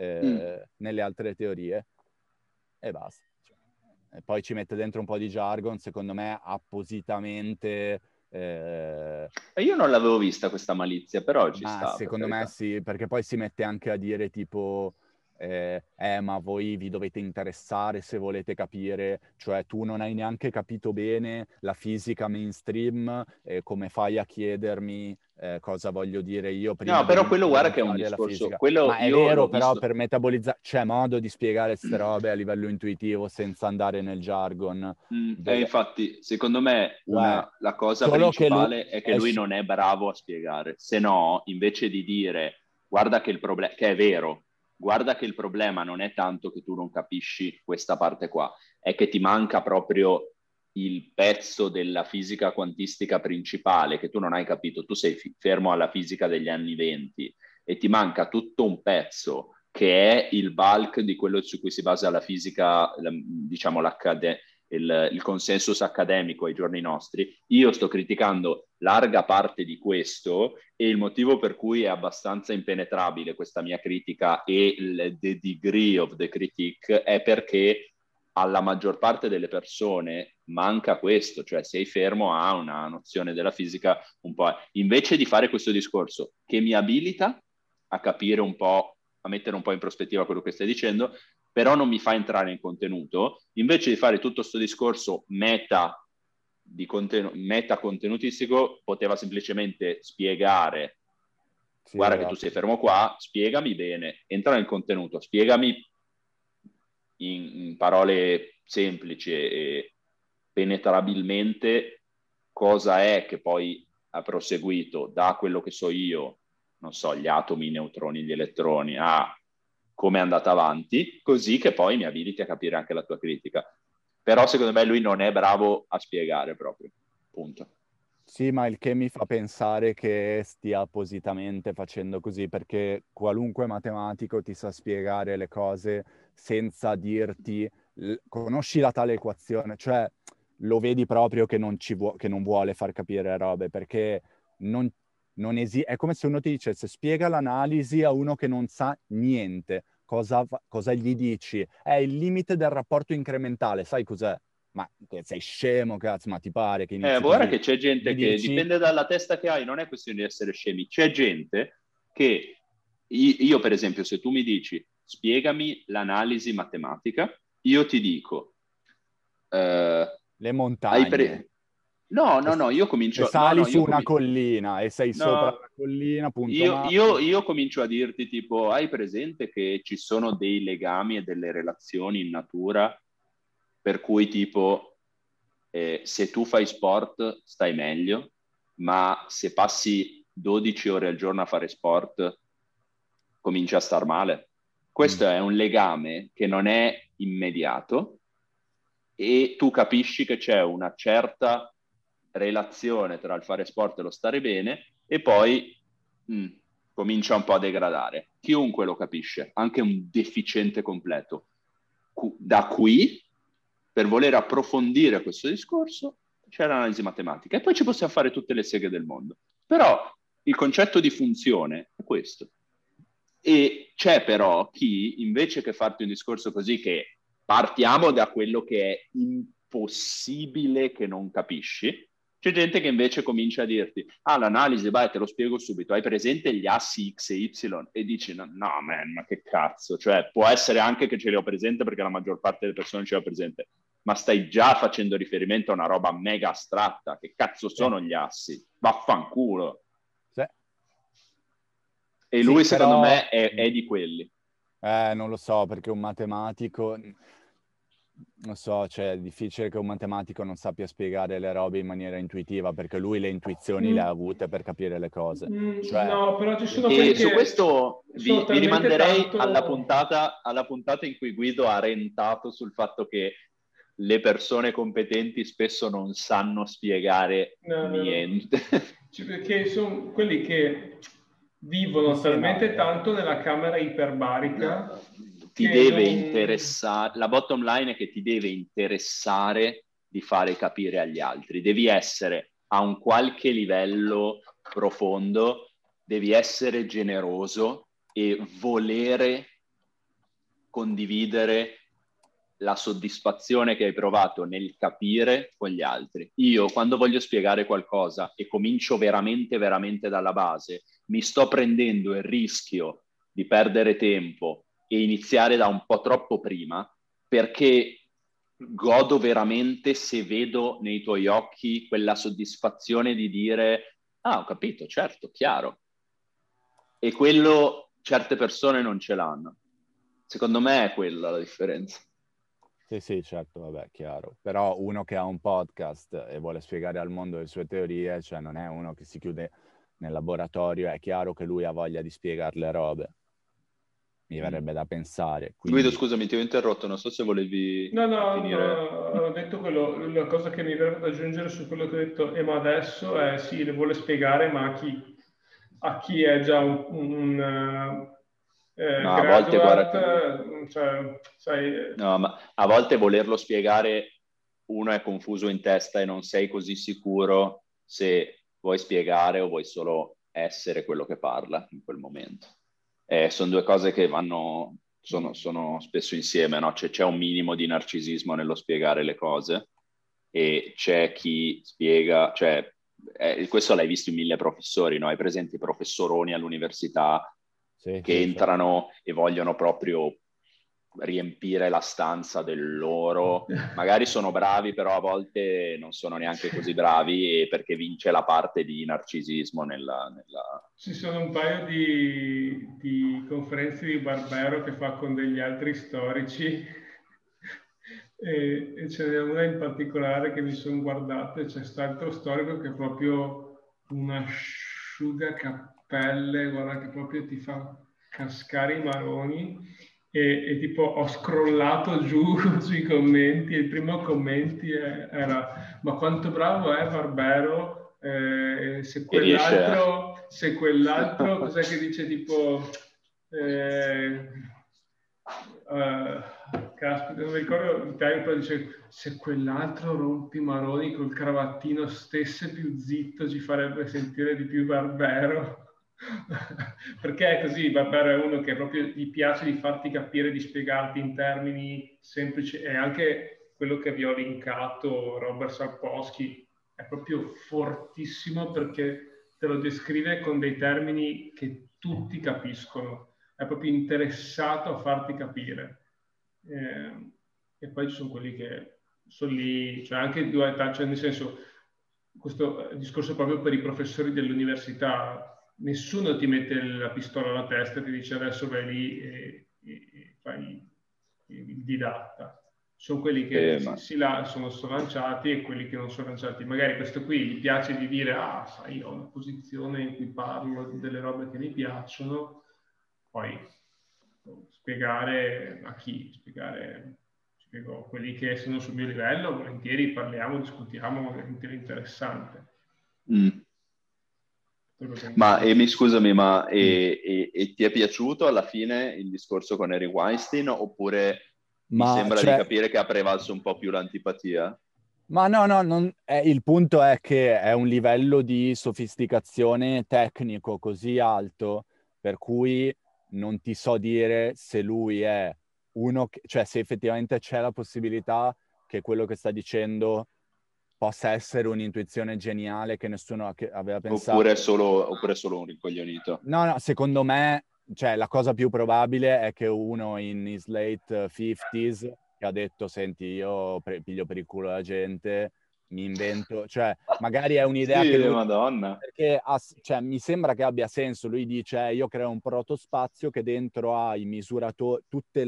altre teorie, e basta. E poi ci mette dentro un po' di jargon, secondo me appositamente... Io non l'avevo vista questa malizia, però ci sta. Secondo me sì, perché poi si mette anche a dire tipo ma voi vi dovete interessare se volete capire, cioè tu non hai neanche capito bene la fisica mainstream, come fai a chiedermi cosa voglio dire io prima? No, però quello guarda che è un discorso, quello ma è vero, però per metabolizzare c'è modo di spiegare queste robe a livello intuitivo senza andare nel jargon. Infatti, secondo me la cosa principale è che lui non è bravo a spiegare, se no, invece di dire guarda che il problema, che è vero, guarda che il problema non è tanto che tu non capisci questa parte qua, è che ti manca proprio il pezzo della fisica quantistica principale che tu non hai capito. Tu sei fermo alla fisica degli anni 20 e ti manca tutto un pezzo che è il bulk di quello su cui si basa la fisica, diciamo il consensus accademico ai giorni nostri. Io sto criticando larga parte di questo e il motivo per cui è abbastanza impenetrabile questa mia critica e the degree of the critique è perché alla maggior parte delle persone manca questo, cioè sei fermo a una nozione della fisica un po'. Invece di fare questo discorso che mi abilita a capire un po', a mettere un po' in prospettiva quello che stai dicendo, però non mi fa entrare in contenuto, invece di fare tutto questo discorso meta contenutistico, poteva semplicemente spiegare, sì, guarda che tu sei fermo qua, spiegami bene, entra nel contenuto, spiegami in parole semplici e penetrabilmente cosa è che poi ha proseguito da quello che so io, non so, gli atomi, i neutroni, gli elettroni, a come è andata avanti, così che poi mi abiliti a capire anche la tua critica. Però secondo me lui non è bravo a spiegare proprio, punto. Sì, ma il che mi fa pensare che stia appositamente facendo così, perché qualunque matematico ti sa spiegare le cose senza dirti conosci la tale equazione, cioè lo vedi proprio che non vuole far capire robe, perché è come se uno ti dicesse spiega l'analisi a uno che non sa niente. Cosa gli dici? È il limite del rapporto incrementale, sai cos'è? Ma sei scemo, cazzo, ma ti pare che inizi guarda così? che c'è gente che dipende dalla testa che hai, non è questione di essere scemi. C'è gente che, io per esempio, se tu mi dici spiegami l'analisi matematica, io ti dico... le montagne. No, io comincio... sali su una collina e sei sopra la collina, punto. Io comincio a dirti tipo, hai presente che ci sono dei legami e delle relazioni in natura per cui tipo se tu fai sport stai meglio, ma se passi 12 ore al giorno a fare sport cominci a star male. Questo è un legame che non è immediato e tu capisci che c'è una certa relazione tra il fare sport e lo stare bene e poi comincia un po' a degradare. Chiunque lo capisce, anche un deficiente completo. Da qui, per voler approfondire questo discorso, c'è l'analisi matematica e poi ci possiamo fare tutte le seghe del mondo. Però il concetto di funzione è questo. E c'è però chi, invece che farti un discorso così che partiamo da quello che è impossibile che non capisci, c'è gente che invece comincia a dirti l'analisi, vai, te lo spiego subito, hai presente gli assi X e Y? E dici, no man, ma che cazzo, cioè può essere anche che ce li ho presente perché la maggior parte delle persone ce li ho presente, ma stai già facendo riferimento a una roba mega astratta, che cazzo sono gli assi? Vaffanculo. Sì. E lui secondo me è di quelli. Non lo so, perché un matematico... Non so, cioè è difficile che un matematico non sappia spiegare le robe in maniera intuitiva, perché lui le intuizioni le ha avute per capire le cose. Cioè... No, però ci sono quelli su questo vi rimanderei tanto... alla puntata in cui Guido ha rentato sul fatto che le persone competenti spesso non sanno spiegare niente. Perché sono quelli che vivono talmente tanto nella camera iperbarica... Ti deve interessare, la bottom line è che ti deve interessare di fare capire agli altri, devi essere a un qualche livello profondo, devi essere generoso e volere condividere la soddisfazione che hai provato nel capire con gli altri. Io quando voglio spiegare qualcosa e comincio veramente dalla base, mi sto prendendo il rischio di perdere tempo e iniziare da un po' troppo prima, perché godo veramente se vedo nei tuoi occhi quella soddisfazione di dire ho capito, certo, chiaro. E quello certe persone non ce l'hanno. Secondo me è quella la differenza. Sì, certo, vabbè, chiaro. Però uno che ha un podcast e vuole spiegare al mondo le sue teorie, cioè non è uno che si chiude nel laboratorio, è chiaro che lui ha voglia di spiegare le robe. mi verrebbe da pensare. Guido, Quindi... scusami, ti ho interrotto, non so se volevi No, finire. ho detto quello, la cosa che mi verrebbe da aggiungere su quello che ho detto, ma adesso è sì, le vuole spiegare, ma a chi è già un No, a volte, guarda, graduate, cioè, sai, no, ma a volte volerlo spiegare, uno è confuso in testa e non sei così sicuro se vuoi spiegare o vuoi solo essere quello che parla in quel momento. Sono due cose che sono spesso insieme, no? C'è un minimo di narcisismo nello spiegare le cose e c'è chi spiega, cioè, questo l'hai visto in 1000 professori, no? Hai presente i professoroni all'università Sì, che entrano e vogliono proprio riempire la stanza del loro, magari sono bravi, però a volte non sono neanche così bravi perché vince la parte di narcisismo nella... Ci sono un paio di conferenze di Barbero che fa con degli altri storici e ce n'è una in particolare che mi sono guardato e c'è quest'altro storico che è proprio un asciugacappelle, guarda che proprio ti fa cascare i maroni e tipo ho scrollato giù sui commenti e il primo commento era ma quanto bravo è Barbero, se che riesce... quell'altro cos'è che dice tipo caspita, non mi ricordo il tempo, però dice se quell'altro rompimaroni col cravattino stesse più zitto ci farebbe sentire di più Barbero. Perché è così, Barbero è uno che proprio gli piace di farti capire, di spiegarti in termini semplici, e anche quello che vi ho linkato, Robert Sapolsky, è proprio fortissimo perché te lo descrive con dei termini che tutti capiscono, è proprio interessato a farti capire. E poi ci sono quelli che sono lì, cioè anche dualità, cioè nel senso, questo discorso proprio per i professori dell'università, nessuno ti mette la pistola alla testa e ti dice adesso vai lì e fai il didatta. Sono quelli che sono lanciati e quelli che non sono lanciati. Magari questo qui gli piace di dire, ah, sai, ho una posizione in cui parlo delle robe che mi piacciono, poi spiegare a chi? Spiego quelli che sono sul mio livello, volentieri parliamo, discutiamo, è interessante. Ma scusami, ma e ti è piaciuto alla fine il discorso con Harry Weinstein oppure mi sembra di capire che ha prevalso un po' più l'antipatia? Ma no, il punto è che è un livello di sofisticazione tecnico così alto per cui non ti so dire se lui è uno che, cioè se effettivamente c'è la possibilità che quello che sta dicendo possa essere un'intuizione geniale che nessuno aveva pensato. Oppure solo un ricoglionito. No, secondo me, cioè, la cosa più probabile è che uno in his late 50s che ha detto, senti, io piglio per il culo la gente, mi invento, cioè, magari è un'idea sì, che lui... Madonna. Perché cioè, mi sembra che abbia senso. Lui dice, io creo un protospazio che dentro ha i misuratori, tutte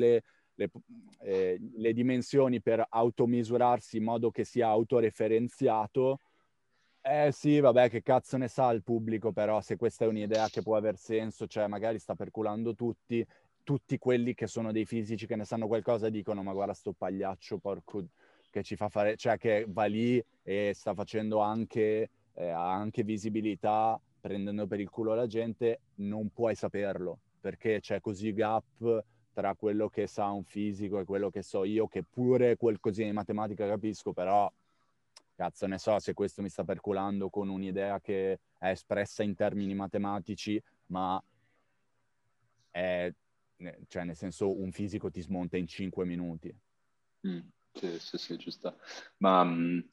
le dimensioni per automisurarsi in modo che sia autoreferenziato. Sì, vabbè, che cazzo ne sa il pubblico, però se questa è un'idea che può aver senso, cioè magari sta perculando tutti quelli che sono dei fisici che ne sanno qualcosa dicono, ma guarda sto pagliaccio, porco, che ci fa fare, cioè che va lì e sta facendo anche visibilità, prendendo per il culo la gente, non puoi saperlo, perché c'è così gap tra quello che sa un fisico e quello che so io, che pure qualcosina di matematica capisco, però cazzo ne so se questo mi sta perculando con un'idea che è espressa in termini matematici, ma è, cioè nel senso un fisico ti smonta in 5 minuti. Sì, giusto. Ma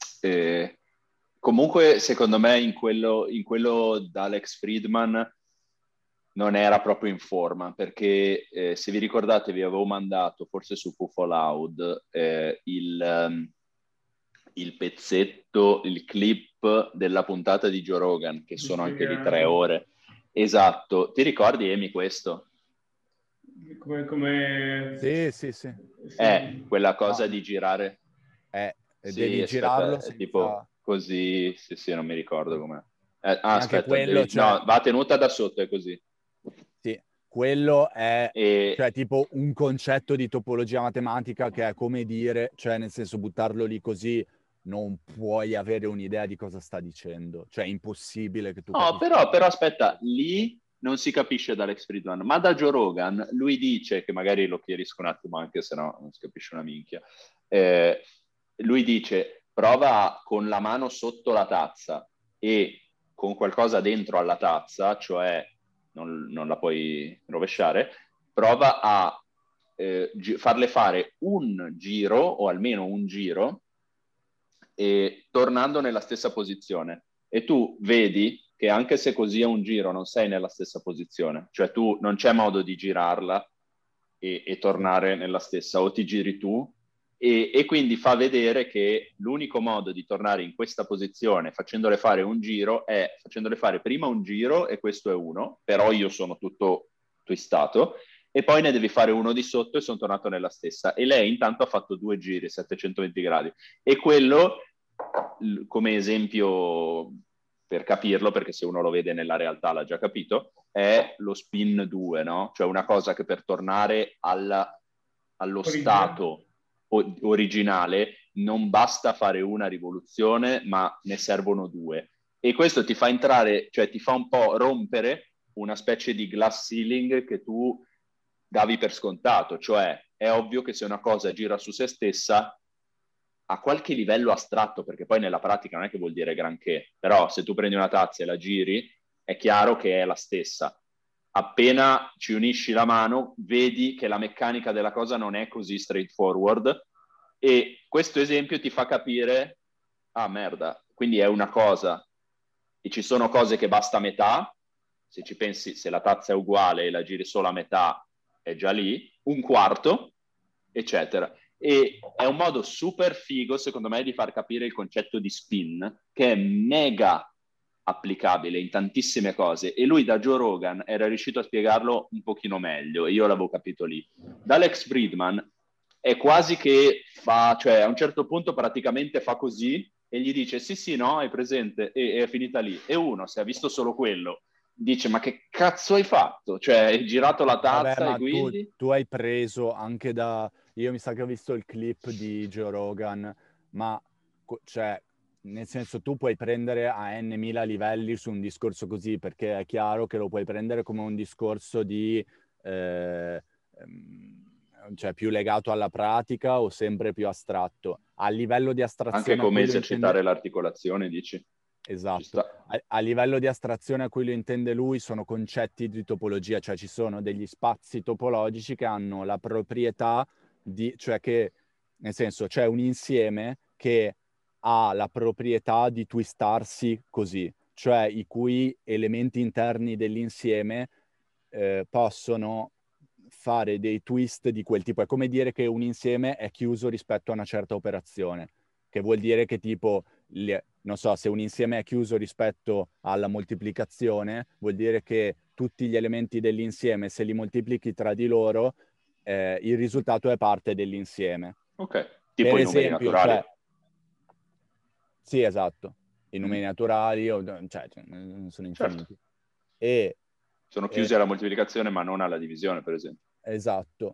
comunque secondo me in quello d'Alex Friedman non era proprio in forma, perché se vi ricordate vi avevo mandato, forse su Pufo Loud, il pezzetto, il clip della puntata di Joe Rogan, che sono anche di 3 ore. Esatto. Ti ricordi, Amy, questo? Come... Sì. Quella cosa di girare. Devi girarlo senza... tipo così, sì, non mi ricordo com'è. Aspetta, quello, no, va tenuta da sotto, è così. Sì, quello è E cioè tipo un concetto di topologia matematica che è come dire, cioè nel senso buttarlo lì così non puoi avere un'idea di cosa sta dicendo, cioè è impossibile che tu no, capisca. però aspetta, lì non si capisce da Alex Friedman, ma da Joe Rogan lui dice, che magari lo chiarisco un attimo anche se no non si capisce una minchia, lui dice prova con la mano sotto la tazza e con qualcosa dentro alla tazza, cioè non la puoi rovesciare, prova a farle fare un giro o almeno un giro e tornando nella stessa posizione. E tu vedi che anche se così è un giro non sei nella stessa posizione, cioè tu non c'è modo di girarla e tornare nella stessa, o ti giri tu e quindi fa vedere che l'unico modo di tornare in questa posizione facendole fare un giro è facendole fare prima un giro e questo è uno, però io sono tutto twistato e poi ne devi fare uno di sotto e sono tornato nella stessa e lei intanto ha fatto 2 giri 720 gradi e quello come esempio per capirlo, perché se uno lo vede nella realtà l'ha già capito, è lo spin 2, no? Cioè una cosa che per tornare allo stato originale non basta fare una rivoluzione, ma ne servono 2. E questo ti fa entrare, cioè ti fa un po' rompere una specie di glass ceiling che tu davi per scontato, cioè è ovvio che se una cosa gira su se stessa a qualche livello astratto, perché poi nella pratica non è che vuol dire granché, però se tu prendi una tazza e la giri, è chiaro che è la stessa. Appena ci unisci la mano, vedi che la meccanica della cosa non è così straightforward e questo esempio ti fa capire, ah merda, quindi è una cosa e ci sono cose che basta a metà, se ci pensi, se la tazza è uguale e la giri solo a metà, è già lì, un quarto, eccetera. E è un modo super figo, secondo me, di far capire il concetto di spin, che è mega applicabile in tantissime cose. E lui da Joe Rogan era riuscito a spiegarlo un pochino meglio, e io l'avevo capito lì. Da Alex Friedman è quasi che fa, cioè a un certo punto praticamente fa così e gli dice sì, no, hai presente, e è finita lì. E uno, se ha visto solo quello, dice ma che cazzo hai fatto? Cioè hai girato la tazza. Vabbè, ma e quindi tu hai preso anche da... Io mi sa che ho visto il clip di Joe Rogan, ma cioè, nel senso tu puoi prendere a n mila livelli su un discorso così, perché è chiaro che lo puoi prendere come un discorso di... cioè più legato alla pratica o sempre più astratto. A livello di astrazione... anche come a cui lo esercitare l'articolazione, dici? Esatto. A livello di astrazione a cui lo intende lui sono concetti di topologia, cioè ci sono degli spazi topologici che hanno la proprietà di, cioè che, nel senso, c'è un insieme che ha la proprietà di twistarsi così, cioè i cui elementi interni dell'insieme possono fare dei twist di quel tipo. È come dire che un insieme è chiuso rispetto a una certa operazione, che vuol dire che tipo... non so, se un insieme è chiuso rispetto alla moltiplicazione, vuol dire che tutti gli elementi dell'insieme, se li moltiplichi tra di loro, il risultato è parte dell'insieme. Ok, tipo Per i numeri esempio, naturali. cioè, sì, esatto, i numeri naturali, cioè, sono infiniti. Certo. E, sono chiusi alla moltiplicazione ma non alla divisione, per esempio. Esatto.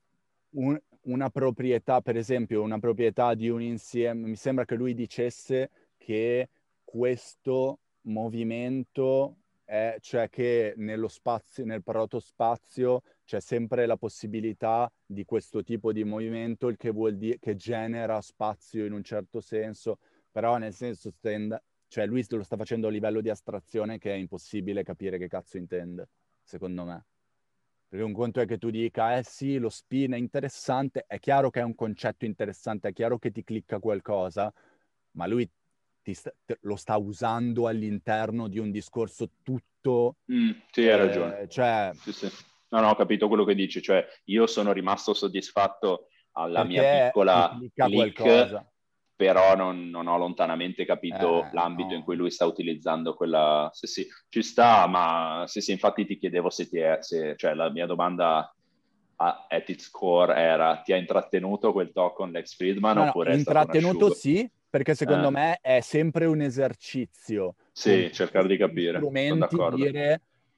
Una proprietà, per esempio, una proprietà di un insieme, mi sembra che lui dicesse che questo movimento è, cioè che nello spazio, nel protospazio c'è sempre la possibilità di questo tipo di movimento, il che vuol dire che genera spazio in un certo senso, però nel senso cioè lui lo sta facendo a livello di astrazione che è impossibile capire che cazzo intende, secondo me. Perché un conto è che tu dica, sì, lo spin è interessante, è chiaro che è un concetto interessante, è chiaro che ti clicca qualcosa, ma lui lo sta usando all'interno di un discorso tutto... sì, hai ragione. Cioè... Sì. No, ho capito quello che dici, cioè io sono rimasto soddisfatto alla mia piccola click, però non ho lontanamente capito l'ambito in cui lui sta utilizzando quella... Sì, ci sta, ma sì, infatti ti chiedevo cioè la mia domanda at its core era: ti ha intrattenuto quel talk con Lex Friedman oppure è stato un asciugo? Intrattenuto sì, perché secondo me è sempre un esercizio. Sì, cercare di capire. Strumenti dire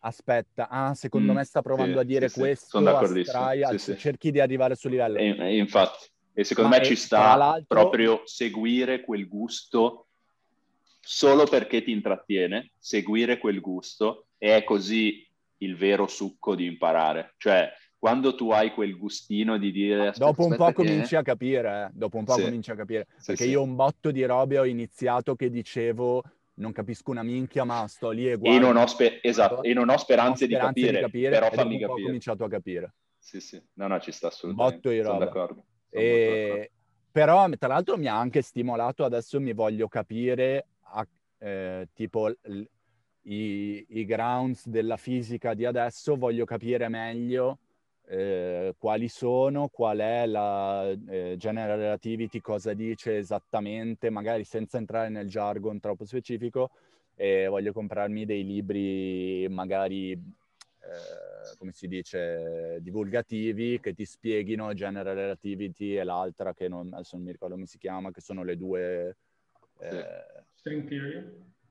Aspetta, secondo me sta provando Sì, a dire sì, questo, sono d'accordissimo. astrai, Sì, sì. cerchi di arrivare sul livello. Infatti, e secondo Ma me ci tra sta l'altro, proprio seguire quel gusto solo perché ti intrattiene, seguire quel gusto, e è così il vero succo di imparare. Cioè, quando tu hai quel gustino di dire dopo un po' aspetta che... cominci a capire, dopo un po' Sì, cominci a capire, sì, perché sì. io un botto di robe ho iniziato che dicevo non capisco una minchia, ma sto lì e E guardo. esatto, e non ho speranze di capire, però e dopo fammi un po' ho capire. cominciato a capire. Sì, sì, no, ci sta Un botto assolutamente, di sono roba. d'accordo, sono molto d'accordo. Però, tra l'altro, mi ha anche stimolato, adesso mi voglio capire, tipo, i grounds della fisica di adesso, voglio capire meglio quali sono, qual è la general relativity, cosa dice esattamente, magari senza entrare nel jargon troppo specifico, e voglio comprarmi dei libri magari come si dice, divulgativi che ti spieghino general relativity e l'altra che adesso non mi ricordo come si chiama, che sono le due... String theory?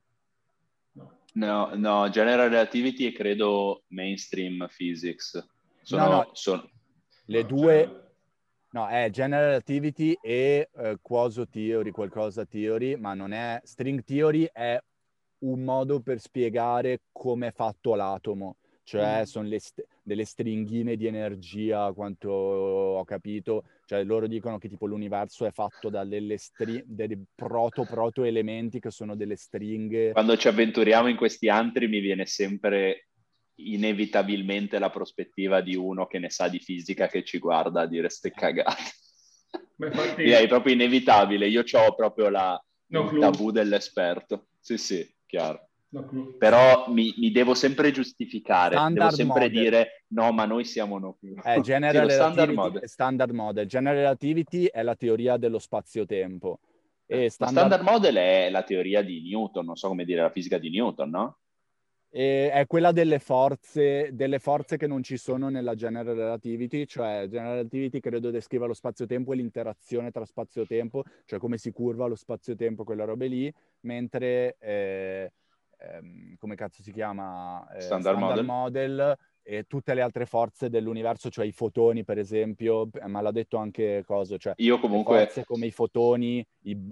No, general relativity e credo mainstream physics. No, le due... Cioè... No, è general relativity e quasi theory, qualcosa theory, ma non è... String theory è un modo per spiegare come è fatto l'atomo. Cioè sono delle stringhine di energia, quanto ho capito. Cioè loro dicono che tipo l'universo è fatto da dei proto-elementi che sono delle stringhe. Quando ci avventuriamo in questi antri mi viene sempre inevitabilmente la prospettiva di uno che ne sa di fisica che ci guarda a dire ste cagate. Infatti... Direi proprio inevitabile, io ho proprio il clue. tabù dell'esperto. Sì, chiaro. No, però mi devo sempre giustificare, Standard devo sempre model. dire no, ma noi siamo no clue. General sì, relativity, standard model. General relativity è la teoria dello spazio-tempo. La standard model è la teoria di Newton, non so come dire, la fisica di Newton, no? È quella delle forze che non ci sono nella general relativity, cioè general relativity credo descriva lo spazio-tempo e l'interazione tra spazio-tempo, cioè come si curva lo spazio-tempo, quelle robe lì, mentre come cazzo si chiama? Standard model e tutte le altre forze dell'universo, cioè i fotoni per esempio, ma l'ha detto anche cosa, cioè io comunque le forze come i fotoni,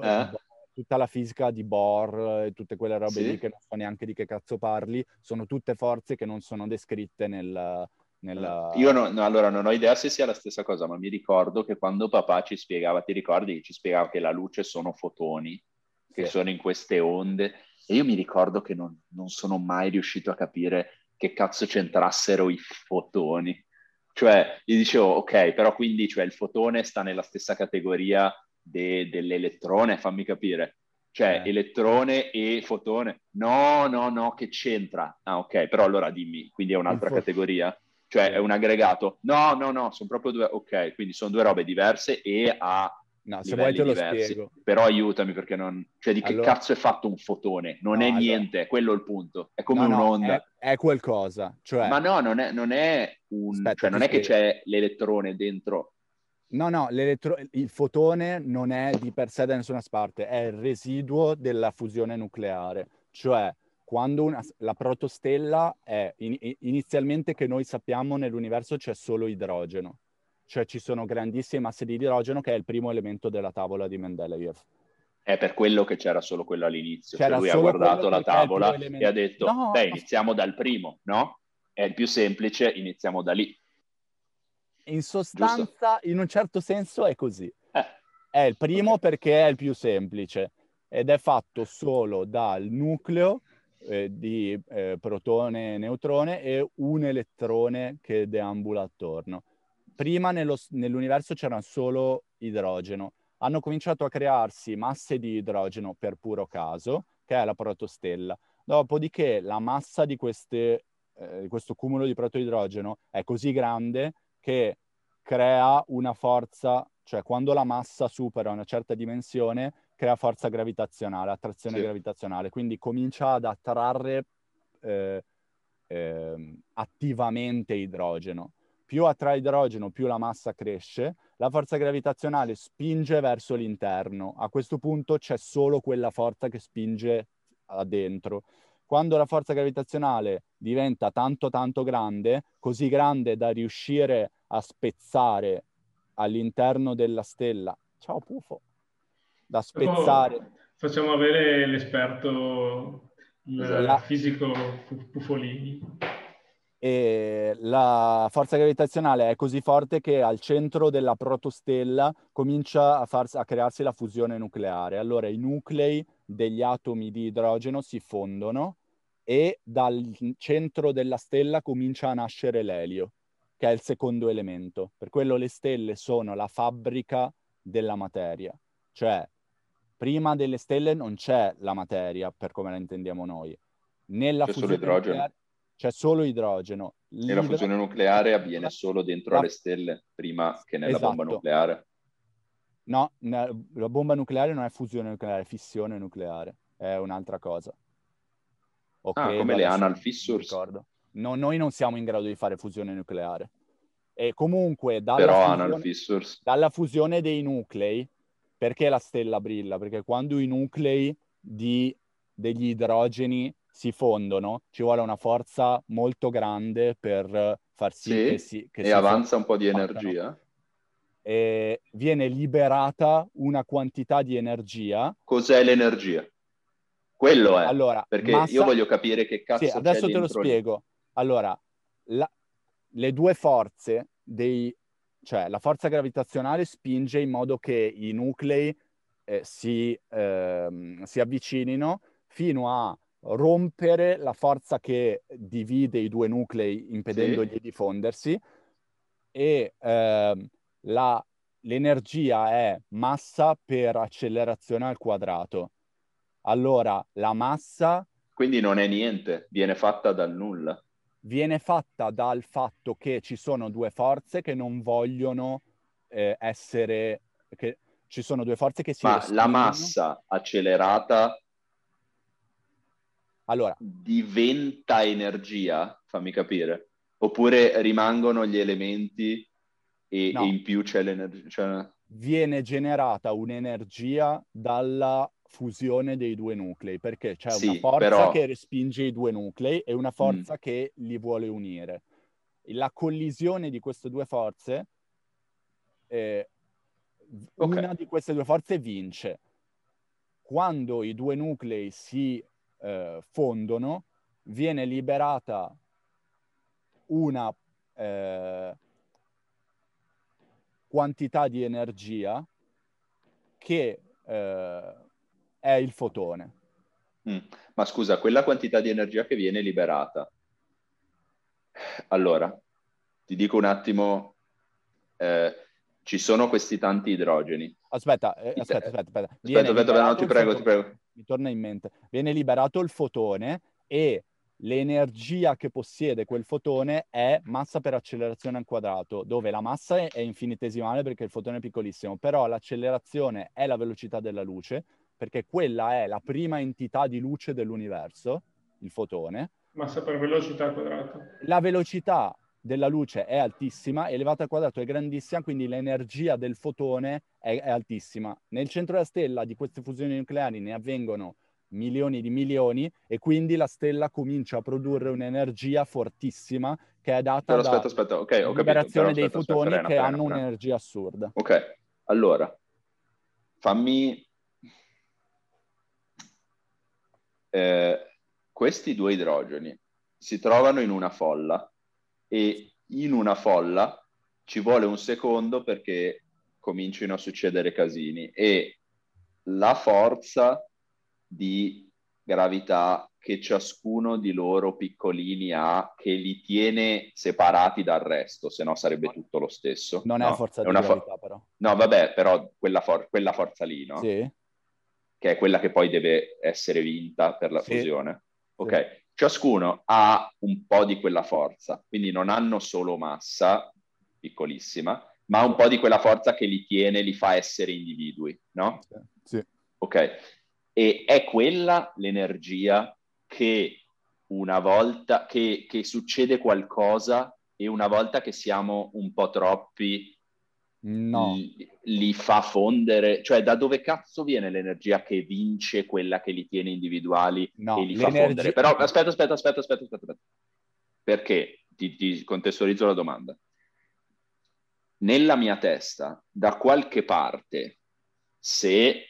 tutta la fisica di Bohr e tutte quelle robe lì che non so neanche di che cazzo parli, sono tutte forze che non sono descritte nella... Io allora non ho idea se sia la stessa cosa, ma mi ricordo che quando papà ci spiegava, ti ricordi che ci spiegava che la luce sono fotoni, che sono in queste onde, e io mi ricordo che non sono mai riuscito a capire che cazzo c'entrassero i fotoni. Cioè, io dicevo, ok, però quindi cioè, il fotone sta nella stessa categoria dell'elettrone, fammi capire. Cioè, elettrone e fotone. No, che c'entra? Ah, ok, però allora dimmi, quindi è un'altra categoria? Cioè, è un aggregato? No, sono proprio due... Ok, quindi sono due robe diverse e a livelli diversi. Spiego. Però aiutami perché non... Cioè, di che Allora... cazzo è fatto un fotone? Non è niente, è quello il punto. È come un'onda. È qualcosa. Cioè... Ma no, non è un... Aspetta, cioè, non è che c'è l'elettrone dentro. No, il fotone non è di per sé da nessuna parte, è il residuo della fusione nucleare. Cioè, quando la protostella è inizialmente, che noi sappiamo, nell'universo c'è solo idrogeno. Cioè ci sono grandissime masse di idrogeno, che è il primo elemento della tavola di Mendeleev. È per quello che c'era solo quello all'inizio. Cioè lui ha guardato la tavola e ha detto, iniziamo dal primo, no? È il più semplice, iniziamo da lì. In sostanza, giusto? In un certo senso è così. È il primo perché è il più semplice ed è fatto solo dal nucleo di protone e neutrone e un elettrone che deambula attorno. Prima nell'universo c'era solo idrogeno. Hanno cominciato a crearsi masse di idrogeno per puro caso, che è la protostella. Dopodiché la massa di questo cumulo di protoidrogeno è così grande che crea una forza, cioè quando la massa supera una certa dimensione, crea forza gravitazionale, attrazione gravitazionale, quindi comincia ad attrarre attivamente idrogeno. Più attrae idrogeno, più la massa cresce, la forza gravitazionale spinge verso l'interno. A questo punto c'è solo quella forza che spinge a dentro. quando la forza gravitazionale diventa tanto tanto grande, così grande da riuscire a spezzare all'interno della stella, ciao Pufo, da spezzare... Facciamo avere l'esperto, il La- fisico Pufolini. E la forza gravitazionale è così forte che al centro della protostella comincia a crearsi la fusione nucleare. Allora i nuclei degli atomi di idrogeno si fondono e dal centro della stella comincia a nascere l'elio, che è il secondo elemento. Per quello le stelle sono la fabbrica della materia. Cioè, prima delle stelle non c'è la materia, per come la intendiamo noi. Nella C'è solo fusione idrogeno. nucleare c'è solo idrogeno. E la fusione nucleare avviene solo dentro alle stelle, prima che nella bomba Esatto. nucleare. No, la bomba nucleare non è fusione nucleare, è fissione nucleare. È un'altra cosa. O credo, come le adesso anal non fissures. ricordo. No, noi non siamo in grado di fare fusione nucleare. E comunque Però anal fissures. dalla fusione dei nuclei, perché la stella brilla? Perché quando i nuclei degli idrogeni si fondono, ci vuole una forza molto grande per far sì che si avanza un po' di fondano. energia. E viene liberata una quantità di energia. Cos'è l'energia? Quello è. Allora, perché io voglio capire che cazzo sì, adesso c'è te lo dentro spiego. Allora, le due forze cioè la forza gravitazionale spinge in modo che i nuclei si avvicinino fino a rompere la forza che divide i due nuclei impedendogli di fondersi, e l'energia è massa per accelerazione al quadrato. Allora, la massa... Quindi non è niente, viene fatta dal nulla. Viene fatta dal fatto che ci sono due forze che non vogliono essere... che ci sono due forze che si respingono. Ma la massa accelerata allora diventa energia? Fammi capire. Oppure rimangono gli elementi e in più c'è l'energia? Cioè... Viene generata un'energia dalla fusione dei due nuclei, perché c'è una forza che respinge i due nuclei e una forza che li vuole unire. La collisione di queste due forze, una di queste due forze vince. Quando i due nuclei si fondono, viene liberata una quantità di energia che è il fotone. Ma scusa, quella quantità di energia che viene liberata, allora, ti dico un attimo, ci sono questi tanti idrogeni. Aspetta. No, ti prego. Mi torna in mente. Viene liberato il fotone e l'energia che possiede quel fotone è massa per accelerazione al quadrato, dove la massa è infinitesimale perché il fotone è piccolissimo, però l'accelerazione è la velocità della luce, perché quella è la prima entità di luce dell'universo, il fotone. Massa per velocità al quadrato. La velocità della luce è altissima, elevata al quadrato è grandissima, quindi l'energia del fotone è altissima. Nel centro della stella di queste fusioni nucleari ne avvengono milioni di milioni e quindi la stella comincia a produrre un'energia fortissima che è data aspetta, ok, ho liberazione capito. dei fotoni che hanno un'energia assurda. Ok, allora, fammi... questi due idrogeni si trovano in una folla e in una folla ci vuole un secondo perché comincino a succedere casini e la forza di gravità che ciascuno di loro piccolini ha, che li tiene separati dal resto, se no sarebbe tutto lo stesso. Non è forza di gravità, però. No, vabbè, però quella forza lì, no? Sì. Che è quella che poi deve essere vinta per la fusione. Ok, ciascuno ha un po' di quella forza, quindi non hanno solo massa, piccolissima, ma un po' di quella forza che li tiene, li fa essere individui, no? Sì. Ok, e è quella l'energia che una volta che succede qualcosa e una volta che siamo un po' troppi No, li fa fondere? Cioè, da dove cazzo viene l'energia che vince quella che li tiene individuali e no, li fa fondere? l'energia... Però aspetta. Perché ti contestualizzo la domanda. Nella mia testa, da qualche parte, se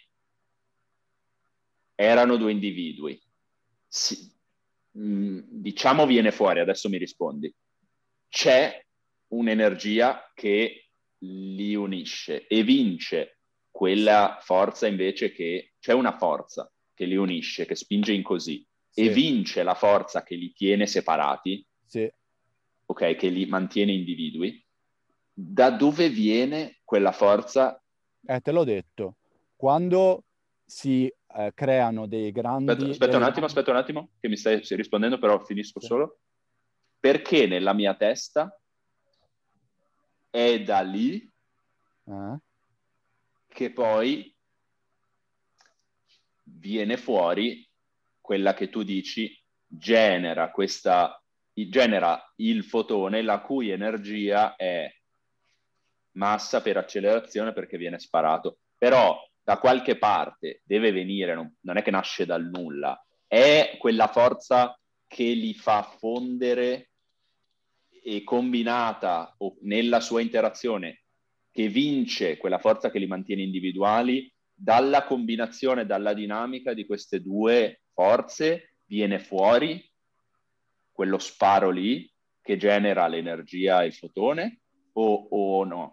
erano due individui, diciamo viene fuori, adesso mi rispondi, c'è un'energia che li unisce e vince quella forza invece che... C'è una forza che li unisce, che spinge in così, Sì. e vince la forza che li tiene separati, Sì. ok, che li mantiene individui. Da dove viene quella forza? Te l'ho detto. Quando si creano dei grandi... Aspetta un attimo, che mi stai rispondendo, però finisco Sì. solo. Perché nella mia testa è da lì che poi viene fuori quella che tu dici genera il fotone, la cui energia è massa per accelerazione perché viene sparato. Però da qualche parte deve venire, non è che nasce dal nulla, è quella forza che li fa fondere e combinata nella sua interazione che vince quella forza che li mantiene individuali. Dalla combinazione, dalla dinamica di queste due forze viene fuori quello sparo lì che genera l'energia e il fotone o no?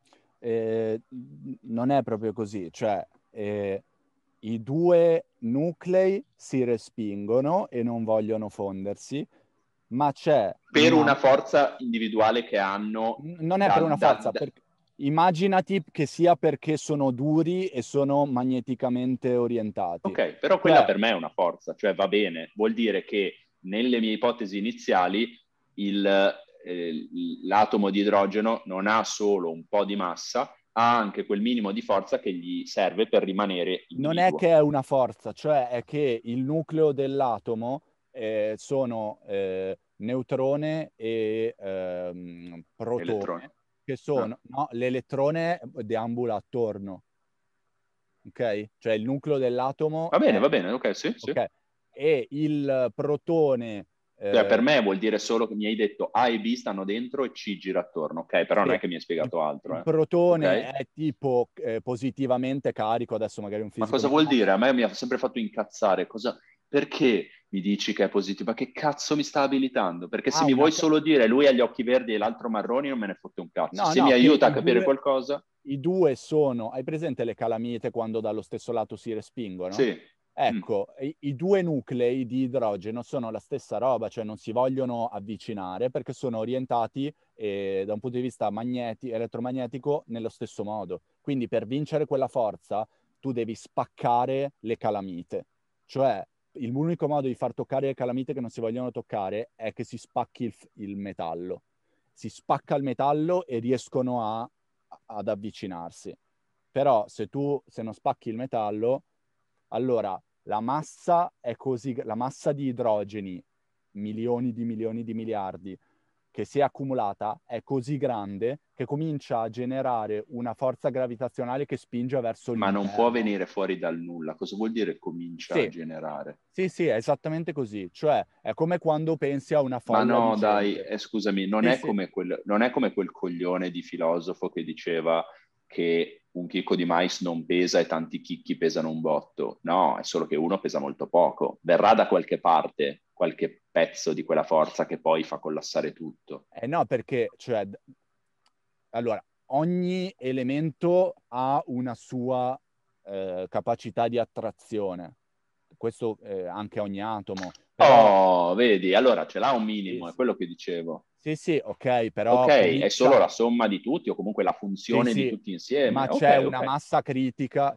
Non è proprio così, cioè i due nuclei si respingono e non vogliono fondersi, ma c'è per una forza individuale che hanno. Non è per una forza, immaginati che sia perché sono duri e sono magneticamente orientati. Ok, però quella per me è una forza, cioè va bene, vuol dire che nelle mie ipotesi iniziali l'atomo di idrogeno non ha solo un po' di massa, ha anche quel minimo di forza che gli serve per rimanere individuo. Non è che è una forza, cioè è che il nucleo dell'atomo sono neutrone e protone, elettrone. che sono, no, l'elettrone deambula attorno, ok? Cioè il nucleo dell'atomo va bene, ok, sì. Okay. E il protone... Cioè, per me vuol dire solo che mi hai detto A e B stanno dentro e C gira attorno, ok? Però non è che mi hai spiegato altro. Il protone okay? è tipo positivamente carico, adesso magari un fisico... Ma cosa vuol dire? A me mi ha sempre fatto incazzare. Perché mi dici che è positivo? Ma che cazzo mi sta abilitando? Perché se mi vuoi solo dire lui ha gli occhi verdi e l'altro marroni, non me ne fotte un cazzo. Se mi aiuta a capire qualcosa... I due sono... Hai presente le calamite quando dallo stesso lato si respingono? Sì. Ecco, i due nuclei di idrogeno sono la stessa roba, cioè non si vogliono avvicinare perché sono orientati da un punto di vista elettromagnetico nello stesso modo. Quindi per vincere quella forza tu devi spaccare le calamite. Cioè l'unico modo di far toccare le calamite che non si vogliono toccare è che si spacchi il metallo. Si spacca il metallo e riescono ad avvicinarsi. Però se non spacchi il metallo, allora la massa è così, la massa di idrogeni, milioni di miliardi, che si è accumulata, è così grande che comincia a generare una forza gravitazionale che spinge verso l'interno. Ma non può venire fuori dal nulla. Cosa vuol dire comincia a generare? Sì, è esattamente così. Cioè, è come quando pensi a una folla di gente. Ma no, dai, scusami, non è come quel coglione di filosofo che diceva che un chicco di mais non pesa e tanti chicchi pesano un botto. No, è solo che uno pesa molto poco. Verrà da qualche parte qualche pezzo di quella forza che poi fa collassare tutto. No, perché, cioè, allora, ogni elemento ha una sua capacità di attrazione. Questo anche ogni atomo. Però... vedi, allora ce l'ha un minimo, è quello che dicevo. Sì, ok, però... Ok, è solo la somma di tutti o comunque la funzione di tutti insieme. Ma c'è una massa critica,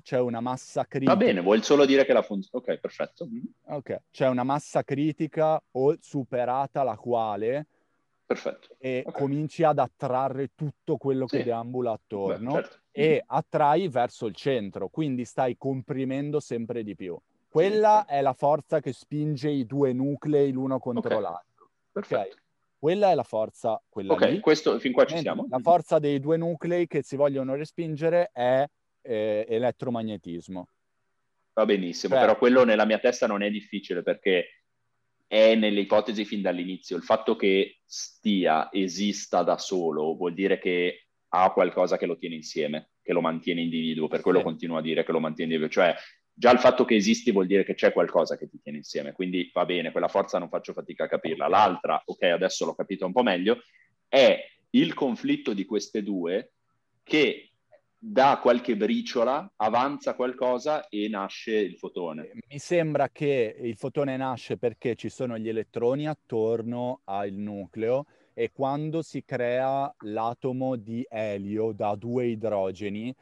Va bene, vuol solo dire che la funzione... Ok, perfetto. Ok, c'è una massa critica o superata la quale... Perfetto. E cominci ad attrarre tutto quello che deambula attorno. Certo. E attrai verso il centro, quindi stai comprimendo sempre di più. Quella è la forza che spinge i due nuclei l'uno contro l'altro. Perfetto. Quella è la forza, quella Ok, lì. questo fin qua ci siamo. La forza dei due nuclei che si vogliono respingere è elettromagnetismo. Va benissimo, Cioè, però quello nella mia testa non è difficile perché è nelle ipotesi fin dall'inizio. Il fatto che esista da solo vuol dire che ha qualcosa che lo tiene insieme, che lo mantiene individuo, per quello sì. continuo a dire che lo mantiene individuo. Cioè, già il fatto che esisti vuol dire che c'è qualcosa che ti tiene insieme, quindi va bene, quella forza non faccio fatica a capirla. L'altra, ok, adesso l'ho capito un po' meglio, è il conflitto di queste due che dà qualche briciola, avanza qualcosa e nasce il fotone. Mi sembra che il fotone nasce perché ci sono gli elettroni attorno al nucleo e quando si crea l'atomo di elio da due idrogeni,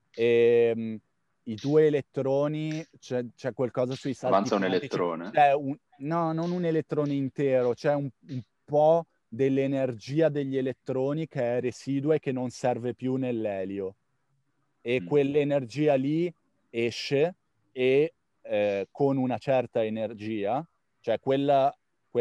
i due elettroni, c'è qualcosa sui salti Avanza un quantici, elettrone? no, non un elettrone intero, c'è un po' dell'energia degli elettroni che è residua e che non serve più nell'elio. E quell'energia lì esce e con una certa energia, cioè quella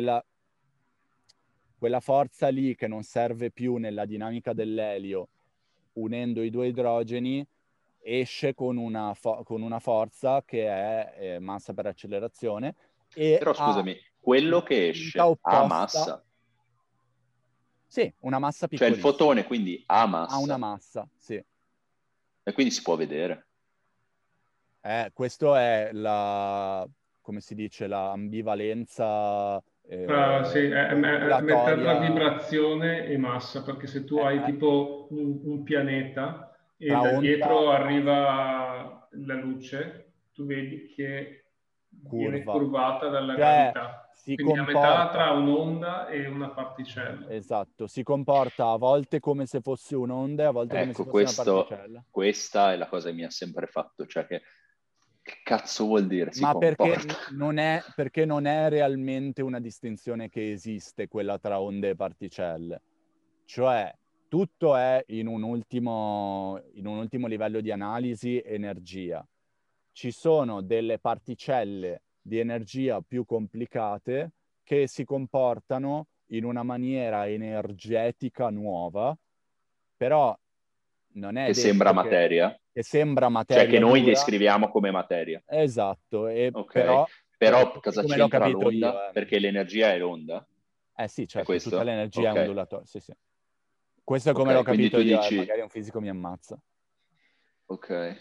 forza lì che non serve più nella dinamica dell'elio, unendo i due idrogeni, esce con una forza che è massa per accelerazione. E però scusami, quello che esce ha massa? Sì, una massa Cioè il piccolissima. fotone quindi ha massa? Ha una massa, sì. E quindi si può vedere. Questo è come si dice, l'ambivalenza Sì, è metà tra popolatoria. vibrazione e massa, perché se tu hai tipo un pianeta e Tra da onda- dietro arriva la luce, tu vedi che viene curvata dalla gravità. si Quindi è a metà comporta, tra un'onda e una particella. esatto, si comporta a volte come se fosse un'onda e a volte come se Ecco, fosse una particella. questa è la cosa che mi ha sempre fatto, cioè che cazzo vuol dire si Ma perché comporta? perché non è realmente una distinzione che esiste, quella tra onde e particelle. Cioè, tutto è in un ultimo livello di analisi energia. Ci sono delle particelle di energia più complicate che si comportano in una maniera energetica nuova, però non è Che sembra detto materia? che sembra Cioè che materia noi dura. descriviamo come materia. Esatto, Ok, però cosa come l'ho c'entra capito io. l'onda? Perché l'energia è l'onda? Sì, È certo, tutta questo? l'energia è Ok, ondulatoria, sì, sì. Questo è come l'ho ok, quindi capito tu io, dici... magari un fisico mi ammazza. Ok.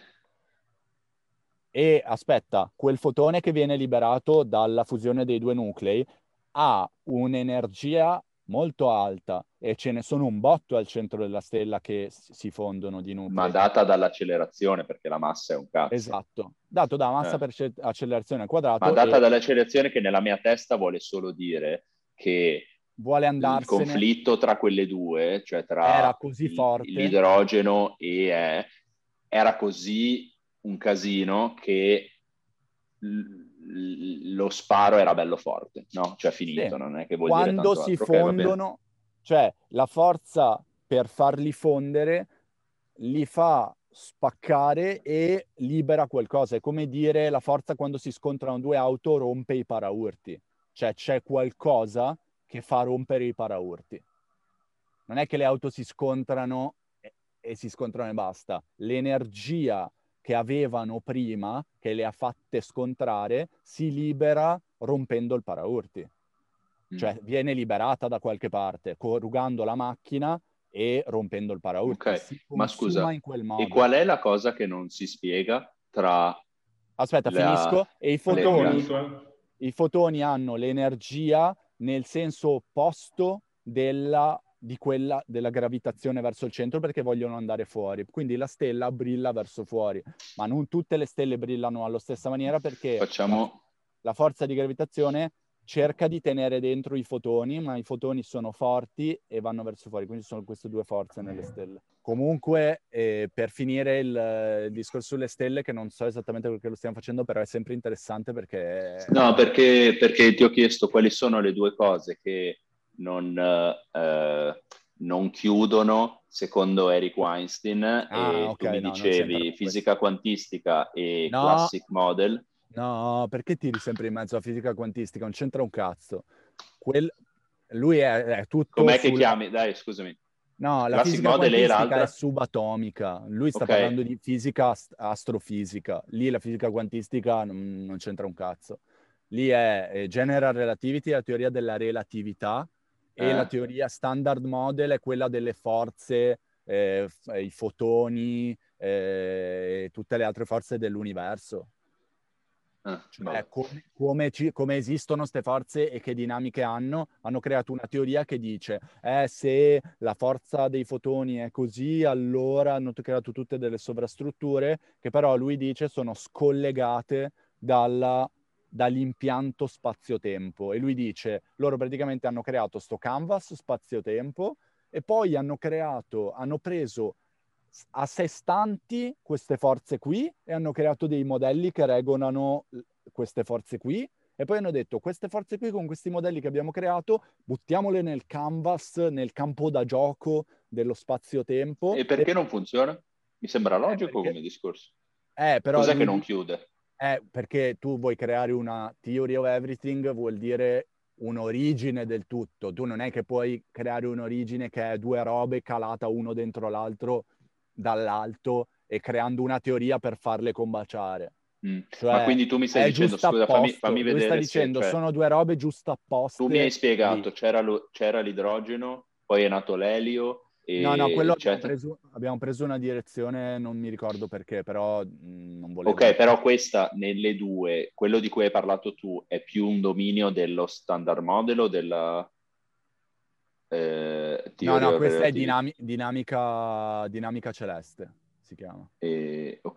E aspetta, quel fotone che viene liberato dalla fusione dei due nuclei ha un'energia molto alta e ce ne sono un botto al centro della stella che si fondono di Ma nuclei. data dall'accelerazione, perché la massa è un cazzo. Esatto, dato da massa per accelerazione al Ma quadrato data e dall'accelerazione che nella mia testa vuole solo dire che vuole il andarsene. conflitto tra quelle due, cioè Era tra così forte. l'idrogeno era così un casino che lo sparo era bello forte, no? Cioè finito, Sì. non è che vuol dire Quando tanto si altro. Ok, va bene. fondono, cioè la forza per farli fondere li fa spaccare e libera qualcosa. È come dire la forza quando si scontrano due auto rompe i paraurti. Cioè c'è qualcosa che fa rompere i paraurti. Non è che le auto si scontrano e si scontrano e basta. L'energia che avevano prima, che le ha fatte scontrare, si libera rompendo il paraurti. Cioè viene liberata da qualche parte, corrugando la macchina e rompendo il paraurti. Ok, Si ma consuma scusa, in quel e modo. qual è la cosa che non si spiega tra Aspetta, finisco. E i fotoni hanno l'energia nel senso opposto della gravitazione verso il centro perché vogliono andare fuori. Quindi la stella brilla verso fuori, ma non tutte le stelle brillano alla stessa maniera perché la forza di gravitazione cerca di tenere dentro i fotoni, ma i fotoni sono forti e vanno verso fuori, quindi sono queste due forze nelle stelle. Comunque, per finire il discorso sulle stelle, che non so esattamente perché lo stiamo facendo, però è sempre interessante perché... No, perché ti ho chiesto quali sono le due cose che non chiudono secondo Eric Weinstein e tu mi dicevi fisica quantistica e classic model. No, perché tiri sempre in mezzo a fisica quantistica? Non c'entra un cazzo. lui è tutto Com'è che chiami? Dai, scusami. No, la Classic fisica model e quantistica l'altra? è subatomica. Lui sta Ok. parlando di fisica astrofisica. Lì la fisica quantistica non c'entra un cazzo. Lì è general relativity, la teoria della relatività, e la teoria standard model è quella delle forze, i fotoni, e tutte le altre forze dell'universo. Cioè, come esistono queste forze e che dinamiche hanno creato una teoria che dice se la forza dei fotoni è così, allora hanno creato tutte delle sovrastrutture che però lui dice sono scollegate dall'impianto spazio-tempo. E lui dice, loro praticamente hanno creato sto canvas spazio-tempo e poi hanno preso a sé stanti queste forze qui e hanno creato dei modelli che regolano queste forze qui, e poi hanno detto queste forze qui con questi modelli che abbiamo creato buttiamole nel canvas, nel campo da gioco dello spazio-tempo. E perché non funziona? Mi sembra logico perché... come discorso. Però Cos'è che non chiude? Perché tu vuoi creare una theory of everything, vuol dire un'origine del tutto. Tu non è che puoi creare un'origine che è due robe calata uno dentro l'altro dall'alto e creando una teoria per farle combaciare. Cioè, ma quindi tu mi stai è dicendo, giusto scusa, fammi Lui vedere sta se... dicendo Cioè, sono due robe giusto apposte. tu mi hai spiegato, lì. c'era l'idrogeno, poi è nato l'elio, No, quello eccetera. abbiamo preso una direzione, non mi ricordo perché, però non volevo... Ok, però questa, nelle due, quello di cui hai parlato tu, è più un dominio dello standard model o della theory No, of questa è relativity? dinamica celeste, si chiama. Ok.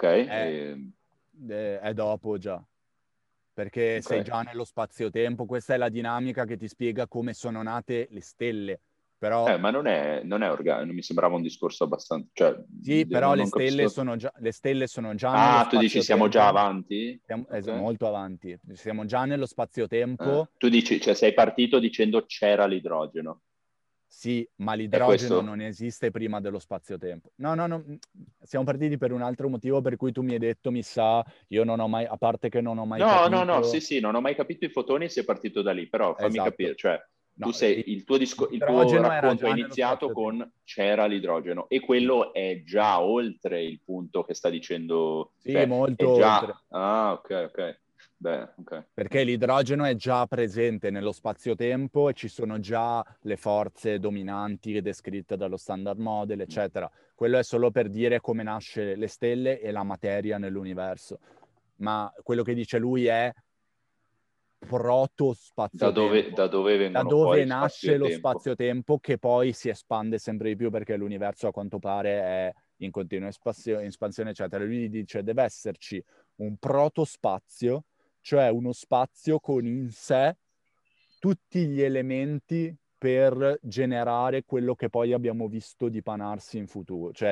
È dopo già, perché sei già nello spazio-tempo. Questa è la dinamica che ti spiega come sono nate le stelle. Però ma non è organico, non mi sembrava un discorso abbastanza... Cioè, sì, però non capisco. le stelle sono già nello Ah, tu dici siamo già spazio-tempo. avanti? Siamo Ok. molto avanti. Siamo già nello spazio-tempo. Tu dici, cioè sei partito dicendo c'era l'idrogeno. Sì, ma È l'idrogeno questo? non esiste prima dello spazio-tempo. No. Siamo partiti per un altro motivo per cui tu mi hai detto, mi sa, io non ho mai, a parte che non ho mai No, capito. sì, non ho mai capito i fotoni e sei partito da lì, però fammi Esatto. capire, cioè No, il tuo l'idrogeno era racconto è già nello iniziato spazio-tempo. con c'era l'idrogeno e Sì. quello è già oltre il punto che sta dicendo, Sì, cioè molto è già... oltre. Ah, ok. Beh, ok. Perché l'idrogeno è già presente nello spazio-tempo e ci sono già le forze dominanti descritte dallo standard model, eccetera. Quello è solo per dire come nasce le stelle e la materia nell'universo. Ma quello che dice lui è proto-spazio-tempo. Da dove Da vengono dove fuori spazio nasce e lo tempo? spazio-tempo che poi si espande sempre di più perché l'universo a quanto pare è in continua espansione, eccetera. Lui dice deve esserci un protospazio, cioè uno spazio con in sé tutti gli elementi per generare quello che poi abbiamo visto dipanarsi in futuro, cioè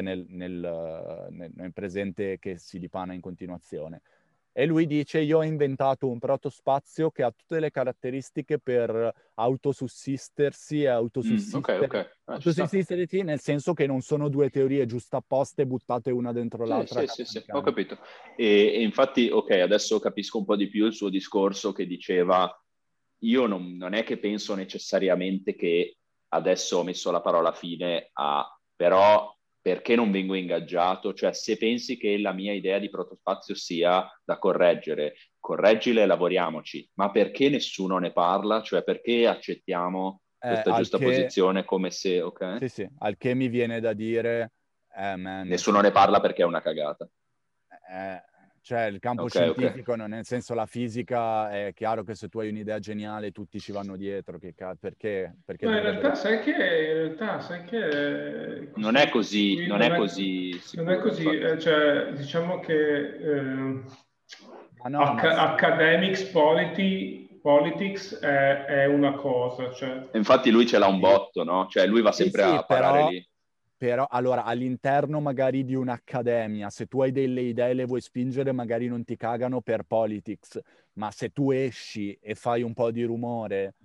nel presente che si dipana in continuazione. E lui dice, io ho inventato un protospazio che ha tutte le caratteristiche per autosussistersi e Ok. Ci sta. autosussistersi nel senso che non sono due teorie giustapposte buttate una dentro l'altra a Sì, ho cavalcare. capito. E infatti, ok, adesso capisco un po' di più il suo discorso che diceva, io non è che penso necessariamente che adesso ho messo la parola fine a, però perché non vengo ingaggiato? Cioè, se pensi che la mia idea di protospazio sia da correggere, correggile e lavoriamoci, ma perché nessuno ne parla? Cioè, perché accettiamo questa Al giusta che, posizione come se, ok? sì, al che mi viene da dire, man, Nessuno ne parla perché è una cagata. eh, cioè il campo Ok. scientifico, nel senso la fisica, è chiaro che se tu hai un'idea geniale tutti ci vanno dietro, perché Ma in dovrebbero... realtà sai che Non questo è discorso così, qui non è così non è sicuro, così, infatti. cioè diciamo che Ma no, ma sì. academics politics è una cosa, cioè E infatti lui ce l'ha un Sì, botto, no? Cioè lui va sì, sempre sì, a parare lì. però allora all'interno magari di un'accademia, se tu hai delle idee e le vuoi spingere, magari non ti cagano per politics, ma se tu esci e fai un po' di rumore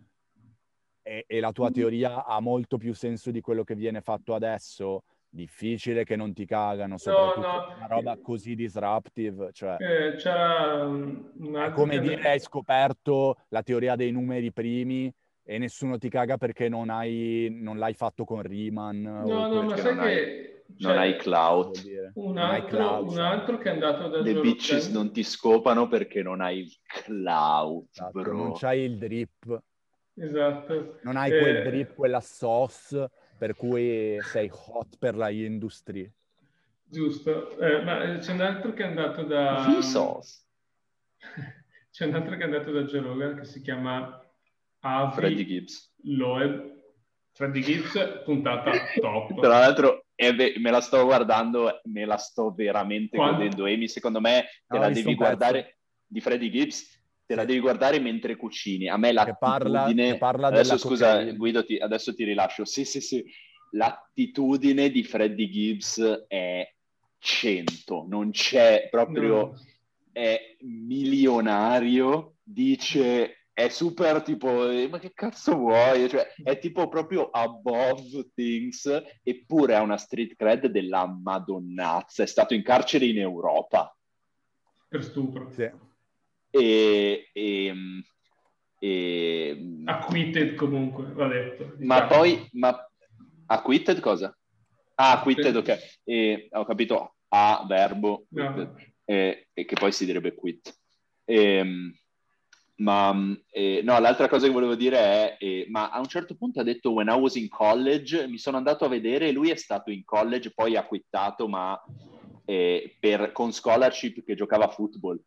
e la tua teoria ha molto più senso di quello che viene fatto adesso, difficile che non ti cagano, no, soprattutto no, una roba così disruptive, cioè... c'era un È altro come che dire hai scoperto la teoria dei numeri primi e nessuno ti caga perché non l'hai fatto con Riemann. No, ma sai che... non hai clout. Un altro che è andato da The Joe bitches Rogan. non ti scopano perché non hai il clout, Esatto, bro. non c'hai il drip. Esatto. Non hai quel drip, quella sauce per cui sei hot per la industry. Giusto. Ma c'è un altro che è andato da... Vsauce. C'è un altro che è andato da Joe Rogan che si chiama Avi Freddie Gibbs. Loeb. Freddie Gibbs, puntata top. Tra l'altro me la sto guardando, me la sto veramente godendo. Amy, secondo me te la devi guardare di Freddie Gibbs, te la devi guardare mentre cucini. A me l'attitudine... Che parla adesso scusa Guido, adesso ti rilascio. Sì. L'attitudine di Freddie Gibbs è 100, non c'è proprio... No. È milionario, dice... È super tipo, ma che cazzo vuoi? Cioè, è tipo proprio above things, eppure ha una street cred della madonnazza. È stato in carcere in Europa. Per stupro. Sì. Acquitted comunque, va detto. Ma poi, acquitted cosa? Acquitted, ok. Ho capito, verbo, no. E che poi si direbbe quit. No, l'altra cosa che volevo dire è, ma a un certo punto ha detto when I was in college, mi sono andato a vedere, lui è stato in college, poi ha quittato, ma con scholarship che giocava a football.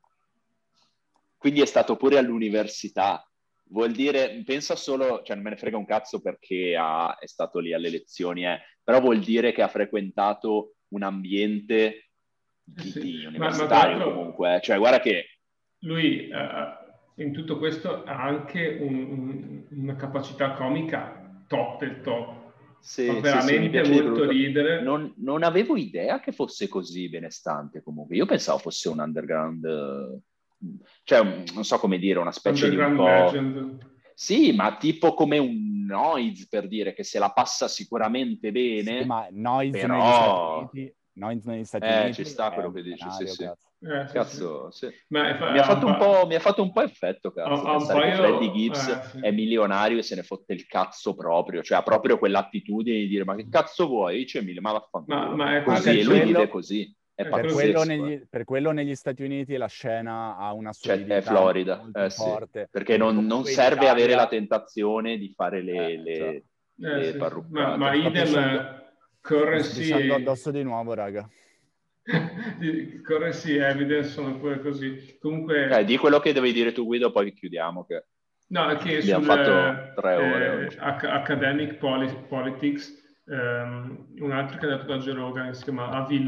Quindi è stato pure all'università. Vuol dire, pensa solo, cioè non me ne frega un cazzo perché è stato lì alle lezioni, però vuol dire che ha frequentato un ambiente di universitario comunque. Cioè guarda che... Lui... in tutto questo ha anche una capacità comica top del top. Fa veramente molto ridere. Non avevo idea che fosse così benestante comunque. Io pensavo fosse un underground, cioè non so come dire, una specie di un po'... legend. Sì, ma tipo come un Noiz, per dire, che se la passa sicuramente bene. Sì, ma Noiz però... negli Stati Uniti ci sta quello che dici, sì. Cazzo, sì. Mi ha fatto un po' effetto, cazzo, pensare che Freddie Gibbs è milionario e se ne fotte il cazzo proprio, cioè ha proprio quell'attitudine di dire ma che cazzo vuoi? Dice ma vaffanculo. Ma è così, e lui vive così. È per quello negli Stati Uniti la scena ha una solidità è Florida, molto forte. Perché non serve avere la tentazione di fare le parruccate. Ma idem Currency addosso di nuovo, raga. Currency Evidence sono pure così. Comunque di quello che devi dire tu, Guido, poi chiudiamo che abbiamo fatto 3 ore Academic Politics. Un altro che è andato da Joe Rogan si chiama Avi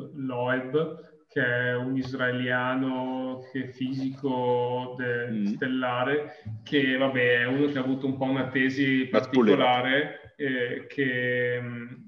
Loeb, che è un israeliano che è fisico stellare, che vabbè è uno che ha avuto un po' una tesi particolare, che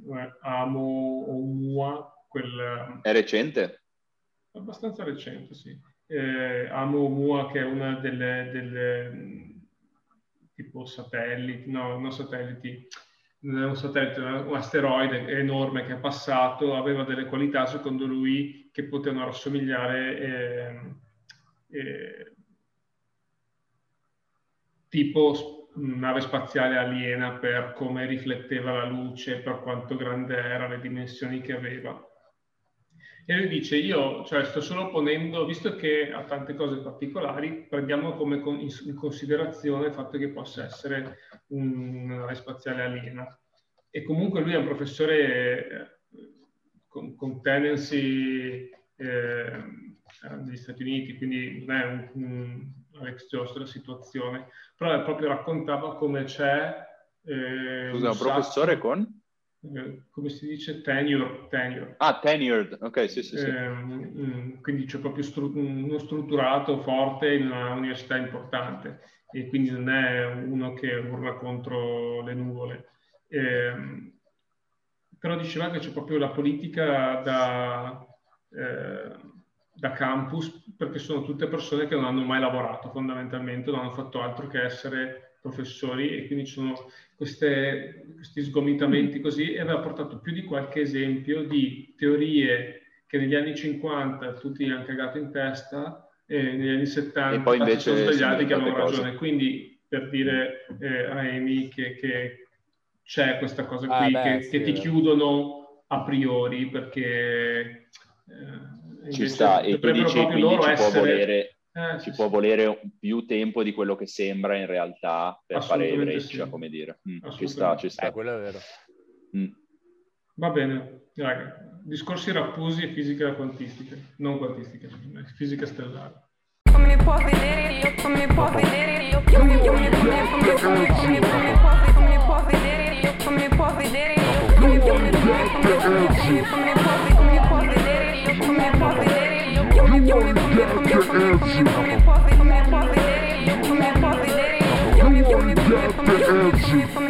amo Oumuamua. È recente? Abbastanza recente, sì. Amo Oumuamua, che è una delle tipo satelliti, no, non satelliti, non è un satellite, un asteroide enorme che è passato, aveva delle qualità, secondo lui, che potevano rassomigliare tipo nave spaziale aliena per come rifletteva la luce, per quanto grande era, le dimensioni che aveva. E lui dice, io sto solo ponendo, visto che ha tante cose particolari, prendiamo come in considerazione il fatto che possa essere una nave spaziale aliena. E comunque lui è un professore con tendency negli Stati Uniti, quindi non è un Alex Jones la situazione, però proprio raccontava come c'è... Scusa, un professore con? Come si dice? Tenure. Tenured, ok, sì. Quindi c'è proprio uno strutturato forte in una università importante e quindi non è uno che urla contro le nuvole. Però diceva che c'è proprio la politica da campus, perché sono tutte persone che non hanno mai lavorato fondamentalmente, non hanno fatto altro che essere professori e quindi ci sono questi sgomitamenti così, e aveva portato più di qualche esempio di teorie che negli anni 50 tutti gli hanno cagato in testa e negli anni 70 e poi invece sono svegliati che avevano ragione. Quindi per dire a Amy che c'è questa cosa qui, che ti chiudono a priori, perché ci sta, e tu dici quindi ci può volere più tempo di quello che sembra in realtà per fare breccia, sì. Come dire. Ci sta. Quello è vero. Va bene, raga. Discorsi rappusi e fisica quantistica, non quantistica, fisica stellare. Come può vedere io, come può vedere io, come può vedere io, come può vedere io, come può vedere io, come può vedere io, come può vedere io, come può vedere io, come può vedere io, come può vedere io, come può vedere io,